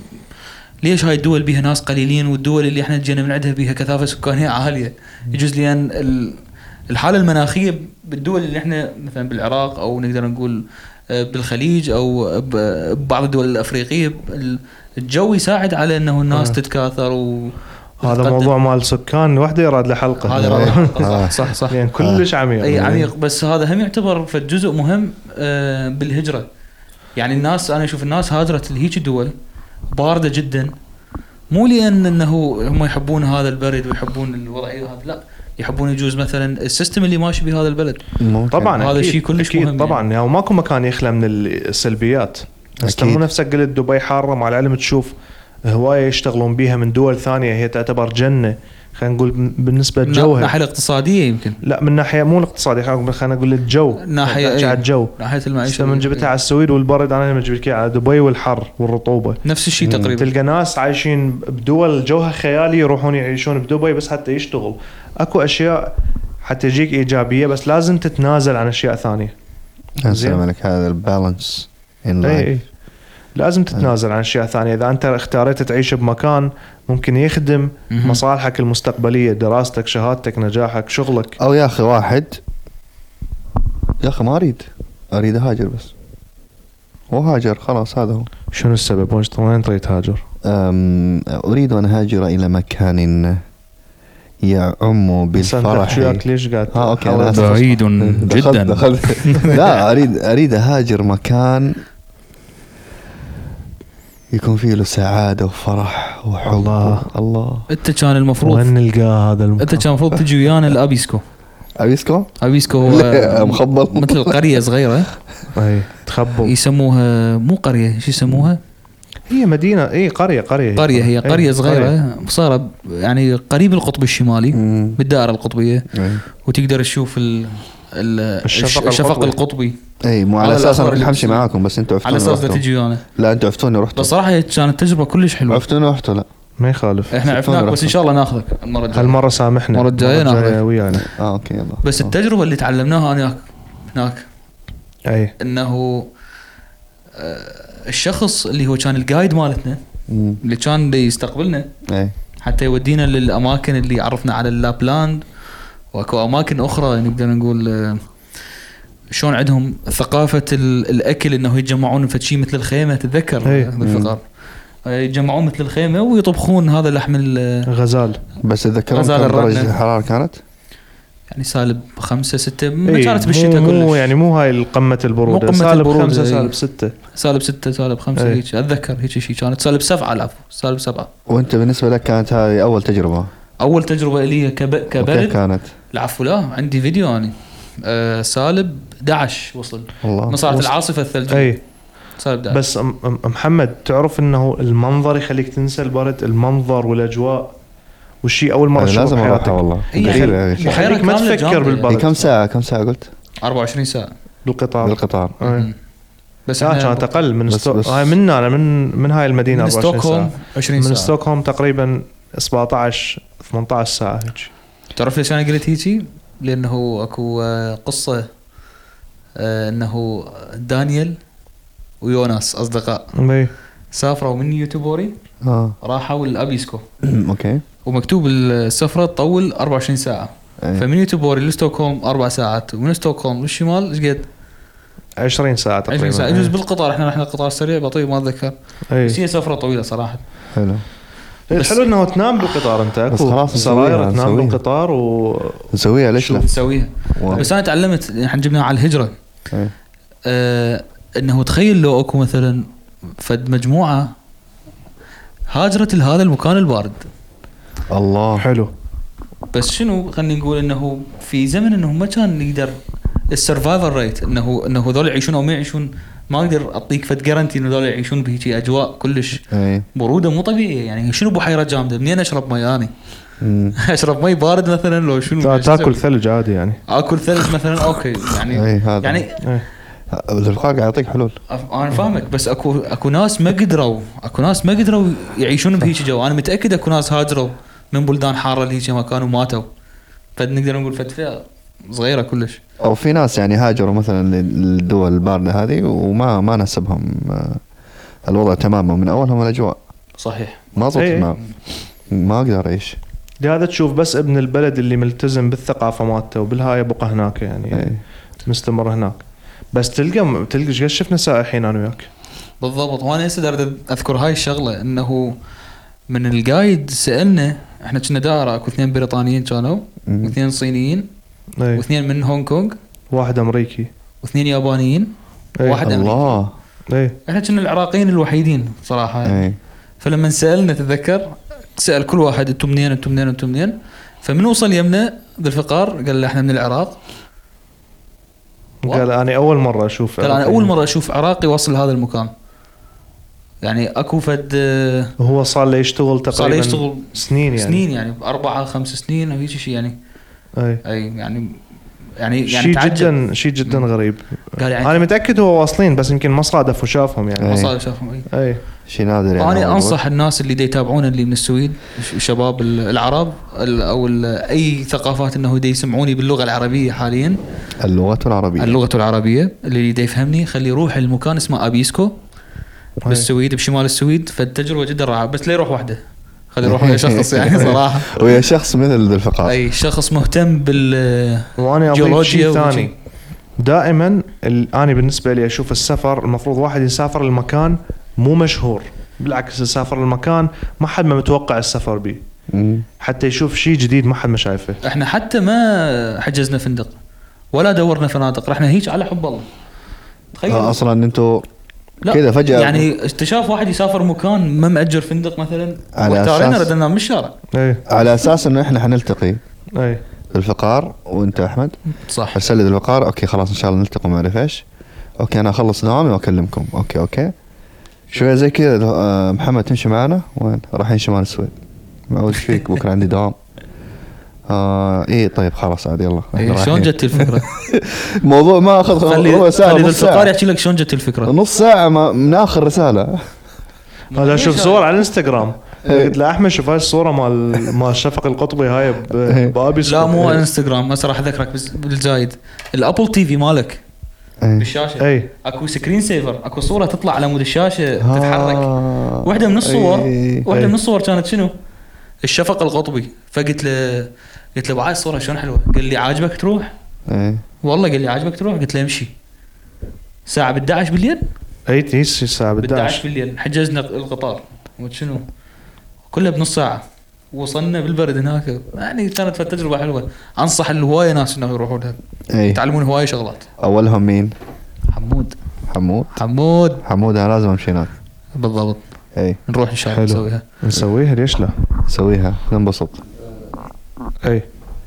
ليش هاي الدول بيها ناس قليلين والدول اللي احنا جينا من عندها بيها كثافه سكانيه عاليه؟ يجوز لان ال- الحاله المناخيه بالدول اللي احنا مثلا بالعراق او نقدر نقول آه، بالخليج او ب- ببعض الدول الافريقيه ال- الجو يساعد على انه الناس آه. تتكاثر و هذا وتتقدم. موضوع مال سكان وحده يراد له حلقه هذا آه. رأيي. آه. صح صح صح يعني كلش عميق اي عميق. بس هذا هم يعتبر في جزء مهم آه، بالهجره. يعني الناس انا اشوف الناس هاجرت لهيك دول بارده جدا مو لان انه هم يحبون هذا البرد ويحبون الوضعيه هذا، لا يحبون يجوز مثلا السيستم اللي ماشي بهذا البلد. ممكن. طبعا هذا أكيد- شيء كلش أكيد مهم طبعا يعني. يعني ماكو مكان يخلى من السلبيات. بس أكيد. مو نفسك قلت دبي حاره مع العلم تشوف هوايه يشتغلون بيها من دول ثانيه هي تعتبر جنه خلينا نقول بالنسبه من لجوها. الناحيه الاقتصاديه يمكن، لا من ناحيه مو الاقتصادي خلينا نقول الجو ناحية نحكي إيه. على الجو. ناحيه المعيشه من جبتها على السويد والبرد انا لما جبت على دبي والحر والرطوبه نفس الشيء مم. تقريبا. تلقى ناس عايشين بدول جوها خيالي يروحون يعيشون بدبي بس حتى يشتغل. اكو اشياء حتى يجيك ايجابيه بس لازم تتنازل عن اشياء ثانيه. السلام عليك. هذا البالانس ان اي اي لايف. لازم تتنازل عن اشياء ثانيه. اذا انت اختاريت تعيش بمكان ممكن يخدم مهم. مصالحك المستقبليه دراستك شهادتك نجاحك شغلك. او يا اخي واحد يا اخي ما اريد اريد اهاجر بس وهاجر خلاص هذا هو. شنو السبب وين وين تريد تهاجر؟ أم، اريد ان اهاجر الى مكان يعم بالفرح. وياك ليش قاعد ها اوكي تحاول انا تفصل؟ آسف. بعيد دخلت جدا. دخلت لا اريد اريد اهاجر مكان يكون فيه له سعاده وفرح وحب. الله. الله. انت كان المفروض وين نلقى هذا المكان؟ انت كان المفروض تجي ويانا لابيسكو. ابيسكو ابيسكو لا، هو مخبل. مثل قريه صغيره اي تخبل. يسموها مو قريه، شو يسموها؟ هي مدينه اي قريه قريه قريه هي إيه، قريه صغيره صار يعني قريب القطب الشمالي مم. بالدائره القطبيه، اي وتقدر تشوف ال ال الشفق الشفق القطبي. القطبي اي مو على هذا اساس الأخبار انا اللي حمشي بتصير. معاكم بس انتوا على عفتوني اساس لا ورحتوا. تجي ويانا. لا انتوا عفتوني ورحتوا. بس صراحه هي كانت تجربه كلش حلوه. عفتوني ورحتوا. لا ما يخالف. احنا عفتوني عرفناك بس ورحتوا. ان شاء الله ناخذك المره الجايه. هالمره سامحنا المرة الجاية ناخذك. ويانا. اه اوكي يلا. بس التجربه اللي تعلمناها انا هناك اي انه آه، الشخص اللي هو كان الجايد مالتنا مم. اللي كان دي يستقبلنا اي حتى يودينا للاماكن اللي عرفنا على اللابلاند واكو اماكن اخرى نقدر نقول آه، شلون عندهم ثقافه ال- الاكل انه يتجمعون في شيء مثل الخيمه. تتذكر إيه. بالفقار آه، يتجمعون مثل الخيمه ويطبخون هذا لحم ال- غزال. بس اتذكرون غزال كم الرنة. درجه الحراره كانت؟ يعني سالب خمسة ستة ما إيه، كانت بالشتاء مو, مو كلش. يعني مو هاي قمه البروده. مو قمة سالب البرودة، خمسة إيه. سالب ستة. سالب ستة سالب خمسة إيه. هيك اتذكر هيك شيء كانت سالب سبعة العفو سالب سبعة. وانت بالنسبه لك كانت هذه اول تجربه؟ اول تجربه لي كب... وكيف كبرد. كانت؟ العفو لا عندي فيديو اني آه سالب احد عشر وصل الله. ما صارت وصل. العاصفه الثلجيه. اي سالب احد عشر. بس م- م- محمد تعرف انه المنظر يخليك تنسى البرد. المنظر والاجواء والشيء اول مره أنا تشوفه لازم اروحها بحياتك. والله. هي غريبة يا أخي. بحيرة يخليك ما كاملة تفكر جامدة. بالبرد. هي كم ساعه كم ساعه قلت؟ أربعة وعشرين ساعه بالقطار. بالقطار. إيه. مم. بس لا احنا كانت اقل من بس- ستو... بس- هاي من انا من من هاي المدينه من أربعة وعشرين ستوكهولم ساعة. عشرين من ساعه. ستوكهولم تقريبا سبعة عشر ثمانية عشر ساعه هيك. تعرف ليش انا قلت هيجي؟ لانه اكو آه، قصه آه، انه دانيال ويوناس اصدقاء اي سافروا من يوتيوبوري اه راحوا لابيسكو. اوكي. ومكتوب السفره تطول أربعة وعشرين ساعه. أي. فمن يوتيوبوري لستوكهولم اربع ساعات، ومن ستوكهولم للشمال ايش قد؟ عشرين ساعة تقريبا. عشرين ساعه. يجوز بالقطار، احنا رحنا قطار سريع بطيء ما اتذكر، أي. بس هي سفره طويله صراحه. حلو. الحلو انه تنام بالقطار انت، بس اكو خلاص سراير نسويها- تنام نسويها. بالقطار و نسويها ليش لا؟ تسويها. واو. بس انا تعلمت، احنا جبناها على الهجره، أي. آه انه تخيل لو اكو مثلا فد مجموعه هاجرت لهذا المكان البارد، الله. حلو. بس شنو خلينا نقول انه في زمن انه ما كان يقدر السرفايفل ريت انه انه هذول يعيشون او ما يعيشون، ما اقدر اعطيك فد جارنتي انه هذول يعيشون بهيجي اجواء كلش اي. بروده مو طبيعيه. يعني شنو بحيره جامده منين اشرب مي اني؟ أمم. اشرب مي بارد مثلا لو شنو؟ تا- تاكل ثلج عادي يعني. اكل ثلج مثلا اوكي يعني. اي هذا. يعني إيه. الفقاق قاعد يعطيك حلول. أف- انا فاهمك، بس اكو اكو ناس ما قدروا اكو ناس ما قدروا يعيشون بهيك جو. انا متاكد اكو ناس هاجروا من بلدان حاره لهيك مكان وماتوا، فنقدر نقول فد فئه صغيره كلش. او في ناس يعني هاجروا مثلا للدول البارده هذه وما ما ناسبهم آه، الوضع تماما من اولهم الاجواء صحيح. ما ضبط إيه. معه، ما اقدر اعيش. لهذا تشوف بس ابن البلد اللي ملتزم بالثقافة مالته وبالهاي يبقى هناك يعني إيه. مستمر هناك. بس تلقى تلقى ايش قد شفنا سائحين انا وياك. بالضبط. وانا هسه دار اذكر هاي الشغله، انه من الجايد سالنا، احنا كنا دائره اكو اثنين بريطانيين كانوا، مم. واثنين صينيين، ايه. واثنين من هونغ كونغ، واحد امريكي. واثنين يابانيين، إيه. واحد امريكي. الله. ايه. احنا كنا العراقيين الوحيدين صراحه يعني. اي. فلما سالنا تتذكر سال كل واحد انتم منين انتم منين انتم منين، فمن وصل يمنا ذو الفقار قال له احنا من العراق. قال انا اول مرة اشوف. قال انا اول مره اشوف عراقي واصل هذا المكان. يعني اكو فد هو صار له يشتغل تقريبا صار يشتغل سنين يعني. سنين يعني اربعة خمس سنين او هيك شيء يعني. اي. اي يعني يعني يعني شيء تعجب. جدا شيء جدا غريب. قال يعني انا متاكد هو واصلين بس يمكن ما صادف وشافهم يعني. ما أي. صار شافهم. اي اي. شيء نادر يعني. انا هذا انصح الناس اللي دي يتابعون اللي من السويد، ش- شباب ال- العرب ال- او ال- اي ثقافات، انه دي يسمعوني باللغه العربيه حاليا، اللغة العربية. اللغه العربيه. اللي دي يفهمني خليه يروح المكان اسمه ابيسكو بالسويد، بشمال السويد. فالتجربه جدا رائعه، بس لا يروح وحده، خليه يروح ويا شخص يعني صراحه. ويا شخص مثل ذو الفقار. اي شخص مهتم بال وانا اضيف جيولوجيا شيء وشي. ثاني. دائما ال- انا بالنسبه لي اشوف السفر المفروض واحد يسافر المكان مو مشهور، بالعكس يسافر المكان ما حد ما متوقع السفر به، أمم. حتى يشوف شيء جديد ما حد ما شايفه. احنا حتى ما حجزنا فندق ولا دورنا فنادق، رحنا هيك على حب الله. تخيل آه، اصلا انتوا لا، كذا فجأة يعني اكتشاف واحد يسافر مكان ما مأجر فندق مثلا، على واحتارينا أساس- ردنا ننام بالشارع. اي. على اساس انه احنا حنلتقي اي. الفقار وانت احمد. صح. ارسل لي الفقار، اوكي خلاص ان شاء الله نلتقي ما اعرف ايش. اوكي انا اخلص دوامي واكلمكم. اوكي اوكي شويه زي كذا. آه، محمد تمشي معنا وين؟ رايحين شمال السويد. معوش فيك بكره عندي دوام. آه ايه طيب خلاص عاد يلا. إحنا إيه، شلون رايحين. جت الفكره؟ موضوع ما اخذ خلي ربع ساعه خلي ذو نص الفقار ساعه يحكي لك شلون جت الفكره. نص ساعه ما من اخر رساله. هذا اشوف صور على الانستغرام. إيه. قلت له احمد شوف هاي الصوره مال مال شفق القطبي هاي ب- بابي. لا مو على انستغرام، هسه راح اذكرك بس بالزايد. الابل تي في مالك إيه. بالشاشه اي. اكو سكرين سيفر، اكو صوره تطلع على عمود الشاشه تتحرك. آه. واحده من الصور إيه. واحده إيه. من الصور كانت شنو؟ الشفق القطبي. فقلت له قلت له بعد الصوره شلون حلوه؟ قال لي عاجبك تروح؟ إيه. والله قال لي عاجبك تروح؟ قلت له امشي. ساعه ب احد عشر بالليل، اي تيس الساعه ب احد عشر بداش. بالليل حجزنا القطار وشنو كلها بنص ساعه، وصلنا بالبرد هناك. يعني كانت تجربه حلوه، انصح الهوايه ناس انه يروحوا لها إيه. يتعلمون هوايه شغلات. اولهم مين؟ حمود حمود. حمود حمود انا لازم امشي هناك. بالضبط. اي نروح ان شاء حلو. الله نسويها. نسويها ليش لا. نسويها ننبسط. اي.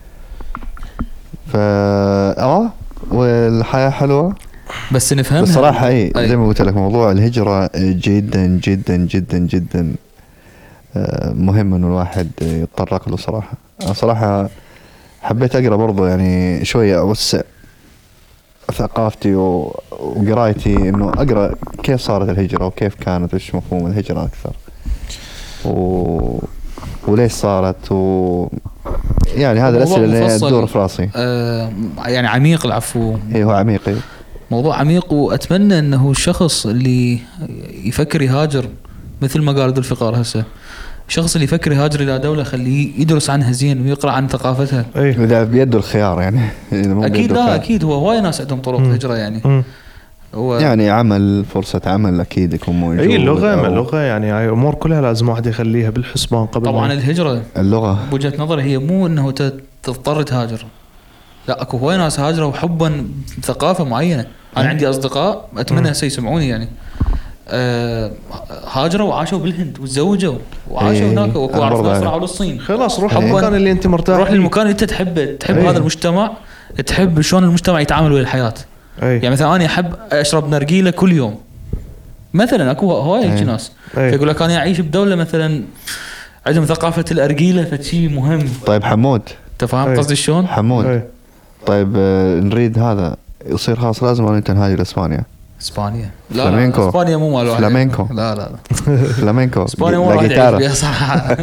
فا اه والحياه حلوه. بس نفهمها بصراحه اي أي. زي ما قلت لك موضوع الهجره جدا جدا جدا جدا آه، مهم انه الواحد يتطرق له صراحه. انا صراحه حبيت اقرا برضو يعني شويه اوسع ثقافتي و- وقرايتي انه اقرا كيف صارت الهجره وكيف كانت وش مفهوم الهجره اكثر و... وليش صارت و يعني هذا الموضوع الاسئله اللي مفصل. تدور في راسي. آه يعني عميق العفو. اي هو عميق. إيه. موضوع عميق، واتمنى انه الشخص اللي يفكر يهاجر مثل ما قال ذو الفقار هسه الشخص اللي يفكر يهاجر الى دوله خليه يدرس عنها زين ويقرا عن ثقافتها. اي اذا بيده الخيار يعني إذا مو اكيد بيده لا الخيار. اكيد هو هواي ناس عندهم طرق مم. هجره يعني. مم. هو يعني عمل فرصة عمل أكيد يكون موجود. اي اللغه ما أو اللغه يعني هاي امور كلها لازم واحد يخليها بالحسبان قبل طبعا ما- الهجره اللغة بوجهه نظري هي مو انه ت- تضطر تهاجر، لا اكو هواي ناس هاجروا حبا بثقافه معينه. انا عندي اصدقاء اتمنى هسه يسمعوني يعني آه هاجروا وعاشوا بالهند وتزوجوا وعاشوا إيه، هناك، واكو أنا اعرف برضه ناس أعرف. راحوا للصين. خلاص روح حباً- المكان اللي انت مرتاح روح فيه. للمكان اللي انت تحبه، تحب إيه. هذا المجتمع، تحب شلون المجتمع يتعامل ويا الحياه. اي يعني مثلا انا احب اشرب نرجيله كل يوم مثلا، اكو هواي هيك إيه. ناس إيه. فيقول لك انا اعيش بدوله مثلا عندهم ثقافه الارجيله فشي مهم. طيب حمود انت فاهم إيه. قصدي شلون؟ حمود اي طيب آه، نريد هذا يصير خلاص لازم أن أنت نهاجر إسبانيا. اسبانيا لا فلامينكو. لا اسبانيا مو مال واحد. فلامينكو. لا لا لا فلامينكو اسبانيا مو لا واحد يعيش جيتارة. بيها صراحه.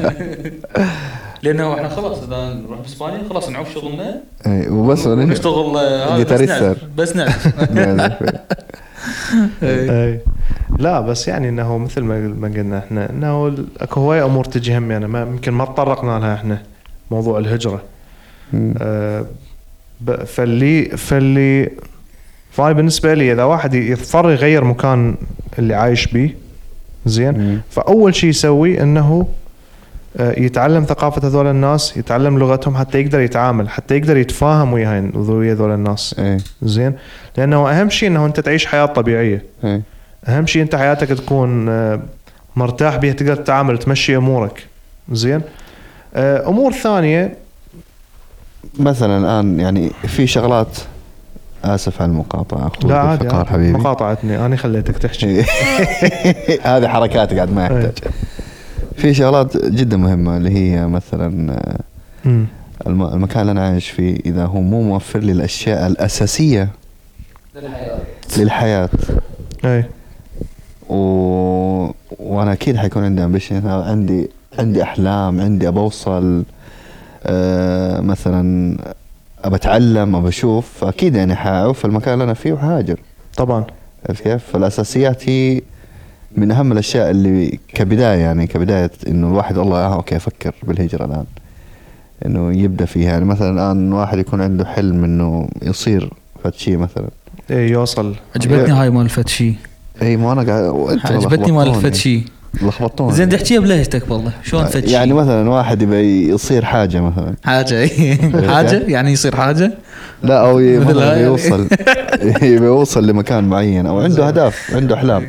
لانه احنا خلاص اذا نروح باسبانيا خلاص نعوف شغلنا إيه، وبس ونشتغل آه، هذا بس جيتاريست. نعرف- بس نعرف. اي لا بس يعني انه مثل ما ما قلنا احنا انه ال- اكو هواي امور تجي هم يعني ما يمكن ما تطرقنا لها احنا موضوع الهجره. مم. أه ب- فاللي فاللي فاي بالنسبه لي اذا واحد يضطر يغير مكان اللي عايش بيه زين، مم. فاول شيء يسوي انه آه، يتعلم ثقافه هذول الناس، يتعلم لغتهم حتى يقدر يتعامل، حتى يقدر يتفاهم ويا ويا هذول الناس إيه زين. لانه اهم شيء انه انت تعيش حياه طبيعيه، إيه اهم شيء انت حياتك تكون آه، مرتاح بيها، تقدر تتعامل تمشي امورك زين. آه، امور ثانيه مثلا الآن يعني في شغلات، آسف على المقاطعة أخوي لا عادي الفقار عادي، حبيبي. مقاطعتني انا خليتك تحكي. هذه حركات قاعد ما يحتاج. في شغلات جدا مهمة اللي هي مثلا آه، أمم. الم- المكان اللي أنا عايش فيه إذا هو مو موفر لي الأشياء الأساسية للحياة اي و... وأنا أكيد حيكون عندي أمبيشن، عندي عندي أحلام، عندي أبوصل آه مثلا أبى أتعلم أبى أشوف، أكيد يعني حأعوف المكان اللي أنا فيه وحاجر. طبعا عرفت كيف؟ فالأساسيات هي من أهم الأشياء اللي كبداية يعني كبداية إنه الواحد والله آه أوكي أفكر بالهجرة الآن إنه يبدأ فيها. يعني مثلا الآن واحد يكون عنده حلم إنه يصير فتشي مثلا. اي يوصل. عجبتني هاي مال الفتشي، اي ما انا قاعد وأنت عجبتني مال لخبطتوني. الفتشي. لخبطوني. زين تحكيها بلهجتك والله شلون فتشي؟ يعني مثلا واحد يبي يصير حاجة مثلا، حاجه حاجه يعني يصير حاجه. لا او ي- مثل مثلا هاي يبي يعني. يوصل يبي يوصل لمكان معين او عنده اهداف عنده احلام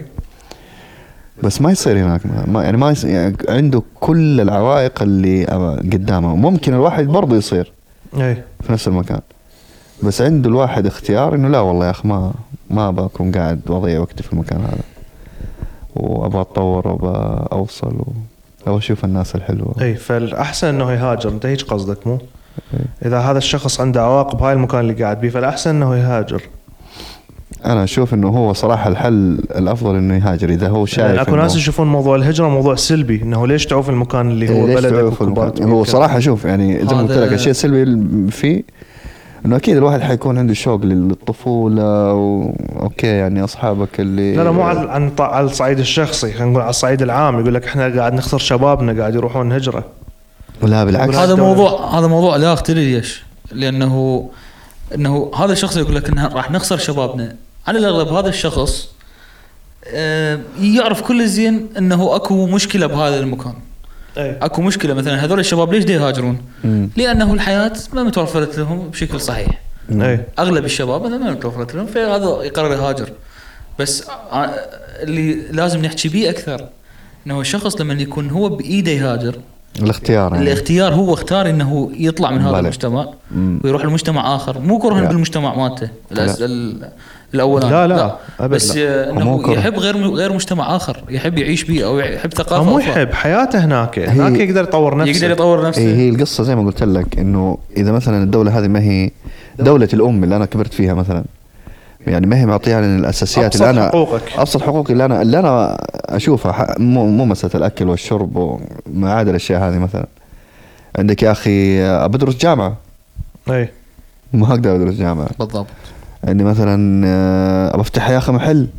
بس ما يصير هناك ما يعني ما يصير يعني عنده كل العوائق اللي قدامه. ممكن الواحد برضه يصير اي في نفس المكان بس عنده الواحد اختيار انه لا والله يا اخ ما ما بكون قاعد واضيع وقتي في المكان هذا وابغى اتطور وابغى اوصل وابغى اشوف الناس الحلوه. اي فالاحسن انه يهاجر. انت هيك قصدك مو؟ اذا هذا الشخص عنده عواقب هاي المكان اللي قاعد بيه فالاحسن انه يهاجر. انا اشوف انه هو صراحه الحل الافضل انه يهاجر اذا هو شايف يعني اكو ناس يشوفون موضوع الهجره موضوع سلبي، انه ليش تعوف المكان اللي هو إيه بلدك بلدك وكبرت فيه هو وكذا. صراحه شوف يعني زي ما قلت هذا- لك الشيء السلبي فيه انه اكيد الواحد حيكون عنده شوق للطفوله و... اوكي يعني اصحابك اللي لا لا مو على عن على الصعيد الشخصي، خلينا نقول على الصعيد العام. يقول لك احنا قاعد نخسر شبابنا قاعد يروحون هجره. لا بالعكس هذا الدولة. موضوع هذا موضوع لا اختلي ليش؟ لانه انه هذا الشخص يقول لك انه راح نخسر شبابنا. على الاغلب هذا الشخص آه، يعرف كل زين انه اكو مشكله بهذا المكان. اي اكو مشكله مثلا هذول الشباب ليش دا يهاجرون؟ مم. لانه الحياه ما متوفرت لهم بشكل صحيح. اي اغلب الشباب مثلا ما متوفرت لهم فهذا يقرر يهاجر. بس آه، اللي لازم نحكي بيه اكثر انه الشخص لما يكون هو بايده يهاجر، الاختيار يعني. الاختيار هو اختار انه يطلع من هذا بلى. المجتمع مم. ويروح لمجتمع اخر، مو كرها لا. بالمجتمع مالته الأس- لا. ال- الاولاني. لا لا أبد بس لا. آه، مو انه كره. يحب غير غير مجتمع اخر، يحب يعيش بيه او يحب ثقافه هو مو أخرى. يحب حياته هناك، هناك هي- يقدر يطور نفسه. يقدر يطور نفسه. إيه هي القصه زي ما قلت لك انه اذا مثلا الدوله هذه ما هي دوله الام اللي انا كبرت فيها مثلا، يعني ما هي معطياني الاساسيات أبسط اللي انا حقوقك. ابسط حقوقي اللي انا اللي انا اشوفها ح- مو مو مساله الاكل والشرب وما عدا الاشياء هذه. مثلا عندك يا اخي بدرس جامعه اي ما اقدر ادرس جامعه. بالضبط. عندي مثلا آه، ابى افتح يا اخي محل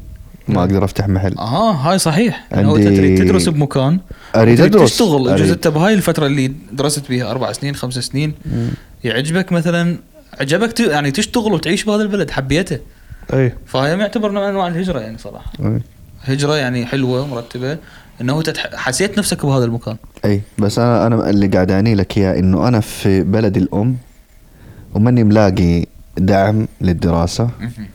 ما اقدر افتح محل. اه هاي صحيح. يعني هو عندي- تريد تدرس بمكان، اريد تريد ادرس تشتغل. أريد. يجوز انت بهاي الفتره اللي درست بيها اربع سنين خمس سنين يعجبك مثلا، عجبك ت- يعني تشتغل وتعيش بهذا البلد، حبيته، اي فهي يعتبر نوع من انواع الهجره يعني صراحه. أي. هجره يعني حلوه مرتبه، انه تتح... حسيت نفسك بهذا المكان. اي بس انا انا اللي قاعد اعني لك اياه انه انا في بلدي الام وماني ملاقي دعم للدراسه،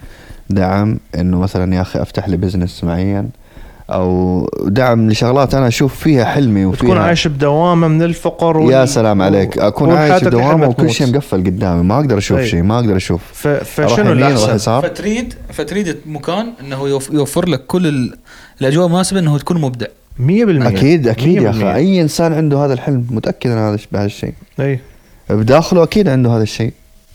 دعم انه مثلا يا اخي افتح لي بزنس معين، او دعم لشغلات انا اشوف فيها حلمي وفيها تكون عايش بدوامه من الفقر وال... يا سلام عليك، اكون وال- عايش حياتك لحد بدوامه ما وكل تموت. شيء مقفل قدامي، ما اقدر اشوف أي. شيء، ما اقدر اشوف. ف... أروح فشنو يمين، أروح الاحسن؟ يسار. فتريد فتريد مكان انه يوف- يوفر لك كل ال... الاجواء المناسبه انه تكون مبدع. مية بالمية اكيد اكيد مية يا اخي، بالمية. اي انسان عنده هذا الحلم، متاكد انا هذا بهذا الشيء اي بداخله، اكيد عنده هذا الشيء.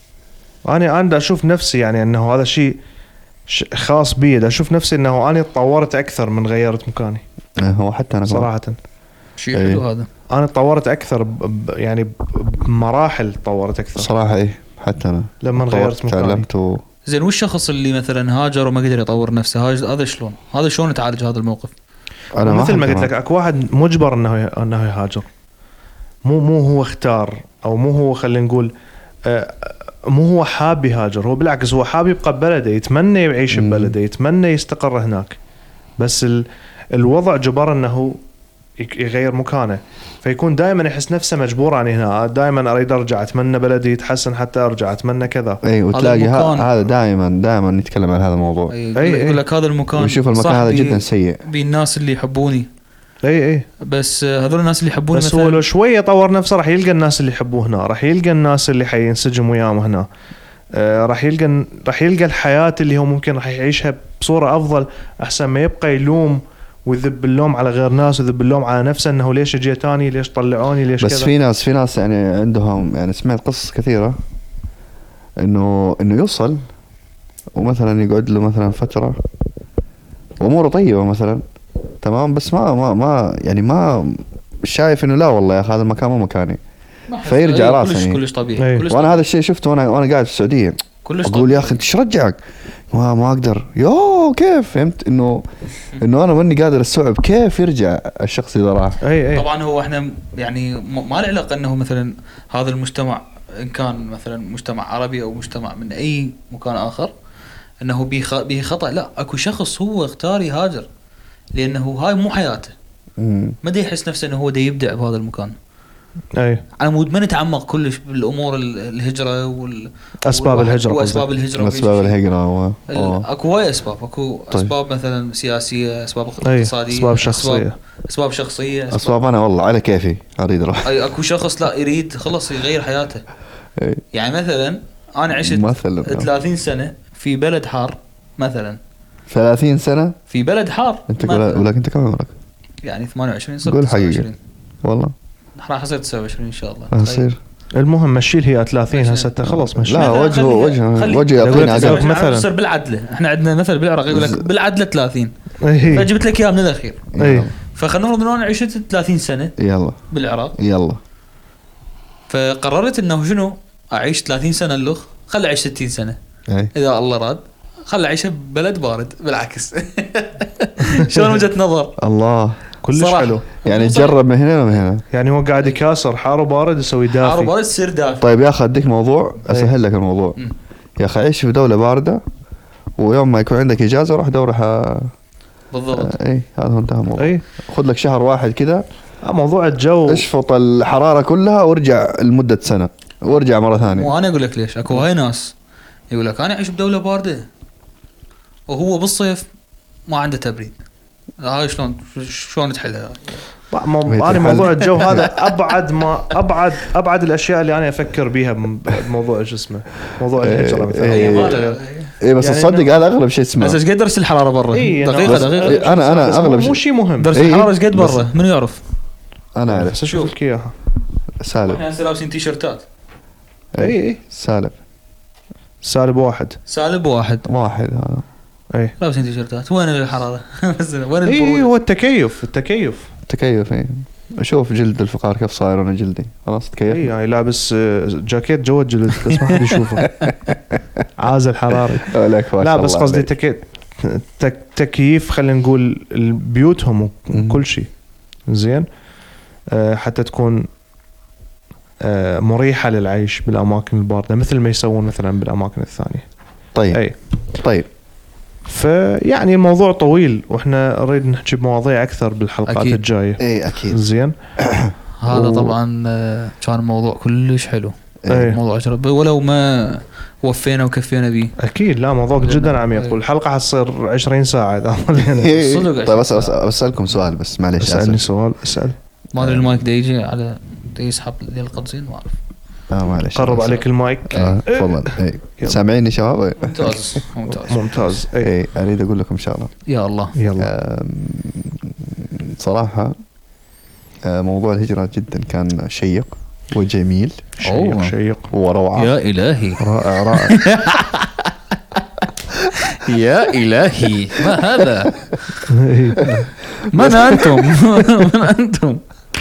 انا انا اشوف نفسي يعني انه هذا شيء ش- خاص بي، دا اشوف نفسي انه انا تطورت اكثر من غيرت مكاني آه، هو حتى انا صراحه. شيء أي. حلو هذا. انا تطورت اكثر ب... ب... يعني ب- بمراحل تطورت اكثر صراحه ايه، حتى انا لما طورت، غيرت مكاني. تعلمت و... زين، والشخص اللي مثلا هاجر وما قدر يطور نفسه، هاج- هذا شلون؟ هذا شلون تعالج هذا الموقف؟ انا مثل ما أحب قلت لك اكو واحد مجبر انه ي- انه يهاجر، مو مو هو اختار، او مو هو خلينا نقول آه، مو هو حاب يهاجر، هو بالعكس هو حاب يبقى ببلده، يتمنى يعيش مم. ببلده، يتمنى يستقر هناك، بس ال الوضع جبر انه يك- يغير مكانه، فيكون دائما يحس نفسه مجبور عن هنا، دائما اريد ارجع، اتمنى بلدي يتحسن حتى ارجع، اتمنى كذا. اي، وتلاقي ه- المكان- هذا دائما دائما نتكلم عن هذا الموضوع، أي أي. يقول لك هذا المكان ونشوف المكان صح هذا بي- جدا سيء. بالناس اللي يحبوني، اي اي بس آه، هذول الناس اللي يحبوني بس مثلا هو لو شويه طور نفسه راح يلقى الناس اللي يحبوه هنا، راح يلقى الناس اللي حينسجم وياهم هنا، آه، راح يلقى راح يلقى الحياه اللي هو ممكن راح يعيشها بصوره افضل، احسن ما يبقى يلوم ويذب اللوم على غير ناس ويذب اللوم على نفسه انه ليش جيتاني، ليش طلعوني، ليش بس كذا. في ناس في ناس يعني عندهم، يعني سمعت قصص كثيره انه انه يوصل ومثلا يقعد له مثلا فتره واموره طيبه مثلا تمام، بس ما ما ما يعني ما شايف انه لا والله يا اخي هذا المكان مو مكاني، ما أحس- فيرجع أي، راسه كلش يعني. كلش طبيعي، أي. كلش وانا طبيعي. هذا الشيء شفته وانا وانا قاعد في السعوديه، كلش اقول يا اخي انت ايش رجعك؟ ما ما اقدر، يو كيف فهمت انه انه انا ماني قادر استوعب كيف يرجع الشخص اذا راح. اي اي طبعا هو احنا يعني م- ما له علاقه انه مثلا هذا المجتمع ان كان مثلا مجتمع عربي او مجتمع من اي مكان اخر انه به خ- به خطا، لا، اكو شخص هو اختار يهاجر لانه هاي مو حياته، مم. ما دا يحس نفسه انه هو دا يبدع بهذا المكان. اي على مود ما نتعمق كلش بالامور ال- الهجره وال اسباب والواحد- الهجره واسباب قصدك. الهجره اسباب وكل شيء. الهجره و... ال- أوه. اكو هواي اسباب، اكو طيب. اسباب مثلا سياسيه، اسباب أي، اقتصاديه، أسباب شخصية. اسباب شخصيه، أسباب اسباب انا والله على كيفي اريد اروح. اي اكو شخص لا يريد خلص يغير حياته. إي. يعني مثلا انا عشت مثلا ثلاثين سنه في بلد حار مثلا، ثلاثين سنه في بلد حار انت مثلاً. ولا ولكن انت كم عمرك؟ يعني ثمانية وعشرين صرت قول تسعة حقيقة. وعشرين. والله راح اصير تسعة وعشرين ان شاء الله. راح يصير. المهم مشي هي ثلاثين هسه خلص مشي. لا مثلاً وجهه خلي- وجهه خلي- وجهه أقول يعطيني لك عقل. مثلاً. مثلا تصير بالعدله، احنا عندنا مثل بالعراق يقول لك ز- بالعدله ثلاثين، اي فجبت لك اياها من الاخير. اي فخلنا نفرض انه انا عشت ثلاثين سنه يلا بالعراق، يلا فقررت انه شنو اعيش ثلاثين سنه اللخ، خل اعيش ستين سنه اي اذا الله راد، خل اعيشها ببلد بارد بالعكس. شلون وجهه نظر؟ الله كلش صراحة. حلو. يعني صراحة. تجرب من هنا ومن هنا. يعني هو قاعد يكاسر حار وبارد يسوي حار دافي. وبارد تصير دافي. طيب يا اخي اديك موضوع اسهل لك الموضوع. مم. يا اخي عيش في دوله بارده ويوم ما يكون عندك اجازه روح دور ح... بالضبط. اي هذا هو انتهى الموضوع. اي خذ لك شهر واحد كذا آه، موضوع الجو. اشفط الحراره كلها وارجع لمده سنه وارجع مره ثانيه. وانا اقول لك ليش، اكو هاي ناس يقول لك انا اعيش بدوله بارده وهو بالصيف ما عنده تبريد، هاي شلون شلون تحلها؟ مو- انا موضوع الجو هذا ابعد ما ابعد ابعد الاشياء اللي انا افكر بيها بموضوع شو اسمه موضوع الهجره مثلا. إيه. ما له- اي بس يعني تصدق هذا اغلب شيء اسمه. بس ايش قد درس الحراره برا؟ إيه، دقيقه بس- دقيقه إيه، انا انا بس اغلب مو شيء شيء مهم. درس إيه، الحراره ايش قد بس- برا؟ منو يعرف؟ انا اعرف هسه اشوف لك اياها. سالب. احنا هسه لابسين تيشرتات اي اي سالب سالب واحد. سالب واحد، واحد هذا. اي لابسين تيشرتات، وين الحراره؟ بس وين اي البروده؟ هو التكيف التكيف. تكيف. اي اشوف جلد الفقار كيف صاير انا جلدي خلاص تكيف. اي يعني لابس آه، جاكيت جوه جلد بس ما حد يشوفه. عازل حراري. لك ما لا شاء بس الله قصدي عليك. تكيف تك تكييف خلينا نقول بيوتهم وكل شيء زين أه حتى تكون أه مريحة للعيش بالأماكن الباردة مثل ما يسوون مثلا بالأماكن الثانية. طيب أي. طيب فيعني الموضوع طويل واحنا نريد نحكي بمواضيع أكثر بالحلقات أكيد. الجاية. اي اكيد زين هذا و- طبعا آه، كان موضوع كلش حلو. أي. موضوع عجب ولو ما وفينا وكفينا به. أكيد لا موضوع جدا عميق والحلقة حتصير عشرين ساعة إذا صدق طيب بس عشرين بس بسألكم سؤال بس معليش اسألني اسال سؤال اسأل. ما ادري المايك دا يجي على دا يسحب لي القدسين ما اعرف. اه معليش قرب عليك المايك. اه تفضل اي يلا. سامعيني شباب؟ ممتاز ممتاز ممتاز. أي. اي اريد اقول لكم شغله. يا الله. يلا آم، صراحه آه، موضوع الهجره جدا كان شيق وجميل شيق أوه. شيق وروعه. يا الهي رائع رائع. يا الهي ما هذا من انتم من انتم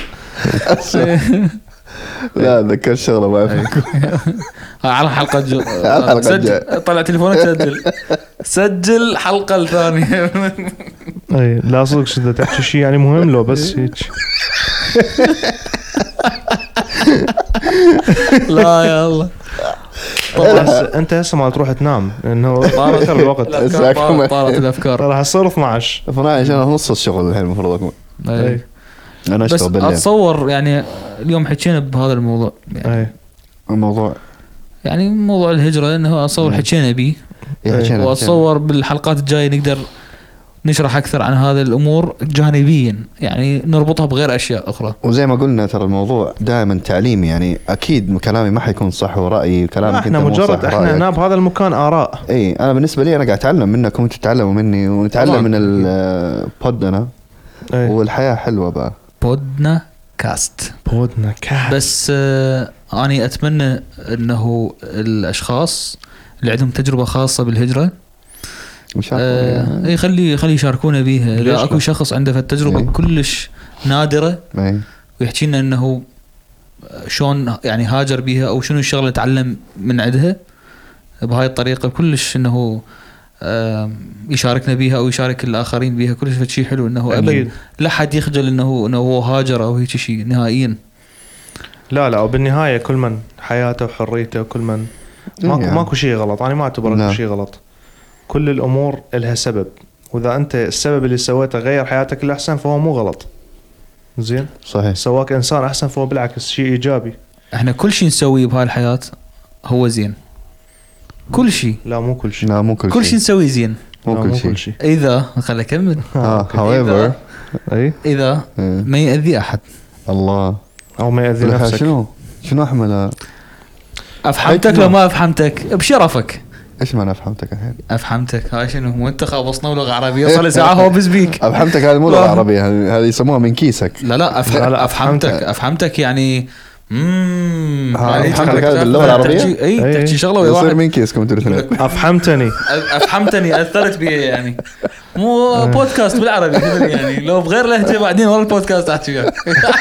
لا ذكر شغله ما يفهم. على حلقه جو على الحلقة سجل الجاية. طلع تليفونك سجل سجل الحلقه الثانيه. اي لا صدق شده تحكي شيء يعني مهم لو بس هيك. لا يا الله طبعا انت هسه ما تروح تنام لانه طارت الوقت الافكار طارت- طارت الافكار. راح يصير اثنا عشر. اثنا عشر انا نص الشغل الحين المفروض اكون أي. انا بس اشتغل بالليل. اتصور يعني اليوم حكينا بهذا الموضوع يعني, اي الموضوع يعني موضوع الهجره لانه اتصور حكينا به يحكينا واتصور بالحلقات الجايه نقدر نشرح اكثر عن هذه الامور جانبيا يعني نربطها بغير اشياء اخرى. وزي ما قلنا ترى الموضوع دائما تعليمي يعني اكيد كلامي ما حيكون صح ورايي كلامك احنا انت مو مجرد صح احنا رأيك. هنا بهذا المكان اراء. اي انا بالنسبه لي انا قاعد اتعلم منكم وانتم تتعلموا مني ونتعلم طبعاً. من البودنا اي والحياه حلوه بقى. بودنا كاست. بودنا كاست. بس آه اني اتمنى انه الاشخاص اللي عندهم تجربه خاصه بالهجره مش عارف آه يخلي خلي يشاركونا بيها. ليش اذا اكو لا؟ شخص عنده التجربه إيه. كلش نادره اي ويحكي لنا انه شلون يعني هاجر بيها او شنو الشغله اللي تعلم من عندها بهاي الطريقه كلش انه آه يشاركنا بيها او يشارك الاخرين بيها كلش شيء حلو انه ابد أكيد. لا حد يخجل انه انه هو هاجر او هيك شيء نهائيا. لا لا وبالنهايه كل من حياته وحريته وكل من ماكو يعني. ماكو شيء غلط. انا ما اعتبر لا. اكو شيء غلط. كل الامور لها سبب واذا انت السبب اللي سويته غير حياتك الاحسن فهو مو غلط. زين صحيح سواك انسان احسن فهو بالعكس شيء ايجابي. احنا كل شيء نسويه بهاي الحياه هو زين. كل شيء لا مو كل شيء. لا مو كل, كل شيء نسويه زين لا، مو كل شيء اذا خليني اكمل اه however اي اذا إيه. ما يأذي احد. الله او ما يأذي لها نفسك. شنو شنو احمل افحمتك حكمة. لو ما افحمتك بشرفك. ايش معنى افهمتك الحين؟ افحمتك هاي شنو مو انت خابصنا لغه عربيه صار لي ساعه هو بزبيك. افهمتك هذه مو لغه عربيه هذه هذه يسموها من كيسك. لا لا أف... لا، لا، افحمتك أفحمتك. افحمتك يعني امم ها، يعني أفحمتك تحكي- هذا باللغة العربية؟ تحكي- اي أي. تحكي شغله ويا يصير واحد من كيسكم انتوا الاثنين. افحمتني. افحمتني اثرت بي يعني مو بودكاست بالعربي تدري يعني لو بغير لهجه بعدين ورا البودكاست احكي وياك.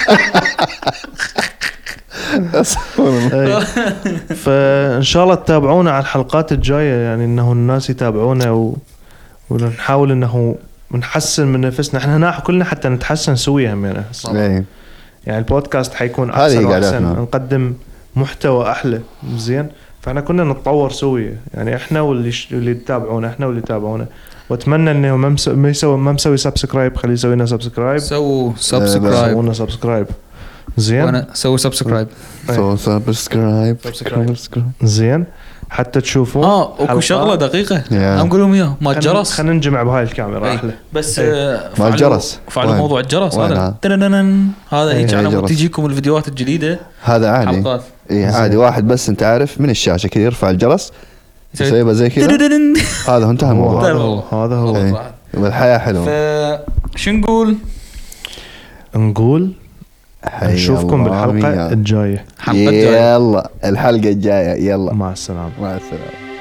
أي. فان شاء الله تتابعونا على الحلقات الجايه يعني انه الناس يتابعونا و... ونحاول انه نحسن من نفسنا. احنا هنا كلنا حتى نتحسن سويا هم يعني. إيه. يعني البودكاست حيكون هذه احسن واحسن قعدتنا. نقدم محتوى احلى زين. فاحنا كنا نتطور سويا يعني احنا واللي ش... اللي يتابعونا احنا واللي يتابعونا. واتمنى انه ما مس... ما يسوي ما مسوي سبسكرايب خليه يسوي لنا سبسكرايب. سووا سبسكرايب سوونا سبسكرايب زين. وانا سووا سبسكرايب سو سبسكرايب سبسكرايب. سبسكرايب. زين حتى تشوفون اه اكو حلقات. شغله دقيقه يا. عم قولهم اياه ما الجرس خلينا ننجمع بهاي الكاميرا أي. احلى. بس أي. آه، مع فعلوا- الجرس. فعلوا وين؟ موضوع الجرس وين هذا هذا؟ تنننن. هذا أي. هيك أي على مود جرس. تجيكم الفيديوهات الجديده هذا عادي. حلقات اي عادي واحد بس انت عارف من الشاشه كذا يرفع الجرس يسوي يسويها زي كذا تنننن. هذا هو انتهى هو الموضوع. هذا هو هذا هو إيه. والحياه حلوه. فشو نقول نقول حي نشوفكم الله بالحلقه مياه. الجايه. حلقه جايه يلا الحلقه الجايه يلا مع السلامه. مع السلامه.